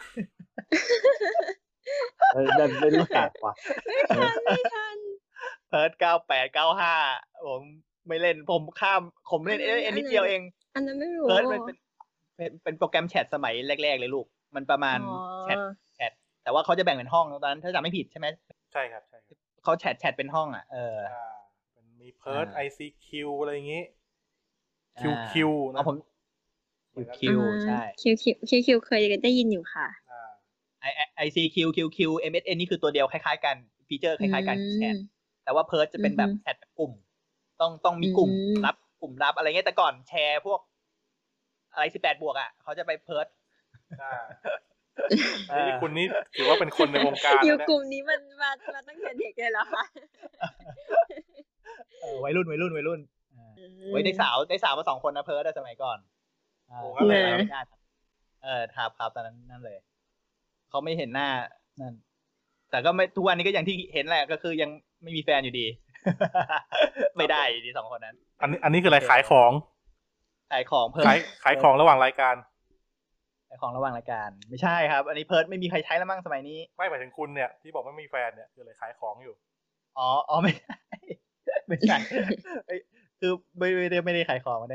ไม่รู้จักว่ะไม่ทันเพิร์ท98 95ผมไม่เล่นผมเล่นนิดเดียวเองอันนั้นไม่รู้เพิร์ทเป็นโปรแกรมแชทสมัยแรกๆเลยลูกมันประมาณแชทแต่ว่าเขาจะแบ่งเป็นห้องตอนนั้นถ้าจำไม่ผิดใช่ไหมใช่ครับเขาแชทเป็นห้องอ่ะมีเพิร์ท ICQ อะไรอย่างงี้ QQ นะผมคิวใช่คิวเคยได้ยินอยู่ค่ะ ICQ QQ MSN นี่คือตัวเดียวคล้ายๆกันฟีเจอร์คล้ายๆกันแชทแต่ว่าเพิร์ทจะเป็นแบบแชทแบบกลุ่มต้องมีกลุ่มรับอะไรเงี้ยแต่ก่อนแชร์พวกอะไร18 บวกอ่ะเขาจะไปเพิร์ทนี่คุณนี่ถือว่าเป็นคนในวงการอยู่กลุ่มนี้มันมาตั้งแต่เด็กเลยเหรอคะวัยรุ่นไว้ได้สาวมา2 คนนะเพิร์ทสมัยก่อนครับตอนนั้นนั่นเลยเขาไม่เห็นหน้านั่นแต่ก็ไม่ทุกวันนี้ก็อย่างที่เห็นแหละก็คือยังไม่มีแฟนอยู่ดี ไม่ได้ดี2 คนนั้นอันนี้คืออะไรขายของเพิร์ทขายของระหว่างรายการไม่ใช่ครับอันนี้เพิร์ทไม่มีใครใช้แล้วมั้งสมัยนี้ไม่หมายถึงคุณเนี่ยที่บอกไม่มีแฟนเนี่ยคืออะไรขายของอยู่อ๋อไม่ใช่คือไม่ได้ขายของนะ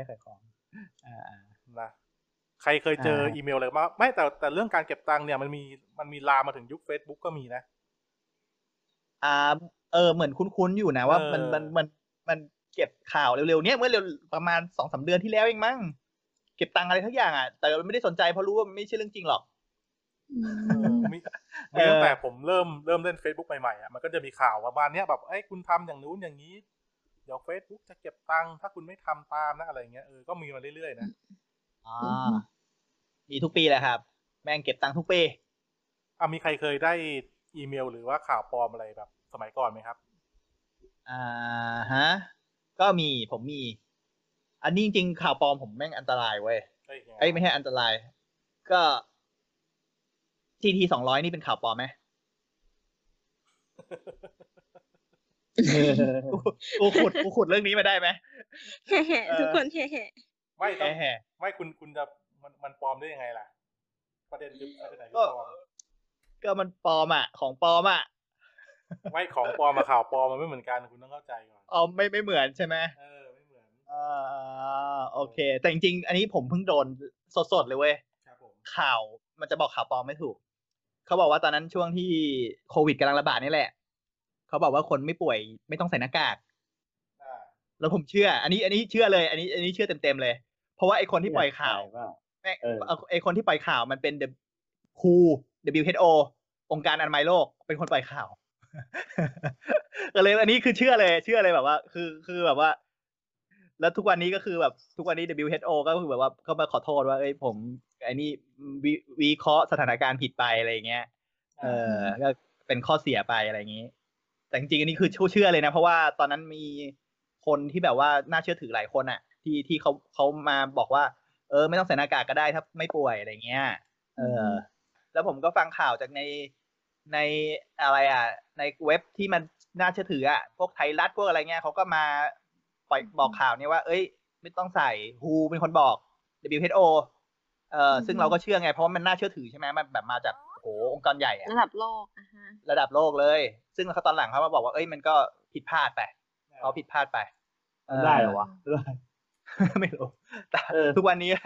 ใครเคยเจออีเมลอะไรบ้างไม่แต่เรื่องการเก็บตังค์เนี่ยมันมีลามมาถึงยุค Facebook ก็มีนะเหมือนคุ้นๆอยู่นะว่ามันเก็บข่าวเร็วๆเนี่ยเมื่อเร็วประมาณ 2-3 เดือนที่แล้วเองมั้งเก็บตังค์อะไรทั้งอย่างอ่ะแต่ไม่ได้สนใจเพราะรู้ว่าไม่ใช่เรื่องจริงหรอกมีตั้งแต่ผมเริ่มเล่น Facebook ใหม่ๆอ่ะมันก็จะมีข่าวประมาณเนี้ยแบบคุณทำอย่างนู้นอย่างนี้เดี๋ยว Facebook จะเก็บตังค์ถ้าคุณไม่ทำตามนะอะไรเงี้ยก็มีมาเรื่อยๆนะมีทุกปีแหละครับแม่งเก็บตังค์ทุกปีมีใครเคยได้อีเมลหรือว่าข่าวปลอมอะไรแบบสมัยก่อนไหมครับก็ผมมีอันนี้จริงๆข่าวปลอมผมแม่งอันตรายเว้ยไม่ใช่อันตรายก็ TT 200นี่เป็นข่าวปลอมไหมกูขุดเรื่องนี้มาได้ไหมทุกคนแฮ่ไม่ต้องแหมไม่คุณจะมันปลอมได้ยังไงล่ะ ประเด็นคือประเด็นไหนคือปลอมก็มันปลอมอ่ะของปลอมอ่ะไม่ของปลอมกับข่าวปลอมมันไม่เหมือนกันคุณต้องเข้าใจก่อนอ๋อไม่เหมือนใช่ไหมไม่เหมือนโอเค แต่จริงๆอันนี้ผมเพิ่งโดนสดๆเลยเว้ยครับผมข่าวมันจะบอกข่าวปลอมไม่ถูกเขาบอกว่าตอนนั้นช่วงที่โควิดกำลังระบาดนี่แหละเขาบอกว่าคนไม่ป่วยไม่ต้องใส่หน้ากาก แล้วผมเชื่อ อันนี้เชื่อเลย อันนี้เชื่อเต็มๆเลย เพราะว่าไอคนที่ปล่อยข่าวแม่งไอคนที่ปล่อยข่าวมันเป็น WHO องค์การอนามัยโลกเป็นคนปล่อยข่าว ก็เลยอันนี้คือเชื่อเลยแบบว่า คือแบบว่า แล้วทุกวันนี้ก็คือแบบทุกวันนี้ WHO ก็คือแบบว่าเขามาขอโทษว่าเอ้ยผมไอ้นี่วิเคราะห์สถานการณ์ผิดไปอะไรอย่างเงี้ยก็เป็นข้อเสียไปอะไรอย่างงี้ แต่จริงๆอันนี้คือเชื่อเลยนะเพราะว่าตอนนั้นมีคนที่แบบว่าน่าเชื่อถือหลายคนอ่ะที่เขามาบอกว่าไม่ต้องใส่หน้ากากก็ได้ถ้าไม่ป่วยอะไรเงี้ยแล้วผมก็ฟังข่าวจากในอะไรอ่ะในเว็บที่มันน่าเชื่อถืออ่ะพวกไทยรัฐพวกอะไรเงี้ยเขาก็มาปล่อยบอกข่าวเนี่ยว่าเอ้ยไม่ต้องใส่ WHO เป็นคนบอก WHO ซึ่งเราก็เชื่อไงเพราะว่ามันน่าเชื่อถือใช่ไหมมันแบบมาจากโหองค์กรใหญ่อะระดับโลกระดับโลกเลยซึ่งเขาตอนหลังเขามาบอกว่าเอ้ยมันก็ผิดพลาดไปเขาผิดพลาดไปได้เหรอวะไม่รู้แต่ทุกวันนี้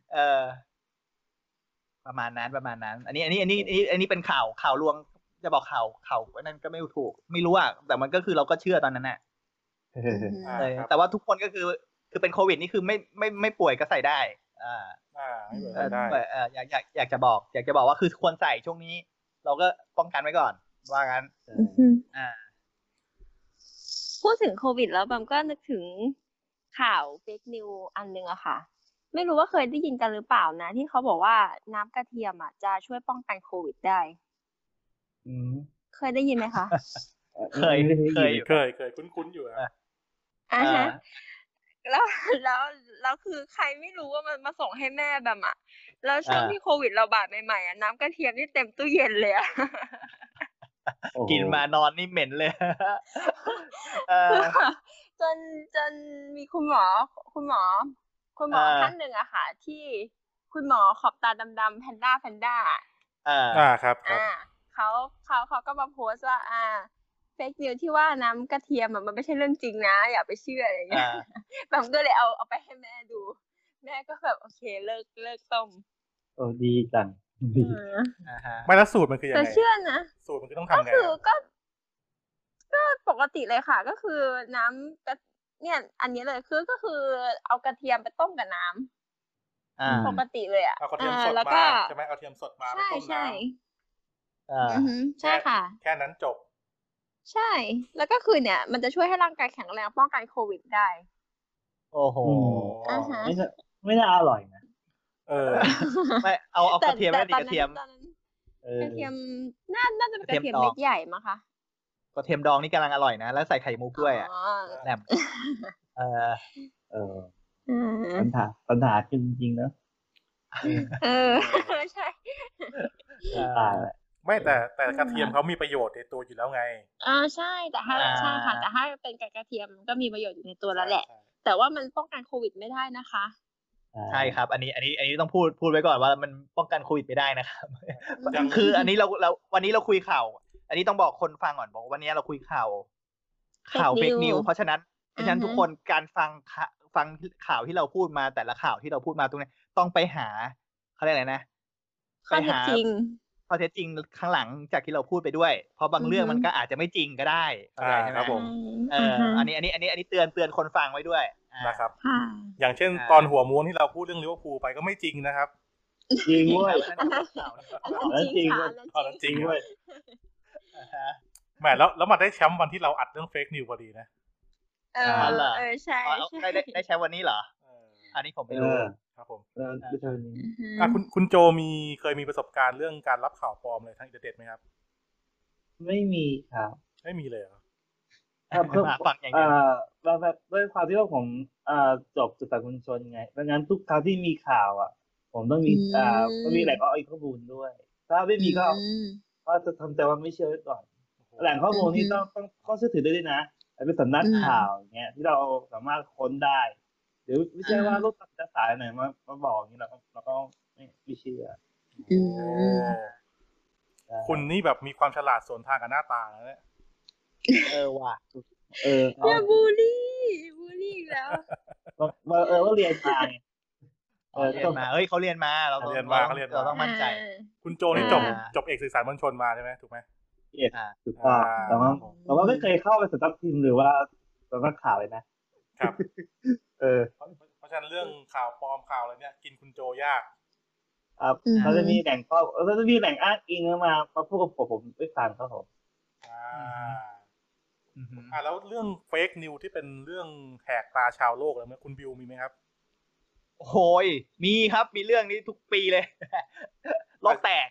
ประมาณนั้นอันนี้เป็นข่าวลวงจะบอกข่าวนั่นก็ไม่ถูกไม่รู้อ่ะแต่มันก็คือเราก็เชื่อตอนนั้นน่ะแต่ว่าทุกคนก็คือเป็นโควิดนี่คือไม่ป่วยก็ใส่ได้ไม่ป่วยได้อยากจะบอกว่าคือควรใส่ช่วงนี้เราก็ป้องกันไว้ก่อนว่างั้นพูดถึงโควิดแล้วบัมก็นึกถึงข่าวเฟกนิวอันนึงอะค่ะไม่รู้ว่าเคยได้ยินกันหรือเปล่านะที่เขาบอกว่าน้ำกระเทียมอะจะช่วยป้องกันโควิดได้เคยได้ยินไหมคะเคยคุ้นอยู่ฮะแล้วคือใครไม่รู้ว่ามันมาส่งให้แม่แบบอะแล้วช่วงที่โควิดระบาดใหม่ๆอะน้ำกระเทียมนี่เต็มตู้เย็นเลยอะกินมานอนนี่เหม็นเลยจนมีคุณหมอท่านหนึ่งอะค่ะที่คุณหมอขอบตาดำๆแพนด้าครับเขาก็มาโพสต์ว่าเฟกนิวที่ว่าน้ำกระเทียมมันไม่ใช่เรื่องจริงนะอย่าไปเชื่ออะไรเงี้ยแบบก็เลยเอาไปให้แม่ดูแม่ก็แบบโอเคเลิกต้มดีจังไม่แล้วสูตรมันคือยังไงแต่เชื่อนะสูตรมันคือต้องทำไงก็คือก็ปกติเลยค่ะก็คือน้ำเนี่ยอันนี้เลยก็คือเอากระเทียมไปต้มกับน้ำปกติเลยอ่ะเอากระเทียมสดมาใช่ไหมเอากระเทียมสดมาไปต้มน้ำใช่ค่ะแค่นั้นจบใช่แล้วก็คือเนี่ยมันจะช่วยให้ร่างกายแข็งแรงป้องกันโควิดได้โอ้โหไม่น่าอร่อยนะไม่เอากระเทียมไม่ดีกระเทียมน่าจะเป็นกระเทียมเม็ดใหญ่มั้งคะกระเทียมดองนี่กำลังอร่อยนะแล้วใส่ไข่มุกด้วยอ่ะแหนมปัญหาจริงๆเนอะใช่ไม่แต่กระเทียมเขามีประโยชน์ในตัวอยู่แล้วไงใช่แต่ใช่ค่ะแต่ถ้าเป็นกระเทียมก็มีประโยชน์อยู่ในตัวแล้วแหละแต่ว่ามันป้องกันโควิดไม่ได้นะคะใช่ครับอันนี้ต้องพูดไว้ก่อนว่ามันป้องกันโควิดไม่ได้นะครับคืออันนี้เราวันนี้เราคุยข่าวอันนี้ต้องบอกคนฟังก่อนบอกวันนี้เราคุยข่าวเฟกนิวเพราะฉะนั้นทุกคนการฟังข่าวที่เราพูดมาแต่ละข่าวที่เราพูดมาตรงนี้ต้องไปหาเขาเรียกอะไรนะข้อเท็จจริงข้างหลังจากที่เราพูดไปด้วยเพราะบางเรื่องมันก็อาจจะไม่จริงก็ได้ใช่ไหมครับผมอันนี้เตือนคนฟังไว้ด้วยนะครับอย่างเช่นตอนหัวม้วนที่เราพูดเรื่องลิเวอร์พูลไปก็ไม่จริงนะครับจริงเว้ยจริงเว้ยแหมแล้วมาได้แชมป์วันที่เราอัดเรื่องเฟกนิวพอดีนะใช่ได้แชมป์วันนี้เหรออันนี้ผมไม่รู้ครับผมคุณโจเคยมีประสบการณ์เรื่องการรับข่าวปลอมอะไรทางอินเทอร์เน็ตไหมครับไม่มีครับไม่มีเลยเหรอฟังอย่างนี้แบบด้วยความที่ว่าผมจบจากสายมวลชนไงดังนั้นทุกครั้งที่มีข่าวอ่ะผมต้องมีแหล่งข้อมูลด้วยถ้าไม่มีก็จะทำใจว่าไม่เชื่อไว้ก่อนแหล่งข้อมูลนี่ต้องเชื่อถือได้ด้วยนะเป็นสำนักข่าวเงี้ยที่เราสามารถค้นได้เดี๋ยวไม่ใช่ว่าโลกจะสายหน่อยมาบอกอย่างนี้เราก็ไม่เชื่ออืมคุณนี่แบบมีความฉลาดสวนทางกับหน้าตาแล้วเนี่ยว่ะอย่าบูลลี่อีกแล้วว่าเรียนมาไงเรียนมาเขาเรียนมาเราต้องมั่นใจคุณโจนี่จบเอกสื่อสารมวลชนมาใช่ไหมถูกไหมถูกต้องแต่ว่าไม่เคยเข้าไปสำนักพิมพ์หรือว่าสำนักข่าวเลยนะครับเพราะฉะนั้นเรื่องข่าวปลอมข่าวอะไรเนี่ยกินคุณโจยากครับเขาจะมีแหล่งข้อเขาจะมีแหล่งอ้างอิงมาพูดกับผมไม่ฟังครับผมแล้วเรื่องเฟกนิวที่เป็นเรื่องแหกตาชาวโลกอะไรไหมคุณบิวมีไหมครับโอ้ยมีครับมีเรื่องนี้ทุกปีเลยโลกแตก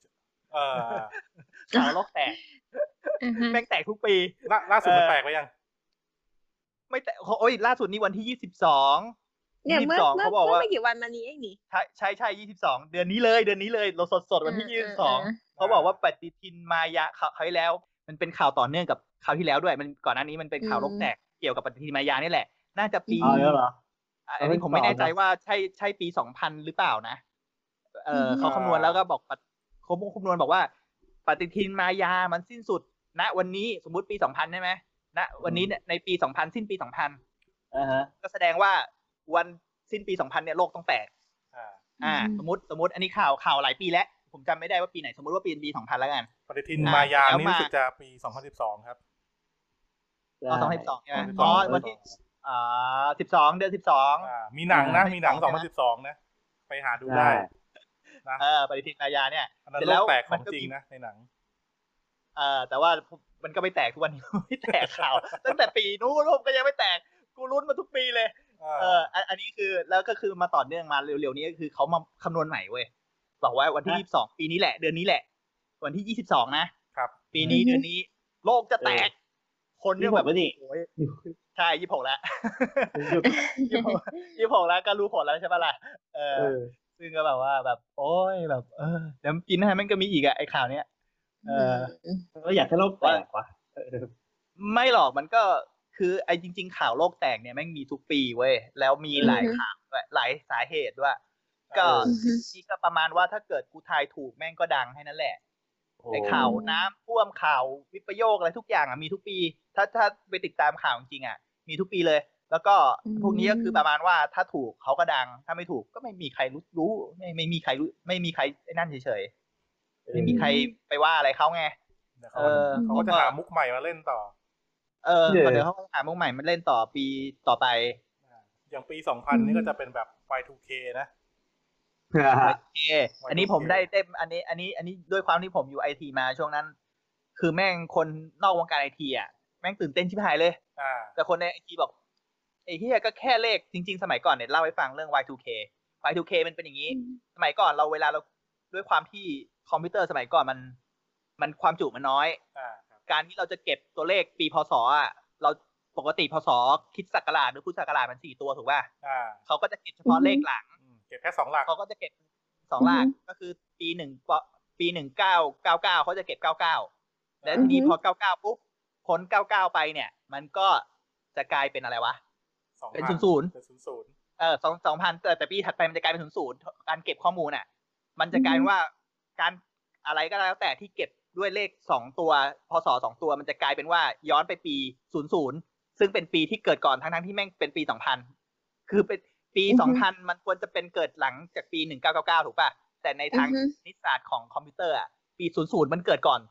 ข่าวโลกแตกแม่งแตกทุกปีล่าสุดมันแตกไปยังไม่แตกล่าสุดนี้วันที่22 เนี่ยเมื่อไม่กี่วันมานี้เองนี่ใช่22เดือนนี้เลยเราสดวันที่22เขาบอกว่าปฏิทินมายาคราวที่แล้วมันเป็นข่าวต่อเนื่องกับคราวที่แล้วด้วยมันก่อนหน้านี้มันเป็นข่าวโลกแตกเกี่ยวกับปฏิทินมายานี่แหละน่าจะปีแล้วเหรออันนี้ผมไม่แน่ใจว่าใช่ปี2000หรือเปล่านะเขาคำนวณแล้วก็บอกเขาคำนวณบอกว่าปฏิทินมายามันสิ้นสุดณวันนี้สมมุติปี2000ใช่ไหมณวันนี้ในปี2000สิ้นปี2000ก็แสดงว่าวันสิ้นปี2000เนี่ยโลกต้องแตกสมมติอันนี้ข่าวหลายปีแล้วผมจำไม่ได้ว่าปีไหนสมมติว่าปี2000แล้วกันปฏิทินมายานี่รู้สึกจะปี2012ครับ 2012ใช่ไหมวันที่12เดือน12 มีหนังนะมีหนัง2012นะไปหาดูได้นะปฏิทินมายาเนี่ยเสร็จแล้วแตกของจริงนะในหนังแต่ว่ามันก็ไม่แตกทุกวันนี้ไม่แตกข่าวตั้งแต่ปีนู้นผมก็ยังไม่แตกกูลุ้นมาทุกปีเลยอันนี้คือแล้วก็คือมาต่อเนื่องมาเร็วๆนี้ก็คือเขามาคำนวณใหม่เว้ยบอกว่าวันที่22ปีนี้แหละเดือนนี้แหละวันที่22นะครับปีนี้เดือนนี้โลกจะแตกคนเนี่ยแบบใช่26แล้ว26แล้วก็รู้ผลแล้วใช่ป่ะล่ะซึ่งก็แบบว่าแบบโอ้ยแบบเดี๋ยวกินให้มันก็มีอีกไอ้ข่าวเนี้ยก็อยากให้โลกแตกวะไม่หรอกมันก็คือไอ้จริงๆข่าวโลกแตกเนี่ยแม่งมีทุกปีเว้ยแล้วมีหลายข่าวหลายสาเหตุด้วยก็ที่ก็ประมาณว่าถ้าเกิดกูทายถูกแม่งก็ดังให้นั่นแหละไอ้ข่าวน้ำท่วมข่าววิปโยคอะไรทุกอย่างมีทุกปีถ้าไปติดตามข่าวจริงๆมีทุกปีเลยแล้วก็พวกนี้ก็คือประมาณว่าถ้าถูกเขาก็ดังถ้าไม่ถูกก็ไม่มีใครรู้ไม่มีใครรู้ไม่มีใครไอ้นั่นเฉยๆไม่มีใครไปว่าอะไรเขาไงเขาก็จะหามุกใหม่มาเล่นต่อเดี๋ยวเขาหามุกใหม่มาเล่นต่อปีต่อไปอย่างปี2000นี่ก็จะเป็นแบบ Y2K นะอันนี้ผมได้อันนี้ด้วยความที่ผมอยู่ไอทีมาช่วงนั้นคือแม่งคนนอกวงการไอทีแม่งตื่นเต้นชิบหายเลยแต่คนในไอทีบอกไอ้เหี้ยก็แค่เลขจริงๆสมัยก่อนเนี่ยเล่าให้ฟังเรื่อง Y2K มันเป็นอย่างนี้สมัยก่อนเวลาเราด้วยความที่คอมพิวเตอร์สมัยก่อนมันความจุมันน้อยการที่เราจะเก็บตัวเลขปีพศเราปกติพศคิดศักราชหรือพุทธศักราชมัน4ตัวถูกป่ะเขาก็จะเก็บเฉพาะเลขหลังเก็บแค่2หลักเขาก็จะเก็บ2หลักก็คือปี1999เขาจะเก็บ99แล้วทีนี้พอ99ปุ๊บพ้น99ไปเนี่ยมันก็จะกลายเป็นอะไรวะเป็น00 2000แต่ปีถัดไปมันจะกลายเป็น00การเก็บข้อมูลมันจะกลายเป็นว่าการอะไรก็แล้วแต่ที่เก็บด้วยเลข2ตัวพศ2ตัวมันจะกลายเป็นว่าย้อนไปปี00ซึ่งเป็นปีที่เกิดก่อนทั้งที่แม่งเป็นปี2000คือเป็นปี2000มันควรจะเป็นเกิดหลังจากปี1999ถูกป่ะแต่ในทางนิสศาสตร์ของคอมพิวเตอร์ปี00มันเกิดก่อน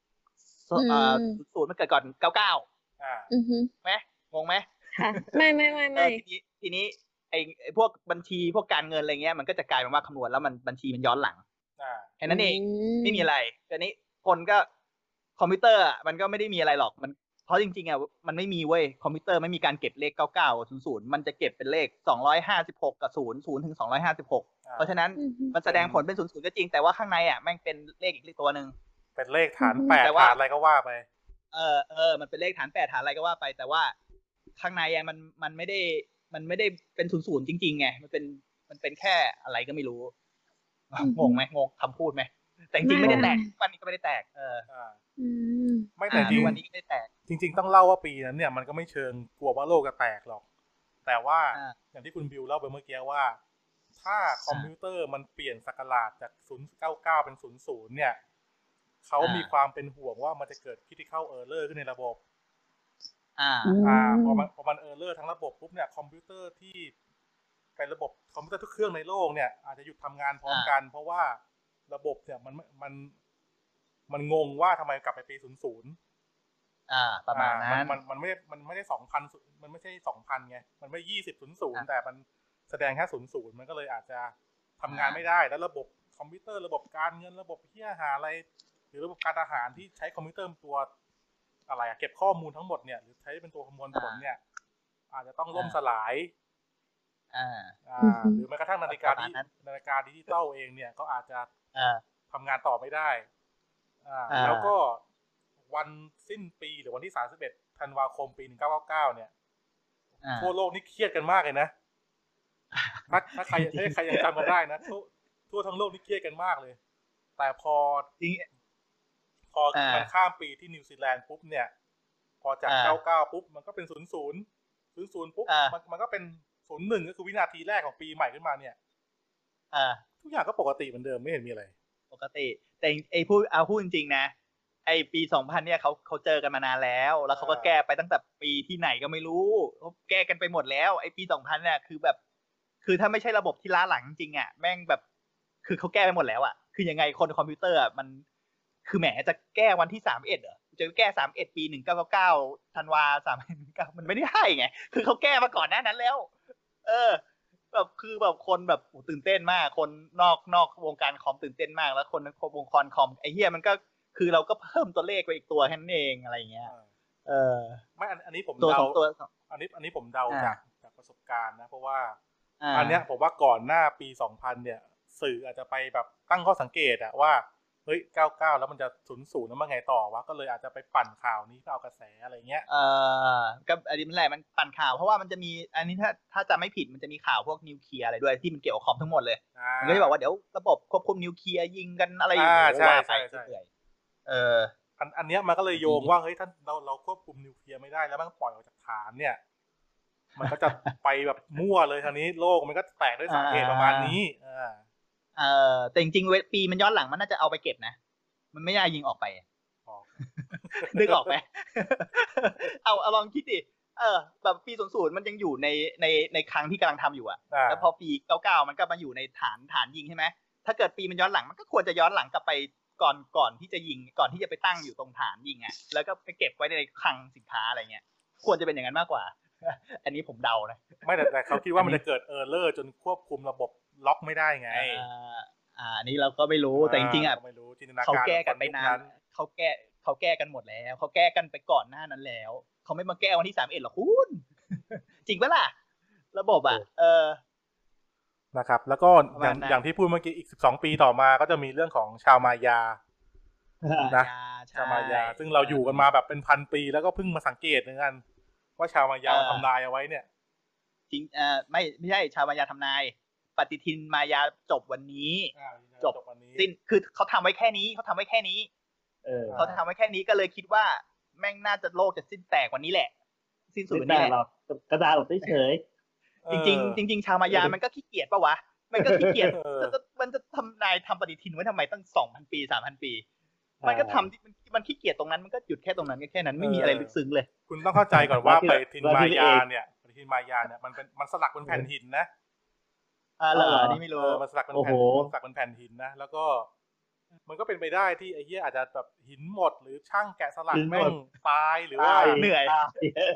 00มันเกิดก่อน99มั้ยงงมั้ยไม่ทีนี้ไอ้พวกบัญชีพวกการเงินอะไรเงี้ยมันก็จะกลายเป็นว่าคำนวณแล้วมันบัญชีมันย้อนหลังแค่นั้นเองไม่มีอะไรแต่นี้คนก็คอมพิวเตอร์มันก็ไม่ได้มีอะไรหรอกมันเพราะจริงๆมันไม่มีเว้ยคอมพิวเตอร์ไม่มีการเก็บเลข99 00มันจะเก็บเป็นเลข256กับ0ถึง256เพราะฉะนั้นมันแสดงผลเป็น00ก็จริงแต่ว่าข้างในแม่งเป็นเลขอีกตัวนึงเป็นเลขฐาน8ฐานอะไรก็ว่าไปมันเป็นเลขฐาน8ฐานอะไรก็ว่าไปแต่ว่าข้างในมันไม่ได้เป็น00จริงๆไงมันเป็นแค่อะไรก็ไม่รู้งงมั้ยงงคำพูดมั้ยแต่จริงๆไม่ได้แตกวันนี้ก็ไม่ได้แตกไม่แต่จริงวันนี้ไม่ได้แตกจริงๆต้องเล่าว่าปีนั้นเนี่ยมันก็ไม่เชิงกลัวว่าโลกจะแตกหรอกแต่ว่าอย่างที่คุณบิวเล่าไปเมื่อกี้ว่าถ้าคอมพิวเตอร์มันเปลี่ยนศักราชจาก099เป็น00เนี่ยเขามีความเป็นห่วงว่ามันจะเกิด critical error ขึ้นในระบบพอมันerror ทั้งระบบปุ๊บเนี่ยคอมพิวเตอร์ที่เป็นระบบคอมพิวเตอร์ทุกเครื่องในโลกเนี่ยอาจจะหยุดทำงานพร้อมกันเพราะว่าระบบเนี่ยมันงงว่าทำไมกลับไปปี00 ประมาณนั้นมันไม่ได้2,000มันไม่ใช่ 2,000 ไงมันไม่2000แต่มันแสดงแค่00มันก็เลยอาจจะทำงานไม่ได้แล้วระบบคอมพิวเตอร์ระบบการเงินระบบเหี้ยหาอะไรหรือระบบการทหารที่ใช้คอมพิวเตอร์ตัวอะไรเก็บข้อมูลทั้งหมดเนี่ยหรือใช้เป็นตัวคำนวณผลเนี่ยอาจจะต้องล่มสลายหรือแม้กระทั่งนาฬิกาดิจิตอลเองเนี่ยก็อาจจะทำงานต่อไม่ได้แล้วก็วันสิ้นปีหรือวันที่31ธันวาคมปี1999เนี่ยทั่วโลกนี่เครียดกันมากเลยนะถ้าใครยังจำกันได้นะทั่วทั้งโลกนี่เครียดกันมากเลยแต่พอมันข้ามปีที่นิวซีแลนด์ปุ๊บเนี่ยพอจาก99ปุ๊บมันก็เป็น00ปุ๊บมันก็เป็น01ก็คือวินาทีแรกของปีใหม่ขึ้นมาเนี่ยทุกอย่างก็ปกติเหมือนเดิมไม่เห็นมีอะไรปกติแต่ไอ้พูดจริงๆนะไอ้ปี2000เนี่ยเขาเจอกันมานานแล้วเขาก็แก้ไปตั้งแต่ปีที่ไหนก็ไม่รู้เขาแก้กันไปหมดแล้วไอ้ปี2000เนี่ยคือแบบคือถ้าไม่ใช่ระบบที่ล้าหลังจริงอ่ะแม่งแบบคือเขาแก้ไปหมดแล้วอ่ะคือยังไงคนคอมพิวเตอร์อ่ะมันคือแหมจะแก้วันที่31เหรอจะแก้31ปี1999ธันวา31มันไม่ได้ให้ไงคือเขาแก้มาก่อนหน้านั้นแล้วแบบคือแบบคนแบบตื่นเต้นมากคนนอกวงการคอมตื่นเต้นมากแล้วคนวงการคอมไอ้เหี้ยมันก็คือเราก็เพิ่มตัวเลขไปอีกตัวแค่นั้นเองอะไรเงี้ยไม่อันนี้ผมเดาอันนี้ผมเดาจากประสบการณ์นะเพราะว่าอันเนี้ยผมว่าก่อนหน้าปี2000เนี่ยสื่ออาจจะไปแบบตั้งข้อสังเกตอะว่าเฮ้ย99แล้วมันจะ00แล้วมันไงต่อวะก็เลยอาจจะไปปั่นข่าวนี้เพื่อเอากระแสอะไรเงี้ยก็อันนี้มันแหละมันปั่นข่าวเพราะว่ามันจะมีอันนี้ถ้าจำไม่ผิดมันจะมีข่าวพวกนิวเคลียร์อะไรด้วยที่มันเกี่ยวกับคอมทั้งหมดเลยมันก็จะบอกว่าเดี๋ยวระบบควบคุมนิวเคลียร์ยิงกันอะไรอย่างเงี้ยว่าไปเรื่อยอันเนี้ยมันก็เลยโยงว่าเฮ้ยท่านเราควบคุมนิวเคลียร์ไม่ได้แล้วมันปล่อยออกจากฐานเนี่ยมันก็จะไปแบบมั่วเลยทีนี้โลกมันก็แตกด้วยสาเหตุประมาณนี้แต่จริงๆปีมันย้อนหลังมันน่าจะเอาไปเก็บนะมันไม่น่ายิงออกไปนึกออกไหมเอาลองคิดดิแบบปี00มันยังอยู่ในครั้งที่กำลังทำอยู่อ่ะแล้วพอปี99มันก็มาอยู่ในฐานยิงใช่ไหมถ้าเกิดปีมันย้อนหลังมันก็ควรจะย้อนหลังกลับไปก่อนที่จะยิงก่อนที่จะไปตั้งอยู่ตรงฐานยิงอ่ะแล้วก็ไปเก็บไว้ในคลังสินค้าอะไรเงี้ยควรจะเป็นอย่างนั้นมากกว่าอันนี้ผมเดานะไม่แต่เขาคิดว่ามันจะเกิดเออร์เลอร์จนควบคุมระบบล็อกไม่ได้ไงอันนี้เราก็ไม่รู้แต่จริงๆอ่ะเขาแก้กันไปนานเขาแก้กันหมดแล้วเขาแก้กันไปก่อนหน้านั้นแล้วเขาไม่มาแก้วันที่31หรอกคุณจริงปะล่ะระบบอ่ะนะครับแล้วก็อย่างที่พูดเมื่อกี้อีก12ปีต่อมาก็จะมีเรื่องของชาวมายานะชาวมายาซึ่งเราอยู่กันมาแบบเป็นพันปีแล้วก็เพิ่งมาสังเกตเหมือนกันว่าชาวมายาทำนายเอาไว้เนี่ยจริงไม่ใช่ชาวมายาทำนายปฏิทินมายาจบวันนี้จบสิ้นคือเขาทำไว้แค่นี้เขาทำไว้แค่นี้ก็เลยคิดว่าแม่งน่าจะโลกจะสิ้นแตกวันนี้แหละสิ้นสุดวันนี้แหละกระดาษหลบเฉยจริงชาวมายามันก็ขี้เกียจปะวะมันก็ขี้เกียจมันจะทำนายทำปฏิทินไว้ทำไมตั้ง 2,000 ปี 3,000 ปีมันก็ทำที่มันขี้เกียจตรงนั้นมันก็หยุดแค่ตรงนั้นแค่นั้นไม่มีอะไรลึกซึ้งเลยคุณต้องเข้าใจก่อนว่าปฏิทินมายาเนี่ยมันสลักบนแผ่นหินนะเหรอนี่ไม่รู้มันสลักบนแผ่นหินนะแล้วก็มันก็เป็นไปได้ที่ไอ้เหี้ยอาจจะแบบหินหมดหรือช่างแกะสลักแม่งตายหรือว่าเหนื่อยตาย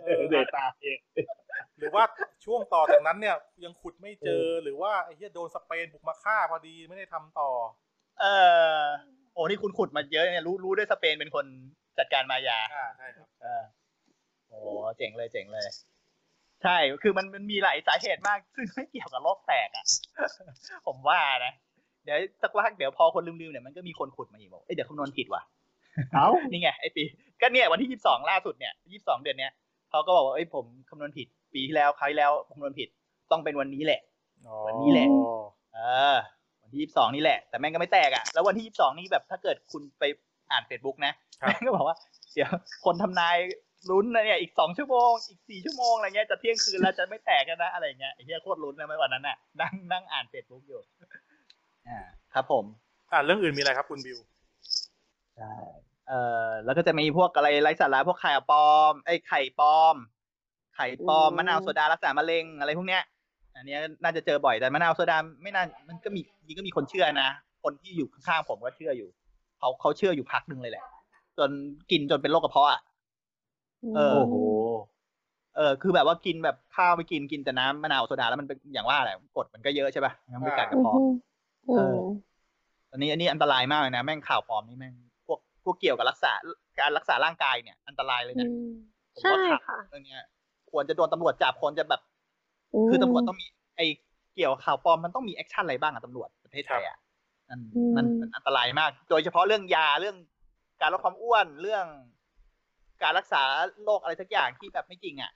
หรือว่าช่วงต่อจากนั้นเนี่ยยังขุดไม่เจอหรือว่าไอ้เหี้ยโดนสเปนบุกมาฆ่าพอดีไม่ได้ทำต่อโอ้นี่คุณขุดมาเยอะเนี่ยรู้ด้วยสเปนเป็นคนจัดการมายาใช่ครับโอ้เจ๋งเลยใช่คือมันมีหลายสาเหตุมากซึ่งไม่เกี่ยวกับโลกแตกอ่ะผมว่านะเดี๋ยวสักพักเดี๋ยวพอคนลืมเนี่ยมันก็มีคนขุดมาอีกบอกเดี๋ยวคำนวณผิดว่ะนี่ไงไอ้ปีก็เนี่ยวันที่22ล่าสุดเนี่ย22เดือนเนี้ยเขาก็บอกว่าผมคำนวณผิดปีที่แล้วคราวที่แล้วคำนวณผิดต้องเป็นวันนี้แหละวันนี้แหละวันที่22นี่แหละแต่แม่งก็ไม่แตกอ่ะแล้ววันที่22นี่แบบถ้าเกิดคุณไปอ่าน Facebook นะแม่งก็บอกว่าเดี๋ยวคนทำนายลุ้นนะเนี่ยอีก2 ชั่วโมงอีก4 ชั่วโมงอะไรเงี้ยจะเที่ยงคืนแล้วจะไม่แตกกันนะอะไรเงี้ยไอ้เหี้ยโคตรลุ้นเลยเมื่อวันนั้นน่ะนั่งอ่านเฟซบุ๊กอยู่ครับผมเรื่องอื่นมีอะไรครับคุณบิวใช่แล้วก็จะมีพวกอะไรไร้สาระพวกไข่ปลอมไข่ปลอมมะนาวโซดารักษามะเร็งอะไรพวกเนี้ยอันนี้น่าจะเจอบ่อยแต่มะนาวโซดาไม่น่ามันก็มีคนเชื่อนะคนที่อยู่ข้างๆผมก็เชื่ออยู่เขาเชื่ออยู่พักนึงเลยแหละจนกินจนเป็นโรคกระเพาะโอ้โหคือแบบว่ากินแบบข้าวไม่กินแต่น้ำมะนาวโซดาแล้วมันเป็นอย่างว่าแหละกรดมันก็เยอะใช่ป่ะมันไม่กัดกระเพาะอันนี้อันตรายมากเลยนะแม่งข่าวปลอมนี่แม่งพวกเกี่ยวกับการรักษาร่างกายเนี่ยอันตรายเลยนะใช่ค่ะเรื่องนี้ควรจะโดนตำรวจจับควรจะแบบคือตำรวจต้องมีเกี่ยวกับข่าวปลอมมันต้องมีแอคชั่นอะไรบ้างอะตำรวจประเทศไทยอ่ะมันอันตรายมากโดยเฉพาะเรื่องยาเรื่องการลดความอ้วนเรื่องการรักษาโรคอะไรสักอย่างที่แบบไม่จริงอ่ะ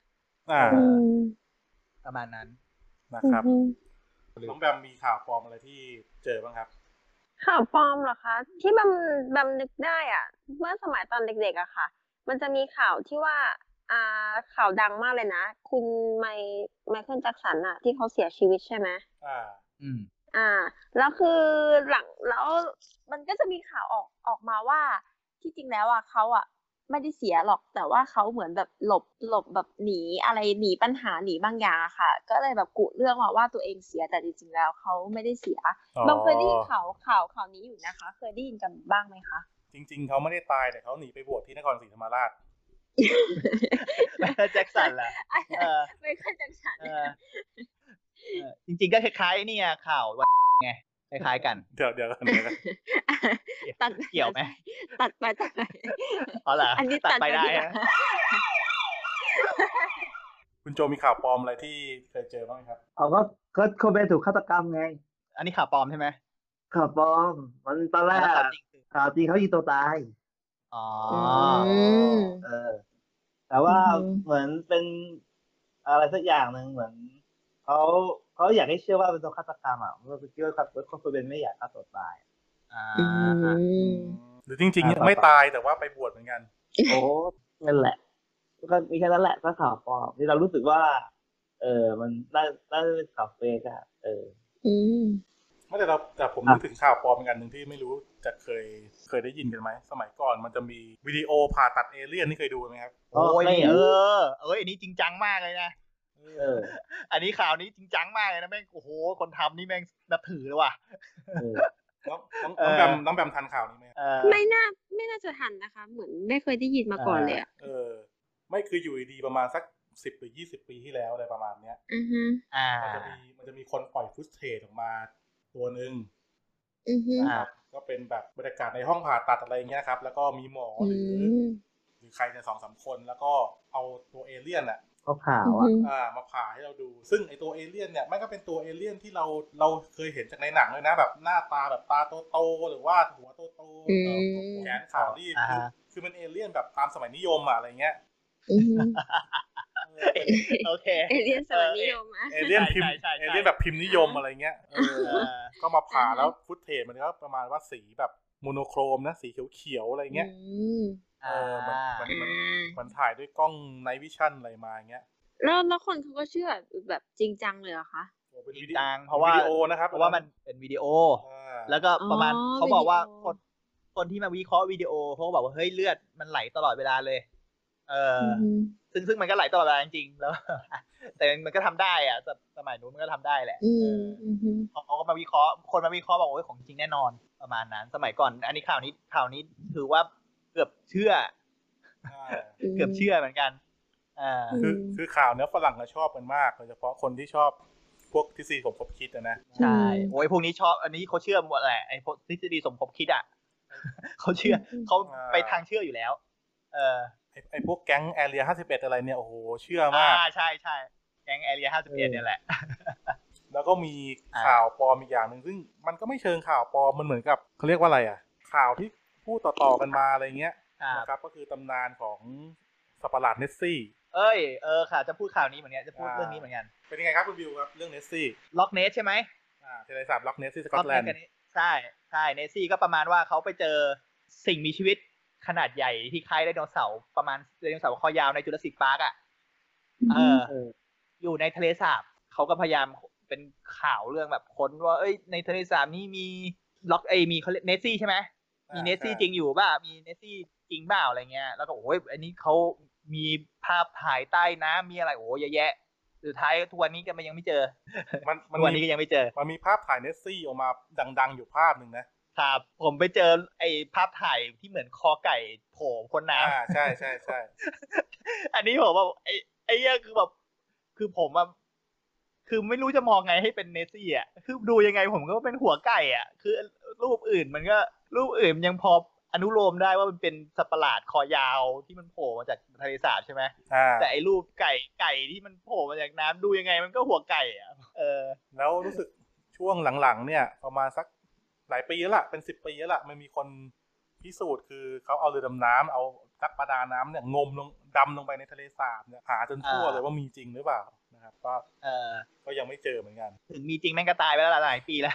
ประมาณนั้นนะครับน้องแบมมีข่าวปลอมอะไรที่เจอบ้างครับข่าวปลอมเหรอคะที่แบมนึกได้อ่ะเมื่อสมัยตอนเด็กๆอะค่ะมันจะมีข่าวที่ว่าข่าวดังมากเลยนะคุณไมเคิลแจ็คสันอะที่เขาเสียชีวิตใช่ไหมแล้วคือหลังแล้วมันก็จะมีข่าวออกมาว่าที่จริงแล้วอะเขาอะไม่ได้เสียหรอกแต่ว่าเขาเหมือนแบบหลบแบบหนีปัญหาหนีบางอย่างอะค่ะก็เลยแบบกุเรื่องว่าตัวเองเสียแต่จริงๆแล้วเขาไม่ได้เสียบางเคยได้ยินข่าวนี้อยู่นะคะเคยได้ยินกันบ้างไหมคะจริงๆเขาไม่ได้ตายแต่เขาหนีไปบวชที่นครศรีธรรมราชแจ็คสันล่ะไม่ค่อยแจ็คสันจริงๆก็คล้ายๆนี่ข่าวไงคล้ายๆกันเดี๋ยวกันตัดเกี่ยวไหมตัดไปอ๋อเหรออันนี้ตัดไปได้คุณโจมีข่าวปลอมอะไรที่เคยเจอบ้างครับก็โคเบถูกฆาตกรรมไงอันนี้ข่าวปลอมใช่ไหมข่าวปลอมมันตอนแรกข่าวจริงเขายิงตัวตายแต่ว่าเหมือนเป็นอะไรสักอย่างหนึ่งเหมือนเขาอยากให้เชื่อว่าเป็นตัวฆาตกรรมเมื่อคิดว่าคนเป็นไม่อยากฆ่าตัวตายหรือจริงๆไม่ตายแต่ว่าไปบวชเหมือนกันโอ้นั่นแหละก็มีแค่นั้นแหละก็ข่าวปลอมที่เรารู้สึกว่ามันได้เป็นข่าวเฟกไม่แต่ผมนึกถึงข่าวปลอมอีกอันหนึ่งที่ไม่รู้จะเคยได้ยินกันไหมสมัยก่อนมันจะมีวิดีโอผ่าตัดเอเลี่ยนนี่เคยดูไหมครับโอ้ยอันนี้จริงจังมากเลยนะอันนี้ข่าวนี้จริงจังมากเลยนะแม่งโอ้โหคนทำนี่แม่งนับถือเลยว่ะน้องแบมทันข่าวนี้ไหมไม่น่าจะทันนะคะเหมือนไม่เคยได้ยินมาก่อนเลยไม่คืออยู่ดีประมาณสัก10 หรือ 20 ปีที่แล้วอะไรประมาณเนี้ยมันจะมีคนปล่อยฟุตเทจออกมาตัวนึงก็เป็นแบบบรรยากาศในห้องผ่าตัดอะไรอย่างเงี้ยครับแล้วก็มีหมอหรือใครเนี่ย2-3 คนแล้วก็เอาตัวเอเลี่ยนเขาผ่ามาผ่าให้เราดูซึ่งไอตัวเอเลี่ยนเนี่ยมันก็เป็นตัวเอเลี่ยนที่เราเคยเห็นจากในหนังเลยนะแบบหน้าตาแบบตาโตๆหรือว่าหัวโตๆแขนขาลีบคือมันเอเลี่ยนแบบตามสมัยนิยมอะไรเงี้ยโอเคเอเลี่ยนสมัยนิยมเอเลี่ยนพิมพ์เอเลี่ยนแบบพิมพ์นิยมอะไรเงี้ยก็มาผ่าแล้วฟุตเทจมันก็ประมาณว่าสีแบบโมโนโครมนะสีเขียวๆอะไรเงี้ยมันถ่ายด้วยกล้องไนท์วิชั่นอะไรมาเงี้ยแล้วคนเขาก็เชื่อแบบจริงจังเลยเหรอคะจริงจังเพราะว่าวิดีโอนะครับเพราะว่ามันเป็นวิดีโอแล้วก็ประมาณเขาบอกว่าคนที่มาวิเคราะห์วิดีโอเขาบอกว่าเฮ้ยเลือดมันไหลตลอดเวลาเลยซึ่งมันก็ไหลตลอดเวลาจริงๆแล้วแต่มันก็ทำได้อ่ะสมัยนู้นมันก็ทำได้แหละเขาก็มาวิเคราะห์คนมาวิเคราะห์บอกว่าของจริงแน่นอนประมาณนั้นสมัยก่อนอันนี้ข่าวนี้ถือว่าเกือบเชื่อเหมือนกันคือข่าวเนี้ยฝรั่งก็ชอบกันมากโดยเฉพาะคนที่ชอบพวกทฤษฎีสมคบคิดนะใช่โอ้ยพวกนี้ชอบอันนี้เขาเชื่อหมดแหละไอ้พวกทฤษฎีสมคบคิดเขาเชื่อเขาไปทางเชื่ออยู่แล้วไอ้พวกแก๊งแอเรีย51อะไรเนี่ยโอ้โหเชื่อมากใช่แก๊งแอเรีย51เนี่ยแหละแล้วก็มีข่าวปลอมอีกอย่างนึงซึ่งมันก็ไม่เชิงข่าวปลอมมันเหมือนกับเขาเรียกว่าอะไรข่าวที่พูดต่อๆกันมาอะไรเงี้ยนะครับก็คือตำนานของสัตว์ประหลาดเนสซี่ค่ะจะพูดข่าวนี้เหมือนกันจะพูดเรื่องนี้เหมือนกันเป็นยังไงครับคุณบิวครับเรื่องเนสซี่ล็อกเนสใช่ไหมทะเลสาบล็อกเนสที่สกอตแลนด์ใช่เนสซี่ก็ประมาณว่าเขาไปเจอสิ่งมีชีวิตขนาดใหญ่ที่คล้ายไดโนเสาร์ประมาณไดโนเสาร์คอยาวในจูราสสิคพาร์คอ่ะอยู่ในทะเลสาบเขาก็พยายามเป็นข่าวเรื่องแบบค้นว่าเอ้ยในทะเลสาบนี้มีล็อกมีเขาเรียกเนสซี่ใช่ไหมมีเนสซี่จริงอยู่ป่ะมีเนสซี่จริงเปล่าอะไรเงี้ยแล้วก็โอ้ยอันนี้เขามีภาพถ่ายใต้น้ำมีอะไรโอ้เยอะแยะสุดท้ายทุกวันนี้ก็ยังไม่เจอทุกวันนี้ก็ยังไม่เจอมันมีภาพถ่ายเนสซี่ออกมาดังๆอยู่ภาพหนึ่งนะครับผมไปเจอไอ้ภาพถ่ายที่เหมือนคอไก่โผล่พ้นน้ำใช่ใช่ใช่อันนี้ผมว่าไอ้เนี้ยคือแบบคือผมอะคือไม่รู้จะมองไงให้เป็นเนสซี่อ่ะคือดูยังไงผมก็เป็นหัวไก่อ่ะคือรูปอื่นมันก็รูปอื่นยังพออนุโลมได้ว่ามันเป็นสัตว์ประหลาดคอยาวที่มันโผล่มาจากทะเลสาบใช่ไหมแต่ไอ้รูปไก่ที่มันโผล่มาจากน้ำดูยังไงมันก็หัวไก่อ่ะแล้วรู้สึกช่วงหลังๆเนี่ยประมาณสักหลายปีแล้วล่ะเป็น10 ปีแล้วล่ะมันมีคนพิสูจน์คือเขาเอาเรือดำน้ำเอานักประดาน้ำเนี่ยงมลงดำลงไปในทะเลสาบเนี่ยหาจนทั่วเลยว่ามีจริงหรือเปล่านะครับก็ยังไม่เจอเหมือนกันถึงมีจริงแม่งก็ตายไปแล้วหลายปีแล้ว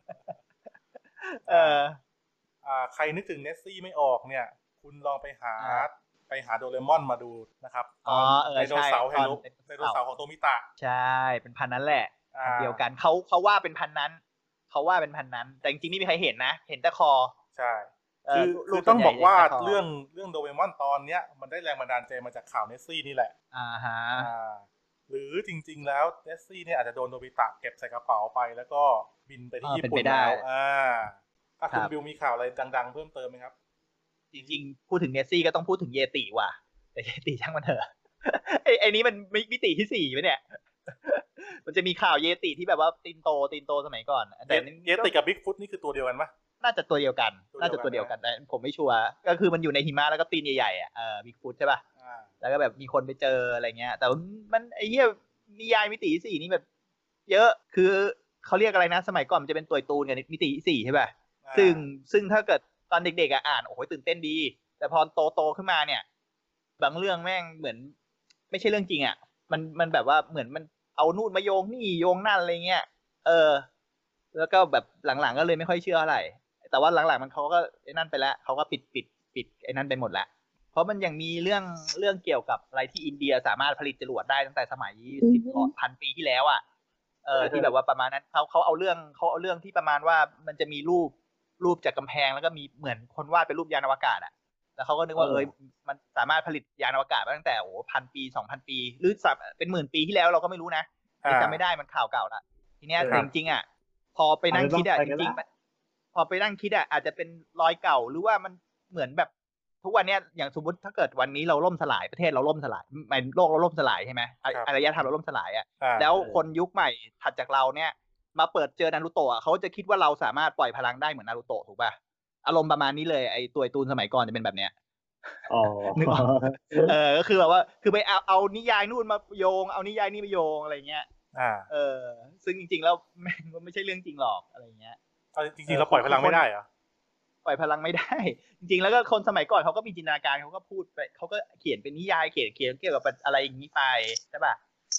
ใครนึกถึงเนสซี่ไม่ออกเนี่ยคุณลองไปหาโดเรมอนมาดูนะครับไดโนเสาร์ไดโนเสาร์ของโตมิตะใช่เป็นพันนั้นแหละเดียวกันเขาว่าเป็นพันนั้นแต่จริงๆไม่มีใครเห็นนะเห็นแต่คอใช่คือต้องบอกว่าเรื่องโดเรมอนตอนเนี้ยมันได้แรงบันดาลใจมาจากข่าวเนสซี่นี่แหละหรือจริงๆแล้วเนสซี่เนี่ยอาจจะโดนโนบิตะเก็บใส่กระเป๋าไปแล้วก็บินไปที่ญี่ปุ่นแล้วคุณบิวมีข่าวอะไรดังๆเพิ่มเติมไหมครับจริงๆพูดถึงเนสซี่ก็ต้องพูดถึงเยติว่ะแต่เยติช่างมันเถอะไอ้นี้มันมิติที่4มั้ยเนี่ยมันจะมีข่าวเยติที่แบบว่าตีนโตสมัยก่อนแต่เยติกับบิ๊กฟุตนี่คือตัวเดียวกันปะน่าจะตัวเดียวกันแต่ผมไม่ชัวร์ก็คือมันอยู่ในหิมะแล้วก็ตีนใหญ่ๆอ่ะบิ๊กฟุตใช่ป่ะแล้วก็แบบมีคนไปเจออะไรเงี้ยแต่มันไอ้เหี้ยนิยายมิติที่4นี่แบบเยอะคือเขาเรียกอะไรนะสมัยก่อนมันจะเป็นตัวตูนกับมิติที่4ใช่ป่ะซึ่งถ้าเกิดตอนเด็กๆอ่านโอ้โหตื่นเต้นดีแต่พอโตขึ้นมาเนี่ยบางเรื่องแม่งเหมือนไม่ใช่เรื่องจริงอ่ะมันแบบว่าเหมือนมันเอานู่นมาโยงนี่โยงนั่นอะไรเงี้ยแล้วก็แบบหลังๆก็เลยไม่ค่อยเชื่ออะไรแต่ว่าหลังๆมันเขาก็ไอ้นั่นไปแล้วเขาก็ปิดไอ้นั่นไปหมดแล้วเพราะมันยังมีเรื่องเกี่ยวกับอะไรที่อินเดียสามารถผลิตจรวดได้ตั้งแต่สมัย10,000 ปีที่แล้วอ่ะที่แบบว่าประมาณนั้นเขาเอาเรื่องที่ประมาณว่ามันจะมีรูปจากกำแพงแล้วก็มีเหมือนคนวาดเป็นรูปยานอวกาศอ่ะแล้วเขาก็นึกว่ามันสามารถผลิตยานอวกาศมาตั้งแต่1,000 ปี 2,000 ปีหรือเป็นหมื่นปีที่แล้วเราก็ไม่รู้นะจำไม่ได้มันข่าวเก่าละทีเนี้ยจริงๆอ่ะพอไปนั่งคิดอ่ะจริงๆพอไปนั่งคิดอ่ะอาจจะเป็นรอยเก่าหรือว่ามันเหมือนแบบทุกวันเนี้ยอย่างสมมติถ้าเกิดวันนี้เราล่มสลายประเทศเราล่มสลายโลกเราล่มสลายใช่ไหมอารยธรรมเราล่มสลายอ่ะแล้วคนยุคใหม่ถัดจากเราเนี่ยมาเปิดเจอนารูโตะเขาจะคิดว่าเราสามารถปล่อยพลังได้เหมือนนารูโตะถูกป่ะอารมณ์ประมาณนี้เลยไอ้ตัวตูนสมัยก่อนจะเป็นแบบเนี้ยนึกออกก็คือแบบว่าคือไปเอานิยายนู่นมาโยงเอานิยายนี่มาโยงอะไรเงี้ยซึ่งจริงๆแล้วมันไม่ใช่เรื่องจริงหรอกอะไรเงี้ยจริงๆเราปล่อยพลังไม่ได้เหรอปล่อยพลังไม่ได้จริงๆแล้วก็คนสมัยก่อนเขาก็มีจินตนาการเขาก็พูดไปเขาก็เขียนเป็นนิยายเขียนเกี่ยวกับอะไรอย่างนี้ไปใช่ป่ะ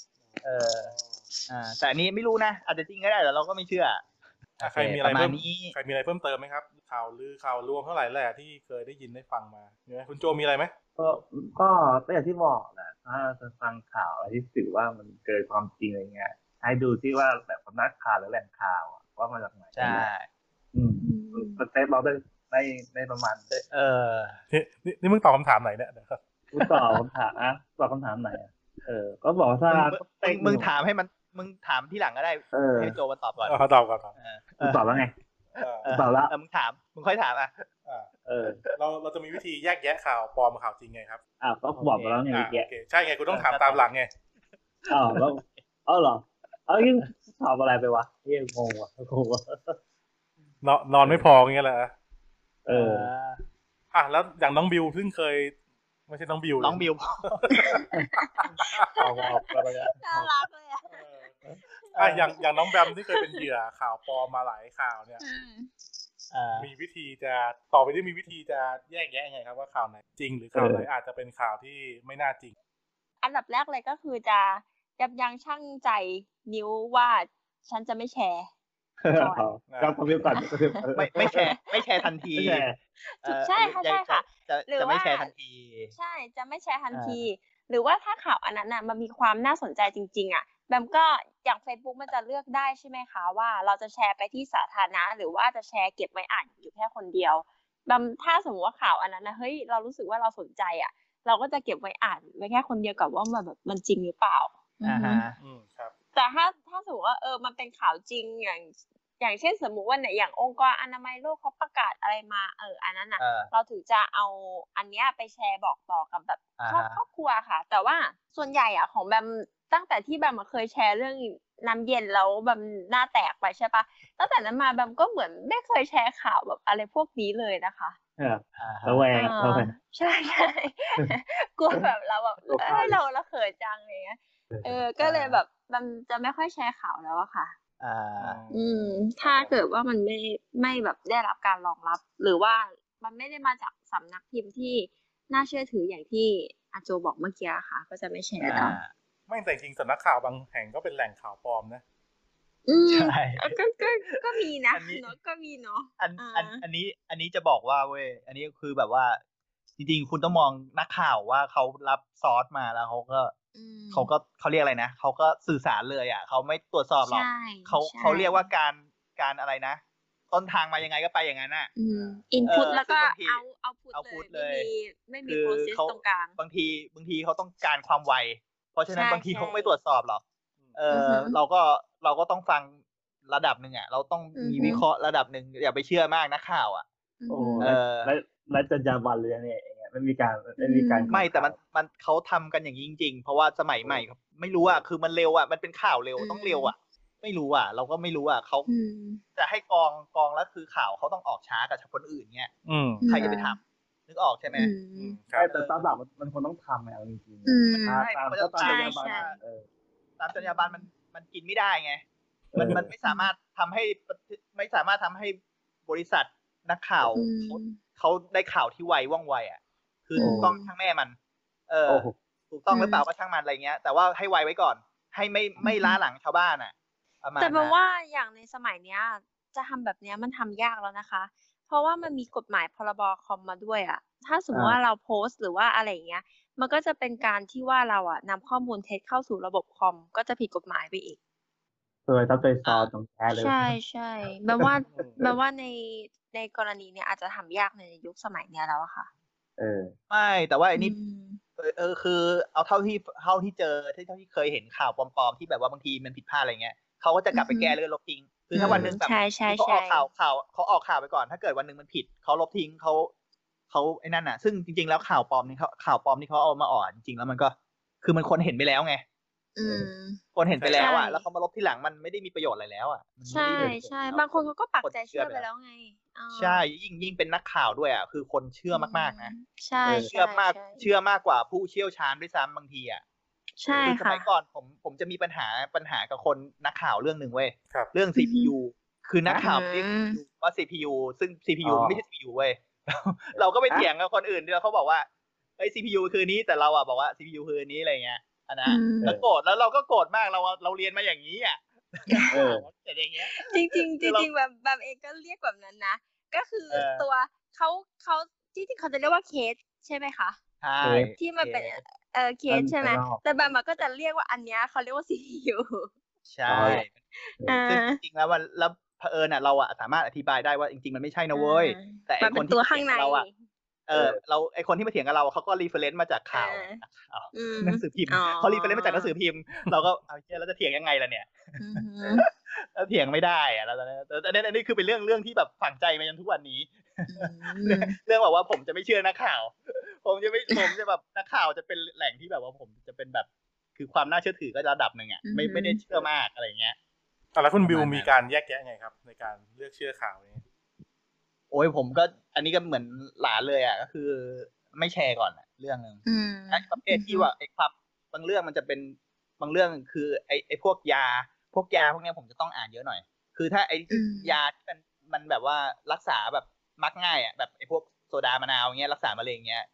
แต่อันนี้ไม่รู้นะอาจจะจริงก็ได้แต่เราก็ไม่เชื่อใครมีอะไรเพิ่มเติมไหมครับข่าวลือข่าวลวงเท่าไหร่แหละที่เคยได้ยินได้ฟังมามีไหมคุณโจมีอะไรไหมก็อย่างที่บอกแหละถ้าจะฟังข่าวอะไรที่สื่อว่ามันเกิดความจริงอะไรเงี้ยให้ดูที่ว่าแบบสำนักข่าวหรือแหล่งข่าวว่ามาจากไหนใช่สเตปเราได้ประมาณนี่มึงตอบคำถามไหนเนี่ยกูตอบคำถามไหนก็บอกถ้ามึงถามให้มันมึงถามที่หลังก็ได้ให้โจมาตอบก่อนตอบก่อนกูตอบแล้วไงตอบแล้วมึงค่อยถามเราจะมีวิธีแยกแยะข่าวปลอมกับข่าวจริงไงครับก็บอกไปแล้วไงใช่ไงกูต้องถามตามหลังไงแล้วเหรอยิ่งตอบอะไรไปวะยังงงว่ะนอนไม่พออย่างเงี้ยแหละแล้วอย่างน้องบิวเพิ่งเคยไม่ใช่น้องบิวน้องบิวน่ารักเลยอย่างน้องแบมที่เคยเป็นเหยื่อข่าวปลอมมาหลายข่าวเนี่ยมีวิธีจะต่อไปที่มีวิธีจะแยกแยะไงครับว่าข่าวไหนจริงหรือข่าวไหนอาจจะเป็นข่าวที่ไม่น่าจริงอันดับแรกเลยก็คือจะยับยั้งชั่งใจนิ้วว่าฉันจะไม่แชร์ก่อนเราทำเดียวกันไม่แชร์ทันทีไม่แชร์ใช่ค่ะใช่ค่ะ หรือจะไม่ว่าแชร์ทันทีใช่จะไม่แชร์ทันที หรือว่าถ้าข่าวอันนั้นน่ะมันมีความน่าสนใจจริงๆอ่ะแบมก็อย่าง Facebook มันจะเลือกได้ใช่ไหมคะว่าเราจะแชร์ไปที่สาธารณะหรือว่าจะแชร์เก็บไว้อ่านอยู่แค่คนเดียวแบมถ้าสมมติว่าข่าวอันนั้นนะเฮ้ยเรารู้สึกว่าเราสนใจอ่ะเราก็จะเก็บไว้อ่านไว้แค่คนเดียวกับว่ามันแบบมันจริงหรือเปล่าครับแต่ถ้าสมมติว่ามันเป็นข่าวจริงอย่างเช่นสมมุติว่าเนี่ยอย่างองค์กรอนามัยโลกเขาประกาศอะไรมาอันนั้นน่ะเราถึงจะเอาอันเนี้ยไปแชร์บอกต่อกับแบบครอบครัวค่ะ แต่ว่าส่วนใหญ่อ่ะของแบมตั้งแต่ที่แบมเคยแชร์เรื่องน้ำเย็นแล้วแบมหน้าแตกไปใช่ปะตั้งแต่นั้นมาแบมก็เหมือนไม่เคยแชร์ข่าวแบบอะไรพวกนี้เลยนะคะระแวงใช่ กลัวแบบเราแบบเราเขินจังอะไรเงี้ยก็เลยแบบมันจะไม่ค่อยแชร์ข่าวแล้วอะค่ะถ้าเกิดว่ามันไม่แบบได้รับการรองรับ หรือว่ามันไม่ได้มาจากสำนักพิมพ์ที่น่าเชื่อถืออย่างที่อาโจบอกเมื่อกี้ค่ะก็จะไม่แชร์แล้วไม่แต่จริงสำนักข่าวบางแห่งก็เป็นแหล่งข่าวปลอมนะใช่ก็มีนะเนาะก็มีเนาะอันนี้จะบอกว่าเว้ยอันนี้คือแบบว่าจริงๆคุณต้องมองนักข่าวว่าเขารับซอสมาแล้วเขาเรียกอะไรนะเขาก็สื่อสารเลยอ่ะเขาไม่ตรวจสอบหรอกเขาเรียกว่าการอะไรนะต้นทางมายังไงก็ไปอย่างนั้นน่ะอินพุตแล้วก็เอาพุตเลยไม่มี process ตรงกลางบางทีเขาต้องการความไวเพราะฉะนั้นบางทีเขาไม่ตรวจสอบหรอกเราก็ต้องฟังระดับหนึ่งอ่ะเราต้องมีวิเคราะห์ระดับหนึ่งอย่าไปเชื่อมากนักข่าวอ่ะแล้วจรรยาบรรณเลยเนี่ยไม่มีการไม่แต่มันเขาทำกันอย่างนี้จริงๆเพราะว่าสมัยใหม่ไม่รู้อ่ะคือมันเร็วอ่ะมันเป็นข่าวเร็วต้องเร็วอ่ะไม่รู้อ่ะเราก็ไม่รู้อ่ะเขาจะให้กองแล้วคือข่าวเขาต้องออกช้ากับคนอื่นเงี้ยใครจะไปทำนึกออกใช่ไหมใช่แต่ตามหลักมันควรต้องทำไงเอาจริงๆตามจรรยาบรรณตามจรรยาบรรณมันกินไม่ได้ไงมันไม่สามารถทำให้บริษัทนักข่าวเขาได้ข่าวที่ไวว่องไวอ่ะคือถูกต้องทั้งแม่มันถูกต้องหรือเปล่าก็ช่างมันอะไรเงี้ยแต่ว่าให้ไวไว้ก่อนให้ไม่ล้าหลังชาวบ้านอ่ะแต่แปลว่าอย่างในสมัยเนี้ยจะทำแบบเนี้ยมันทำยากแล้วนะคะเพราะว่ามันมีกฎหมายพรบคอมมาด้วยอ่ะถ้าสมมติว่าเราโพสต์หรือว่าอะไรอย่างเงี้ยมันก็จะเป็นการที่ว่าเราอ่ะนำข้อมูลเท็จเข้าสู่ระบบคอมก็จะผิดกฎหมายไปอีกถ้าไปซอตรงแท้เลยใช่แปลว่าในกรณีเนี้ยอาจจะทำยากในยุคสมัยเนี้ยแล้วอะค่ะไม่แต่ว่าอันนี้คือเอาเท่าที่เจอเท่าที่เคยเห็นข่าวปลอมๆที่แบบว่าบางทีมันผิดพลาดอะไรเงี้ยเขาก็จะกลับไปแก้เรื่องลบทิ้งคือถ้าวันนึงแบบเขาออกข่าวเขาออกข่าวไปก่อนถ้าเกิดวันนึงมันผิดเขาลบทิ้งเขาไอ้นั่นน่ะซึ่งจริงๆแล้วข่าวปลอมนี่เขาเอามาอ่อนจริงๆแล้วมันก็คือมันคนเห็นไปแล้วไงคนเห็นไปแล้วอ่ะแล้วเขามาลบที่หลังมันไม่ได้มีประโยชน์อะไรแล้วอ่ะใช่บางคนเขาก็ปักใจเชื่อไปแล้วไงใช่ยิ่งเป็นนักข่าวด้วยอ่ะคือคนเชื่อมากๆนะใช่เชื่อมากกว่าผู้เชี่ยวชาญด้วยซ้ำบางทีอ่ะใช่ค่ะสมัยก่อนผมจะมีปัญหากับคนนักข่าวเรื่องนึงเว้ยเรื่อง CPU คือนักข่าวเรียกว่า CPU ซึ่ง CPU ไม่ใช่ CPU เว้ยเราก็ไปเถียงกับคนอื่นที่เขาบอกว่าไอ้ CPU คือนี้แต่เราอ่ะบอกว่า CPU คือนี้อะไรเงี้ยนะแล้วโกรธแล้วเราก็โกรธมากเราเรียนมาอย่างนี้อ่ะแต่อย่างเงี้ยจริงแบบเองก็เรียกแบบนั้นนะก็คือตัวเขาที่เขาจะเรียกว่าเคสใช่ไหมคะใช่ที่มันเป็นเคสใช่ไหมแต่แบบมันก็จะเรียกว่าอันเนี้ยเขาเรียกว่า CPU ใช่ซึ่งจริงๆแล้วเผอิญอ่ะเราอ่ะสามารถอธิบายได้ว่าจริงๆมันไม่ใช่นะเว้ยแต่ไอคนที่ตัวข้างในเราอ่ะเราไอคนที่มาเถียงกับเราเขาก็รีเฟอเรนซ์มาจากข่าวหนังสือพิมพ์เขารีเฟอเรนซ์มาจากหนังสือพิมพ์เราก็เอาเจ๊แล้วจะเถียงยังไงล่ะเนี่ยแล้วเถียงไม่ได้อะแล้วอันนี้คือเป็นเรื่องที่แบบฝังใจมาจนทุกวันนี้เรื่องแบบว่าผมจะไม่เชื่อนักข่าวผมจะแบบนักข่าวจะเป็นแหล่งที่แบบว่าผมจะเป็นแบบคือความน่าเชื่อถือก็ระดับหนึ่งอ่ะไม่ได้เชื่อมากอะไรเงี้ยแล้วคุณบิวมีการแยกแยะไงครับในการเลือกเชื่อข่าวนี้โอ้ยผมก็อันนี้ก็เหมือนหลานเลยอ่ะก็คือไม่แชร์ก่อนเรื่องนึงไอ้ประเภทที่ว่าไอ้ความบางเรื่องมันจะเป็นบางเรื่องคือไอ้พวกยาพวกนี้ผมจะต้องอ่านเยอะหน่อยคือถ้าไอ้ยาที่มันแบบว่ารักษาแบบมักง่ายอ่ะแบบไอ้พวกโซดามะนาวเงี้ยรักษามะเร็งเงี้ย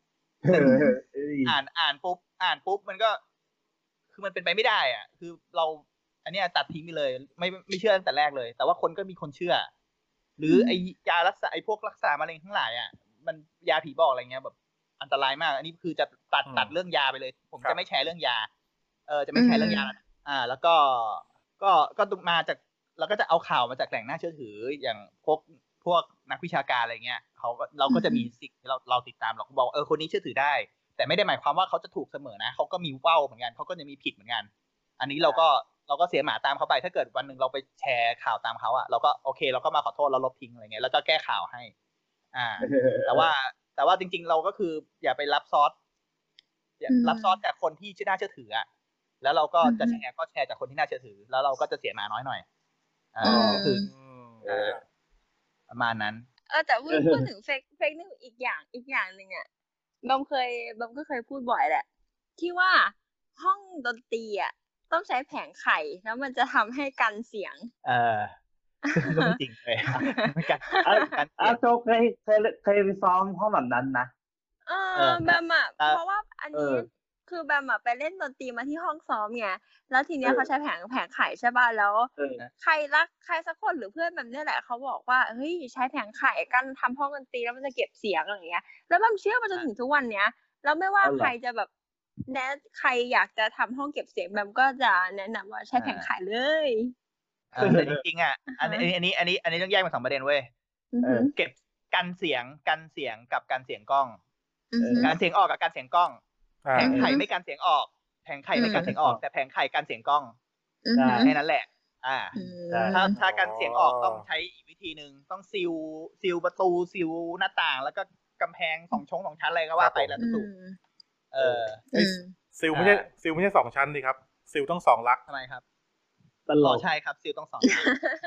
อ่านปุ๊บมันก็คือมันเป็นไปไม่ได้อ่ะคือเราอันนี้ตัดทิ้งไปเลยไม่เชื่อตั้งแต่แรกเลย แต่ว่าคนก็มีคนเชื่อ หรือไอยารักษาไอพวกรักษามะเร็งทั้งหลายอ่ะมันยาผีบอกอะไรเงี้ยแบบอันตรายมากอันนี้คือจะตัดเรื่องยาไปเลย ผมจะไม่แชร์เรื่องยาจะไม่แชร์เรื่องยาแล้วก็มาจากเราก็จะเอาข่าวมาจากแหล่งน่าเชื่อถืออย่างพวกนักวิชาการอะไรเงี้ยเราก็จะมีสิ่งที่เราติดตามเราก็บอกคนนี้เชื่อถือได้แต่ไม่ได้หมายความว่าเขาจะถูกเสมอนะเขาก็มีว่าวเหมือนกันเขาก็จะมีผิดเหมือนกันอันนี้เราก็เสียหมาตามเขาไปถ้าเกิดวันหนึ่งเราไปแชร์ข่าวตามเขาอ่ะเราก็โอเคเราก็มาขอโทษเราลบทิ้งอะไรเงี้ยแล้วก็แก้ข่าวให้แต่ว่าจริงๆเราก็คืออย่าไปรับซอสจากคนที่น่าเชื่อถืออ่ะแล้วเราก็จะแชร์จากคนที่น่าเชื่อถือแล้วเราก็จะเสียหมาน้อยหน่อยก็คือประมาณนั้นแต่พูดถึงเฟกนิวอีกอย่างนึงอ่ะบอมก็เคยพูดบ่อยแหละที่ว่าห้องดนตรีอ่ะต้องใช้แผงไข่แล้วมันจะทำให้กันเสียงก็ไม่จริงเลยโจเคยไปซ้อมห้องแบบนั้นนะแบมอ่ะเพราะว่าอันนี้คือแบมอ่ะไปเล่นดนตรีมาที่ห้องซ้อมไงแล้วทีเนี้ยเขาใช้แผงไข่ใช่ป่ะแล้วใครสักคนหรือเพื่อนแบบนี้แหละเขาบอกว่าเฮ้ยใช้แผงไข่กันทำห้องดนตรีแล้วมันจะเก็บเสียงอะไรอย่างเงี้ยแล้วแบมเชื่อมาจนถึงทุกวันเนี้ยแล้วไม่ว่าใครจะแบบใครอยากจะทำห้องเก็บเสียงแบมก็จะแนะนำว่าใช้แผงไข่เลยแต่จริงๆอ่ะอันนี้ต้องแยกเป็น2ประเด็นเว้ยเก็บกันเสียงกับการเสียงกล้องการเสียงออกกับการเสียงกล้องแผงไข่ไม่การเสียงออกแผงไข่ไม่การเสียงออกแต่แผงไข่การเสียงกล้องแค่นั้นแหละถ้าการเสียงออกต้องใช้อีกวิธีนึงต้องซิลประตูซิลหน้าต่างแล้วก็กำแพง2 ชั้นอะไรก็ว่าไปแล้วถูกซิลไม่ใช่2 ชั้นดิครับซิลต้อง2 ลักทำไมครับใช่ครับซิลต้อง2 ลัก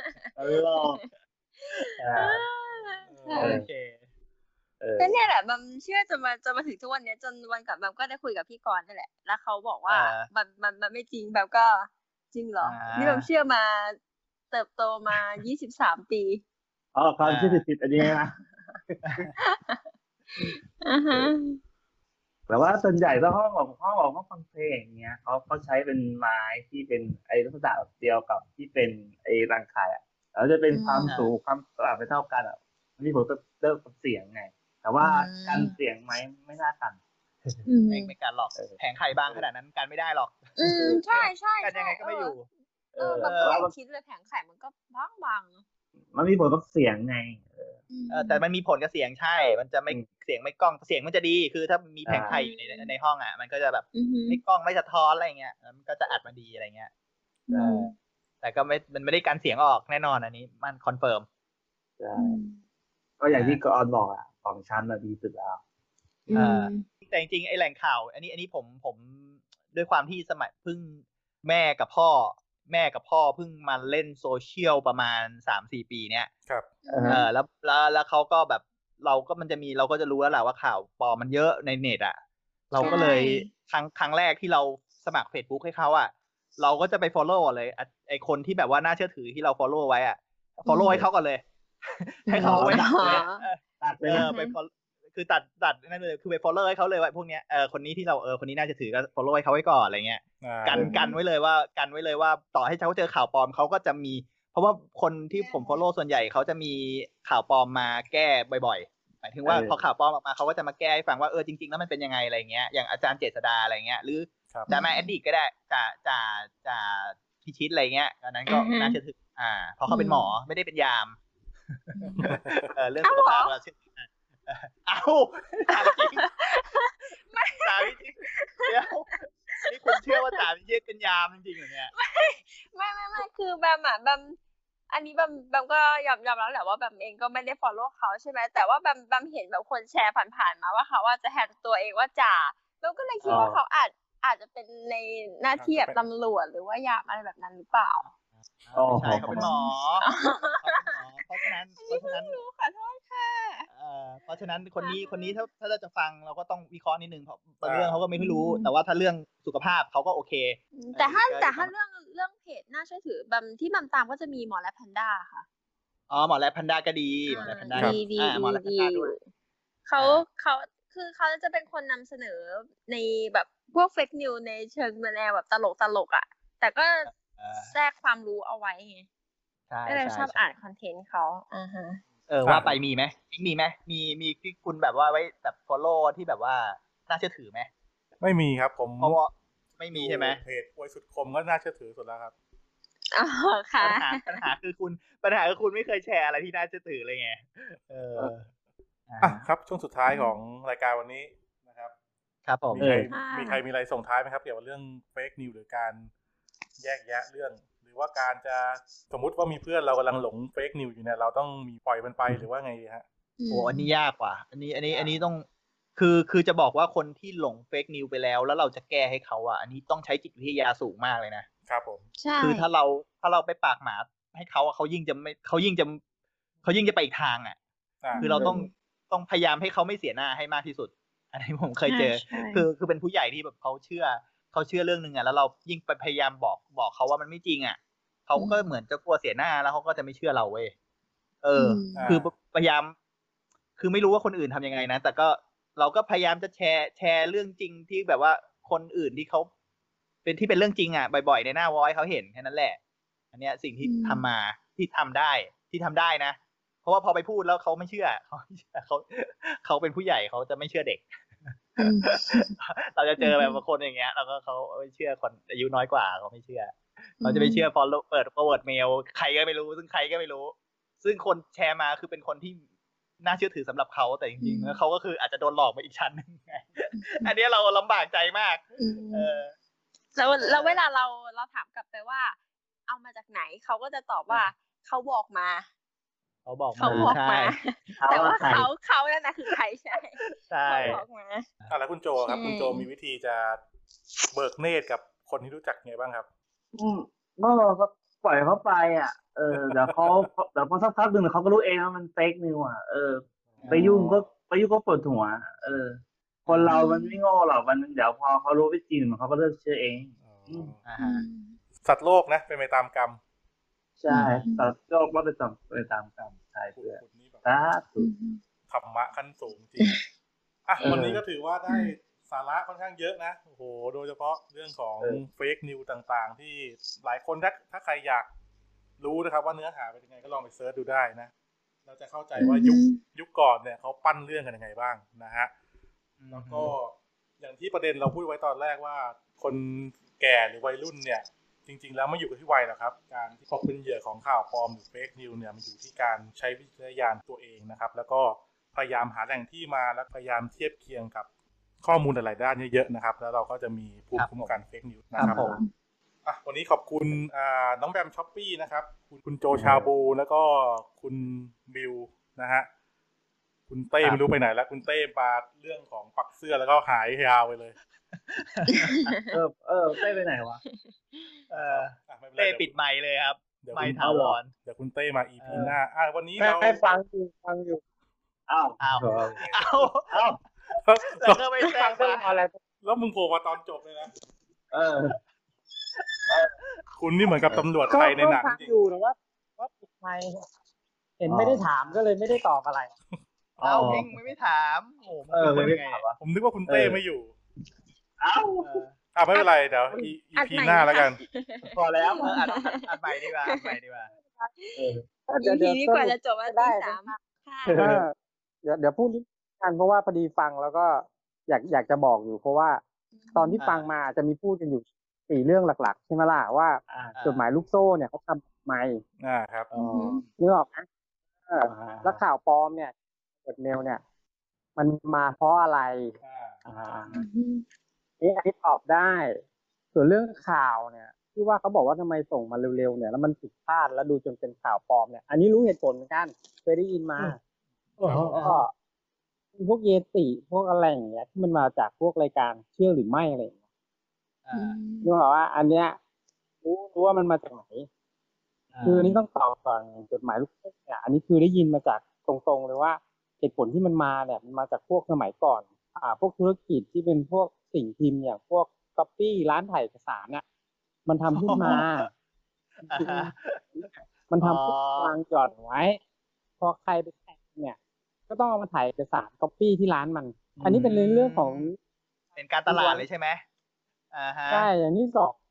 โอเคแต่เนี่ยแหละบัมเชื่อจนมาถึงทุกวันนี้จนวันก่อนบัมก็ได้คุยกับพี่กรณ์นี่แหละแล้วเขาบอกว่ามันไม่จริงบัมก็จริงเหรอนี่บัมเชื่อมาเติบโตมา23 ปีความเชื่อผิดอันนี้นะแต่ว่าส่วนใหญ่ถ้าห้องฟังเพลงอย่างเงี้ยเขาใช้เป็นไม้ที่เป็นไอ้ลักษณะเดียวกับที่เป็นไอ้รังไข่อ่ะแล้วจะเป็นความสูงความสลับไม่เท่ากันอ่ะนี่ผมก็เริ่มกับเสียงไงแต่ว่าการเสียงไหมไม่น่ากันไม่การหรอกแผงไข่บางขนาดนั้นกันไม่ได้หรอกใช่กันยังไงก็ไม่อยู่แบบก็คิดเลยแผงไข่มันก็บางมันมีผลกับเสียงไงแต่มันมีผลกับเสียงใช่มันจะไม่เสียงไม่ก้องเสียงมันจะดีคือถ้ามีแผงไข่อยู่ในห้องอ่ะมันก็จะแบบไม่ก้องไม่สะท้อนอะไรเงี้ยมันก็จะอัดมาดีอะไรเงี้ยแต่ก็มันไม่ได้การเสียงออกแน่นอนอันนี้มันคอนเฟิร์มก็อย่างที่กอนบอกอ่ะ2 ชั้นน่ะดีสุดแล้วแต่จริงๆไอ้แหล่งข่าวอันนี้ผมด้วยความที่สมัยเพิ่งแม่กับพ่อเพิ่งมาเล่นโซเชียลประมาณ 3-4 ปีเนี้ยครับแล้วเขาก็แบบเราก็จะรู้แล้วแหละว่าข่าวปลอมมันเยอะในเน็ตอ่ะเราก็เลยครั้งแรกที่เราสมัคร Facebook ให้เขาอ่ะเราก็จะไป follow เลยไอคนที่แบบว่าน่าเชื่อถือที่เรา follow ไว้อ่ะ follow ให้เขาก่อนเลยให้เขาไว้ตัดเลยไปคือตัดนั่นเลยคือไป follow ให้เขาเลยว่าพวกเนี้ยคนนี้ที่เราคนนี้น่าจะถือก็ follow ให้เขาไว้ก่อนอะไรเงี้ยกันไว้เลยว่าต่อให้เขาเจอข่าวปลอมเขาก็จะมีเพราะว่าคนที่ผม follow ส่วนใหญ่เขาจะมีข่าวปลอมมาแก้บ่อยๆหมายถึงว่าพอข่าวปลอมออกมาเขาก็จะมาแก้ให้ฟังว่าจริงๆแล้วมันเป็นยังไงอะไรเงี้ยอย่างอาจารย์เจษฎาอะไรเงี้ยหรือจะมาแอดดิกก็ได้จะพิชิตอะไรเงี้ยอันนั้นก็น่าจะถือเพราะเขาเป็นหมอไม่ได้เป็นยามเรื่องสุขภาพเราเชื่อถามจริงเดี๋ยวนี่คุณเชื่อว่าถามจริงเป็นยามจริงๆเหรอเนี่ยไม่คือแบมอันนี้แบมก็ยอมแล้วแหละว่าแบมเองก็ไม่ได้ follow เขาใช่ไหมแต่ว่าแบมเห็นแบบคนแชร์ผ่านๆมาว่าเขาว่าจะแทนตัวเองว่าจ่าแบมก็เลยคิดว่าเขาอาจจะเป็นในหน้าที่แบบตำรวจหรือว่ายามอะไรแบบนั้นหรือเปล่าไม่ใช่เขาเป็นหมอเพราะฉะนั้นรู้ขอโทษค่ะเพราะฉะนั้นคนนี้ถ้าเราจะฟังเราก็ต้องวิเคราะห์นิดนึงเพราะบางเรื่องเขาก็ไม่รู้แต่ว่าถ้าเรื่องสุขภาพเขาก็โอเคแต่ถ้าเรื่องเพจน่าเชื่อถือที่บัมตามก็จะมีหมอและแพนด้าค่ะหมอและแพนด้าก็ดีหมอและแพนด้าดีหมอและแพนด้าด้วยเขาคือเขาจะเป็นคนนำเสนอในแบบพวกเฟกนิวในเชิงแนวแบบตลกอ่ะแต่ก็แทรกความรู้เอาไว้ไงใช่ก็เลยชอบใช่อ่านคอนเทนต์เขาฮะว่าไปมีไหมมีไหมมีที่คุณแบบว่าไว้แบบ follow ที่แบบว่าน่าเชื่อถือไหมไม่มีครับผมเพราะว่าไม่มีใช่ไหมเพจอวยสุดคมก็น่าเชื่อถือสุดแล้วครับอ๋อค่ะปัญหาคือคุณไม่เคยแชร์อะไรที่น่าเชื่อถือเลยไงครับช่วงสุดท้ายของรายการวันนี้นะครับครับผมมีใครมีอะไรส่งท้ายไหมครับเกี่ยวกับเรื่องเฟกนิวหรือการแยกแยะเรื่องหรือว่าการจะสมมุติว่ามีเพื่อนเรากำลังหลงเฟกนิวอยู่เนี่ยเราต้องมีปล่อยมันไปหรือว่าไงฮะอันนี้ยากกว่าอันนี้ต้องคือจะบอกว่าคนที่หลงเฟกนิวไปแล้วเราจะแก้ให้เขาอันนี้ต้องใช้จิตวิทยาสูงมากเลยนะครับผมคือถ้าเราไปปากหมาให้เขายิ่งจะไปอีกทางคือเราต้องพยายามให้เขาไม่เสียหน้าให้มากที่สุดอันนี้ผมเคยเจอคือเป็นผู้ใหญ่ที่แบบเขาเชื่อเรื่องนึงแล้วเรายิ่งไปพยายามบอกเขาว่ามันไม่จริงเขาก็เหมือนจะกลัวเสียหน้าแล้วเขาก็จะไม่เชื่อเราเว้ยคือพยายามคือไม่รู้ว่าคนอื่นทำยังไงนะแต่ก็เราก็พยายามจะแชร์เรื่องจริงที่แบบว่าคนอื่นที่เขาเป็นเรื่องจริงบ่อยๆในหน้าวอยเขาเห็นแค่นั้นแหละอันเนี้ยสิ่งที่ทำมาที่ทำได้นะเพราะว่าพอไปพูดแล้วเขาไม่เชื่อเขาเป็นผู้ใหญ่เขาจะไม่เชื่อเด็กเราจะเจอแบบบางคนอย่างเงี้ยเราก็เขาไม่เชื่อคนอายุน้อยกว่าเขาไม่เชื่อเขาจะไม่เชื่อพอเปิด forward mail ใครก็ไม่รู้ซึ่งใครก็ไม่รู้ซึ่งคนแชร์มาคือเป็นคนที่น่าเชื่อถือสำหรับเขาแต่จริงๆแล้วเขาก็คืออาจจะโดนหลอกไปอีกชั้นนึงไงอันนี้เราลำบากใจมากแล้วเวลาเราถามกลับไปว่าเอามาจากไหนเขาก็จะตอบว่าเขาบอกมาแต่ว่าเขานั่นนะคือใครใช่เขาบอกมาแล้วคุณโจครับคุณโจมีวิธีจะเบิกเนตรกับคนที่รู้จักไงบ้างครับก็ปล่อยเขาไปเดี๋ยวพอสักพักนึงเขาก็รู้เองว่ามันเฟกนิวไปยุ่งก็ปวดหัวคนเรามันไม่โง่หรอกมันเดี๋ยวพอเขารู้จริงเขาก็เลิกเชื่อเองสัตว์โลกนะเป็นไปตามกรรมใช่สัตว์โลกว่าไปตามกรรมใช่เพื่อนธรรมะขั้นสูงจริงวันนี้ก็ถือว่าได้สาระค่อนข้างเยอะนะโอ้โหโดยเฉพาะเรื่องของเฟกนิวต่างๆที่หลายคนถ้าใครอยากรู้นะครับว่าเนื้อหาเป็นยังไงก็ลองไปเสิร์ชดูได้นะเราจะเข้าใจว่ายุคก่อนเนี่ยเขาปั้นเรื่องกันยังไงบ้างนะฮะแล้วก็อย่างที่ประเด็นเราพูดไว้ตอนแรกว่าคนแก่หรือวัยรุ่นเนี่ยจริงๆแล้วไม่อยู่กับที่วัยหรอกครับการที่ตกเป็นเหยื่อของข่าวปลอมหรือเฟกนิวเนี่ยมันอยู่ที่การใช้วิจารณญาณตัวเองนะครับแล้วก็พยายามหาแหล่งที่มาและพยายามเทียบเคียงกับข้อมูลหลายๆด้านเยอะๆนะครับแล้วเราก็จะมีภูมิคุ้มกันเฟกนิวนะครับวันนี้ขอบคุณน้องแบมช้อปปี้นะครับคุณโจชาบูแล้วก็คุณบิวนะฮะคุณเต้ไม่รู้ไปไหนแล้วคุณเต้มาเรื่องของปักเสื้อแล้วก็หายยาวไปเลยเต้ไปไหนวะเต้ปิดไมค์เลยครับไมค์ถาวรเดี๋ยวคุณเต้มา EP หน้าวันนี้เราฟังอยู่อ้าวแล้วก็ไม่แจ้งอะไรแล้วมึงโผล่มาตอนจบเลยนะคุณนี่เหมือนกับตำรวจไทยในหนังจริงอยู่แต่ว่าปิดไมค์เห็นไม่ได้ถามก็เลยไม่ได้ตอบอะไรเองไม่ถามไม่ได้ถามผมนึกว่าคุณเต้ไม่อยู่ไม่เป็นไรเดี๋ยว EP หน้าแล้วกันพอแล้วอัดใหม่ดีกว่า EP นี้กว่าจะจบวันที่ 3เดี๋ยวพูดนิดกันเพราะว่าพอดีฟังแล้วก็อยากจะบอกอยู่เพราะว่าตอนที่ฟังมาจะมีพูดกันอยู่4เรื่องหลักๆใช่ไหมล่ะว่าจดหมายลูกโซ่เนี่ยเขาทำไมครับนึกออกไหมแล้วข่าวปลอมเนี่ยกดเมลเนี่ยมันมาเพราะอะไรนี่อันนี้ตอบได้ส่วนเรื่องข่าวเนี่ยที่ว่าเขาบอกว่าทำไมส่งมาเร็วๆเนี่ยแล้วมันผิดพลาดแล้วดูจนเป็นข่าวปลอมเนี่ยอันนี้รู้เหตุผลเหมือนกันเคยได้ยินมาก็พวกเยติพวกอะไรอย่างเงี้ยที่มันมาจากพวกรายการเชื่อหรือไม่อะไรอย่างเงี้ยนึกออกว่าอันเนี้ยรู้ว่ามันมาจากไหนคืออันนี้ต้องตอบก่อนจดหมายลูกโซ่เนี่ยอันนี้คือได้ยินมาจากตรงๆเลยว่าเหตุผลที่มันมาเนี่ยมันมาจากพวกสมัยก่อนพวกธุรกิจที่เป็นพวกสิ่งพิมพ์อย่างพวกก๊อปปี้ร้านถ่ายเอกสารน่ะมันทำขึ้นมามันทำวางหย่อนไว้พอใครไปแข่งเนี่ยก็ต้องเอามาถ่ายเอกสารก๊อปปี้ที่ร้านมันอันนี้เป็นเรื่องของเป็นการตลาดเลยใช่ไหมใช่อย่างที่สอง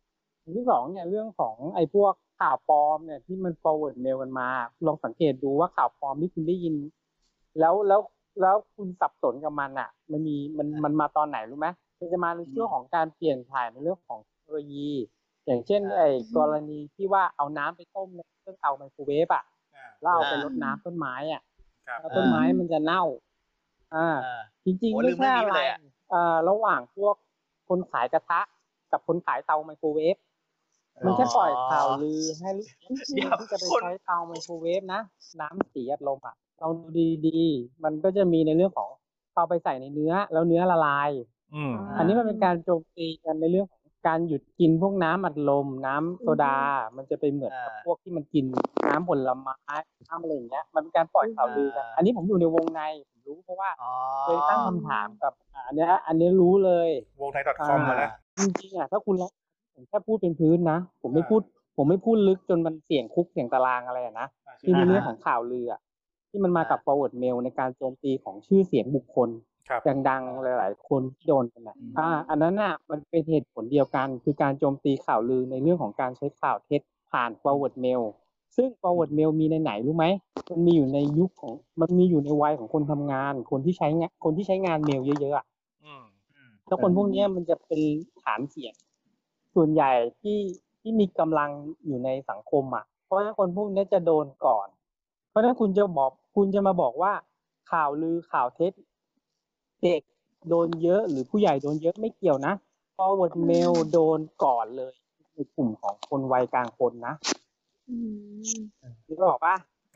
อย่างที่สองเนี่ยเรื่องของไอ้พวกข่าวปลอมเนี่ยที่มัน forward mail กันมาลองสังเกตดูว่าข่าวปลอมที่คุณได้ยินแล้วคุณสับสนกับมันอ่ะมันมาตอนไหนรู้ไหมมันจะมาในช่วงของการเปลี่ยนถ่ายในเรื่องของเทคโนโลยีอย่างเช่นไอ้กรณีที่ว่าเอาน้ำไปต้มในเครื่องเตาไมโครเวฟอ่ะแล้วเอาไปรดน้ำต้นไม้อ่ะแล้วต้นไม้มันจะเน่าจริงๆไม่ใช่อะไรระหว่างพวกคนขายกระทะกับคนขายเตาไมโครเวฟมันแค่ปล่อยข่าวลือให้รู้ที่จะไปใช้เตาไมโครเวฟนะน้ำเสียอัดลมอ่ะเราดูดีๆมันก็จะมีในเรื่องของเอาไปใส่ในเนื้อแล้วเนื้อละลายอันนี้มันเป็นการโจมตีกันในเรื่องของการหยุดกินพวกน้ำอัดลมน้ำโซดามันจะไปเหมือนกับพวกที่มันกินน้ำผลไม้น้ำอะไรอย่างเงี้ยมันเป็นการปล่อยข่าวลือกันอันนี้ผมอยู่ในวงในผมรู้เพราะว่าเคยตั้งคำถามกับอันนี้รู้เลยวงใน .com มาแล้วจริงๆอ่ะถ้าคุณผมแค่พูดเป็นพื้นนะผมไม่พูดลึกจนมันเสี่ยงคุกเสี่ยงตารางอะไรนะที่ในเรื่องของข่าวลืออ่ะที่มันมากับ forward mail ในการโจมตีของชื่อเสียงบุคคลดังๆหลายๆคนที่โดนกันอันนั้นน่ะมันเป็นเหตุผลเดียวกันคือการโจมตีข่าวลือในเรื่องของการใช้ข่าวเท็จผ่าน forward mail ซึ่ง forward mail มีในไหนรู้ไหมมันมีอยู่ในยุคของมันมีอยู่ในวัยของคนทำงานคนที่ใช้งานเมลเยอะๆอ่ะแล้วคนพวกนี้มันจะเป็นฐานเสียงส่วนใหญ่ที่มีกำลังอยู่ในสังคมอ่ะเพราะฉะนั้นคนพวกนี้จะโดนก่อนเพราะฉะนั้นคุณจะมาบอกว่าข่าวลือข่าวเท็จเด็กโดนเยอะหรือผู้ใหญ่โดนเยอะไม่เกี่ยวนะ forward mail โดนก่อนเลยในกลุ่มของคนวัยกลางคนนะนึกออกป่ะ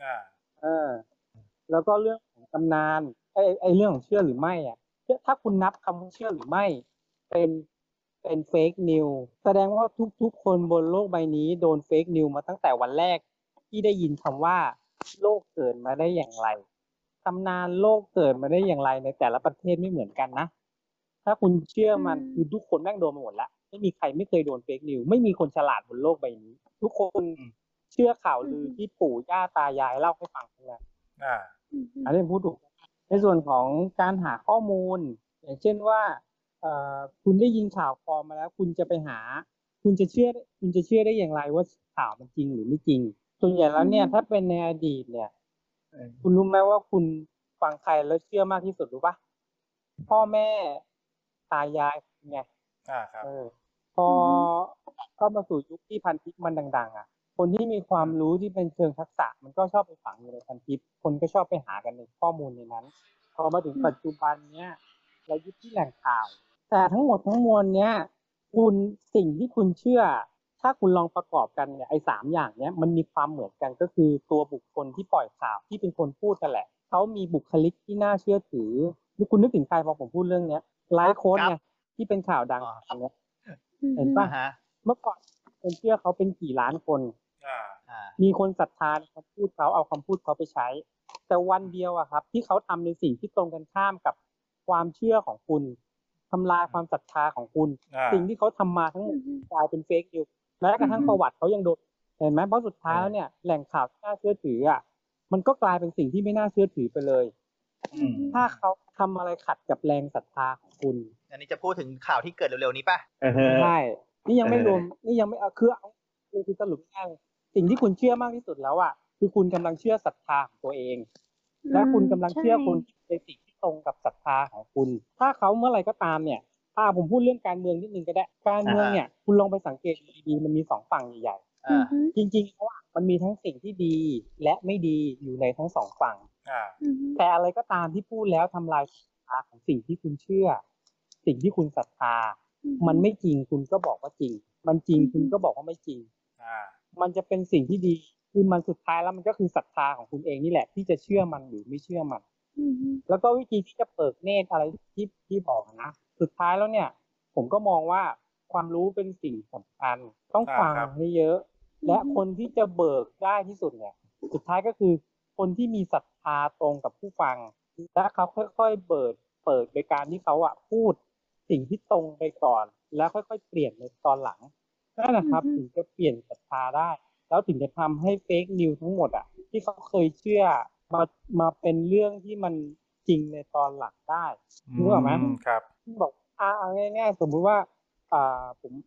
แล้วก็เรื่องของตำนานไอ้เรื่องของเชื่อหรือไม่อ่ะถ้าคุณนับคำว่าเชื่อหรือไม่เป็นเฟกนิวแสดงว่าทุกคนบนโลกใบนี้โดนเฟกนิวมาตั้งแต่วันแรกที่ได้ยินคำว่าโลกเกิดมาได้อย่างไรตำนานโลกเกิดมาได้อย่างไรในแต่ละประเทศไม่เหมือนกันนะถ้าคุณเชื่อมันคือทุกคนแม่งโดนมาหมดแล้วไม่มีใครไม่เคยโดนเฟกนิวไม่มีคนฉลาดบนโลกใบนี้ทุกคนเชื่อข่าวลือที่ปู่ย่าตายายเล่าให้ฟังนะอันนี้พูดถูกในส่วนของการหาข้อมูลอย่างเช่นว่าคุณได้ยินข่าวปลอมมาแล้วคุณจะเชื่อได้อย่างไรว่าข่าวมันจริงหรือไม่จริงส่วนใหญ่แล้วเนี่ยถ้าเป็นในอดีตเนี่ยคุณรู้ไหมว่าคุณฟังใครแล้วเชื่อมากที่สุดรู้ปะพ่อแม่ตายายไงครับพอเข้ามาสู่ยุคที่พันทิปมันดังๆอ่ะคนที่มีความรู้ที่เป็นเชิงทักษะมันก็ชอบไปฝังอยู่ในพันทิปคนก็ชอบไปหากันในข้อมูลในนั้นพอมาถึงปัจจุบันเนี้ยเรายึดที่แหล่งข่าวแต่ทั้งหมดทั้งมวลเนี้ยสิ่งที่คุณเชื่อถ้าคุณลองประกอบกันเนี่ยไอ้3อย่างเนี้ยมันมีความเหมือนกันก็คือตัวบุคคลที่ปล่อยข่าวที่เป็นคนพูดกันแหละเขามีบุคลิกที่น่าเชื่อถือนี่คุณนึกถึงใครพอผมพูดเรื่องเนี้ยไลฟ์โค้ดไงที่เป็นข่าวดังเนี้ยเห็นป่ะเมื่อก่อนคนเชื่อเขาเป็นกี่ล้านคนมีคนศรัทธาในคำพูดเขาเอาคำพูดเขาไปใช้แต่วันเดียวอะครับที่เขาทำในสิ่งที่ตรงกันข้ามกับความเชื่อของคุณทำลายความศรัทธาของคุณสิ่งที่เขาทำมาทั้งหมดกลายเป็นเฟกนิวแม้กระทั่งประวัติเขายังโดนเห็นไหมเพราะสุดท้ายแล้วเนี่ยแหล่งข่าวที่น่าเชื่อถืออ่ะมันก็กลายเป็นสิ่งที่ไม่น่าเชื่อถือไปเลยถ้าเขาทำอะไรขัดกับแรงศรัทธาของคุณอันนี้จะพูดถึงข่าวที่เกิดเร็วๆนี้ป่ะใช่นี่ยังไม่รวมนี่ยังไม่คือสรุปง่ายสิ่งที่คุณเชื่อมากที่สุดแล้วอ่ะคือคุณกำลังเชื่อศรัทธาของตัวเองและคุณกำลังเชื่อคนในสิ่งที่ตรงกับศรัทธาของคุณถ้าเขาเมื่อไหร่ก็ตามเนี่ยผมพูดเรื่องการเมืองนิดนึงก็ได้การเมืองเนี่ยคุณลองไปสังเกตดีๆมันมี2ฝั่งใหญ่ๆจริงๆแล้วมันมีทั้งสิ่งที่ดีและไม่ดีอยู่ในทั้ง2ฝั่งแต่อะไรก็ตามที่พูดแล้วทำลายศรัทธาของสิ่งที่คุณเชื่อสิ่งที่คุณศรัทธามันไม่จริงคุณก็บอกว่าจริงมันจริงคุณก็บอกว่าไม่จริงมันจะเป็นสิ่งที่ดีคือมันสุดท้ายแล้วมันก็คือศรัทธาของคุณเองนี่แหละที่จะเชื่อมันหรือไม่เชื่อมันแล้วก็วิธีที่จะเปิดเนตรอะไรที่บอกนะสุดท้ายแล้วเนี่ยผมก็มองว่าความรู้เป็นสิ่งสำคัญต้องฟังให้เยอะและคนที่จะเบิกได้ที่สุดเนี่ยสุดท้ายก็คือคนที่มีศรัทธาตรงกับผู้ฟังและเขาค่อยๆเปิดโดยการที่เขาพูดสิ่งที่ตรงไปก่อนแล้วค่อยๆเปลี่ยนในตอนหลังนั่นนะครับถึงจะเปลี่ยนศรัทธาได้แล้วถึงจะทำให้เฟกนิวทั้งหมดที่เขาเคยเชื่อมาเป็นเรื่องที่มันจริงในตอนหลังได้รู้ไหมครับบอกง่ายๆสมมุติว่าผม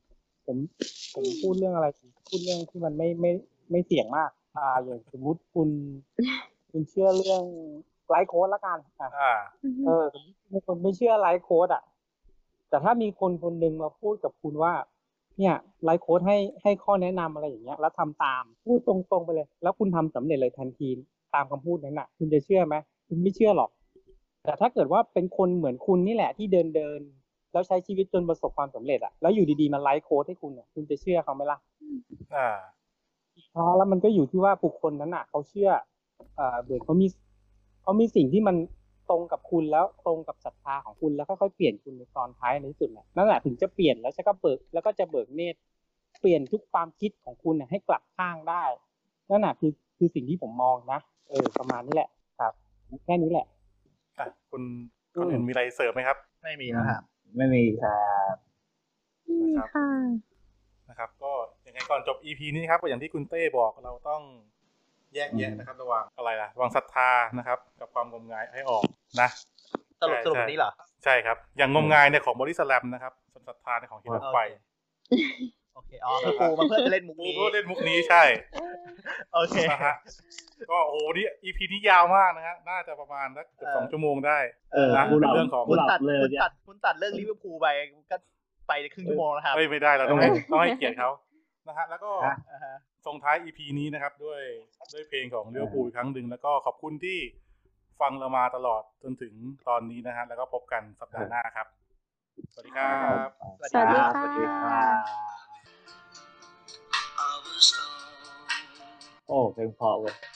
ผมพูดเรื่องอะไรพูดเรื่องที่มันไม่เสี่ยงมากอย่างสมมุติคุณเชื่อเรื่องไลฟ์โค้ดละกันคนไม่เชื่อไลฟ์โค้ดแต่ถ้ามีคนคนหนึ่งมาพูดกับคุณว่า เนี่ยไลฟ์โค้ดให้ข้อแนะนำอะไรอย่างเงี้ยแล้วทำตามพูดตรงๆไปเลยแล้วคุณทำสำเร็จเลยทันทีตามคำพูดนั้นคุณจะเชื่อไหมคุณไม่เชื่อหรอกแต่ถ้าเกิดว่าเป็นคนเหมือนคุณนี่แหละที่เดินแล้วใช้ชีวิตจนประสบความสำเร็จแล้วอยู่ดีๆมาไลฟ์โค้ดให้คุณจะเชื่อเขาไหมล่ะแล้วมันก็อยู่ที่ว่าบุคคลนั้นเขาเชื่อเหมือนเขามีสิ่งที่มันตรงกับคุณแล้วตรงกับศรัทธาของคุณแล้วค่อยๆเปลี่ยนคุณในตอนท้ายในที่สุดนั่นแหละถึงจะเปลี่ยนแล้วก็จะเบิกเนตรเปลี่ยนทุกความคิดของคุณให้กลับข้างได้นั่นคือสิ่งที่ผมมองนะประมาณนี้แหละครับแค่นี้แหละคุณคนอื่นมีอะไรเสริมไหมครับไม่มีนะครับไม่มีครับนะครับก็ยังไงก่อนจบ EP นี้ครับก็อย่างที่คุณเต้บอกเราต้องแยกแยะนะครับระหว่างอะไรล่ะระหว่างศรัทธานะครับกับความงมงายให้ออกนะสรุปนี้เหรอใช่ครับอย่างงมงายในของบริสแลมนะครับส่วนศรัทธาในของฮิโรไฟโอเคปูมาเพื่อจะเล่นมุกนี้ใช่โอเคนะฮะก็โอ้โหนี่ EP นี้ยาวมากนะฮะน่าจะประมาณสัก2 ชั่วโมงได้นะเรื่องของคุณตัดเรื่องลิเวอร์พูลไปก็ไปครึ่งชั่วโมงแล้วครับไม่ได้เราต้องให้เกียรติเขานะฮะแล้วก็ส่งท้าย EP นี้นะครับด้วยเพลงของลิเวอร์พูลอีกครั้งนึงแล้วก็ขอบคุณที่ฟังเรามาตลอดจนถึงตอนนี้นะฮะแล้วก็พบกันสัปดาห์หน้าครับสวัสดีครับสวัสดีค่ะโอ้เพลงเพราะเว้ย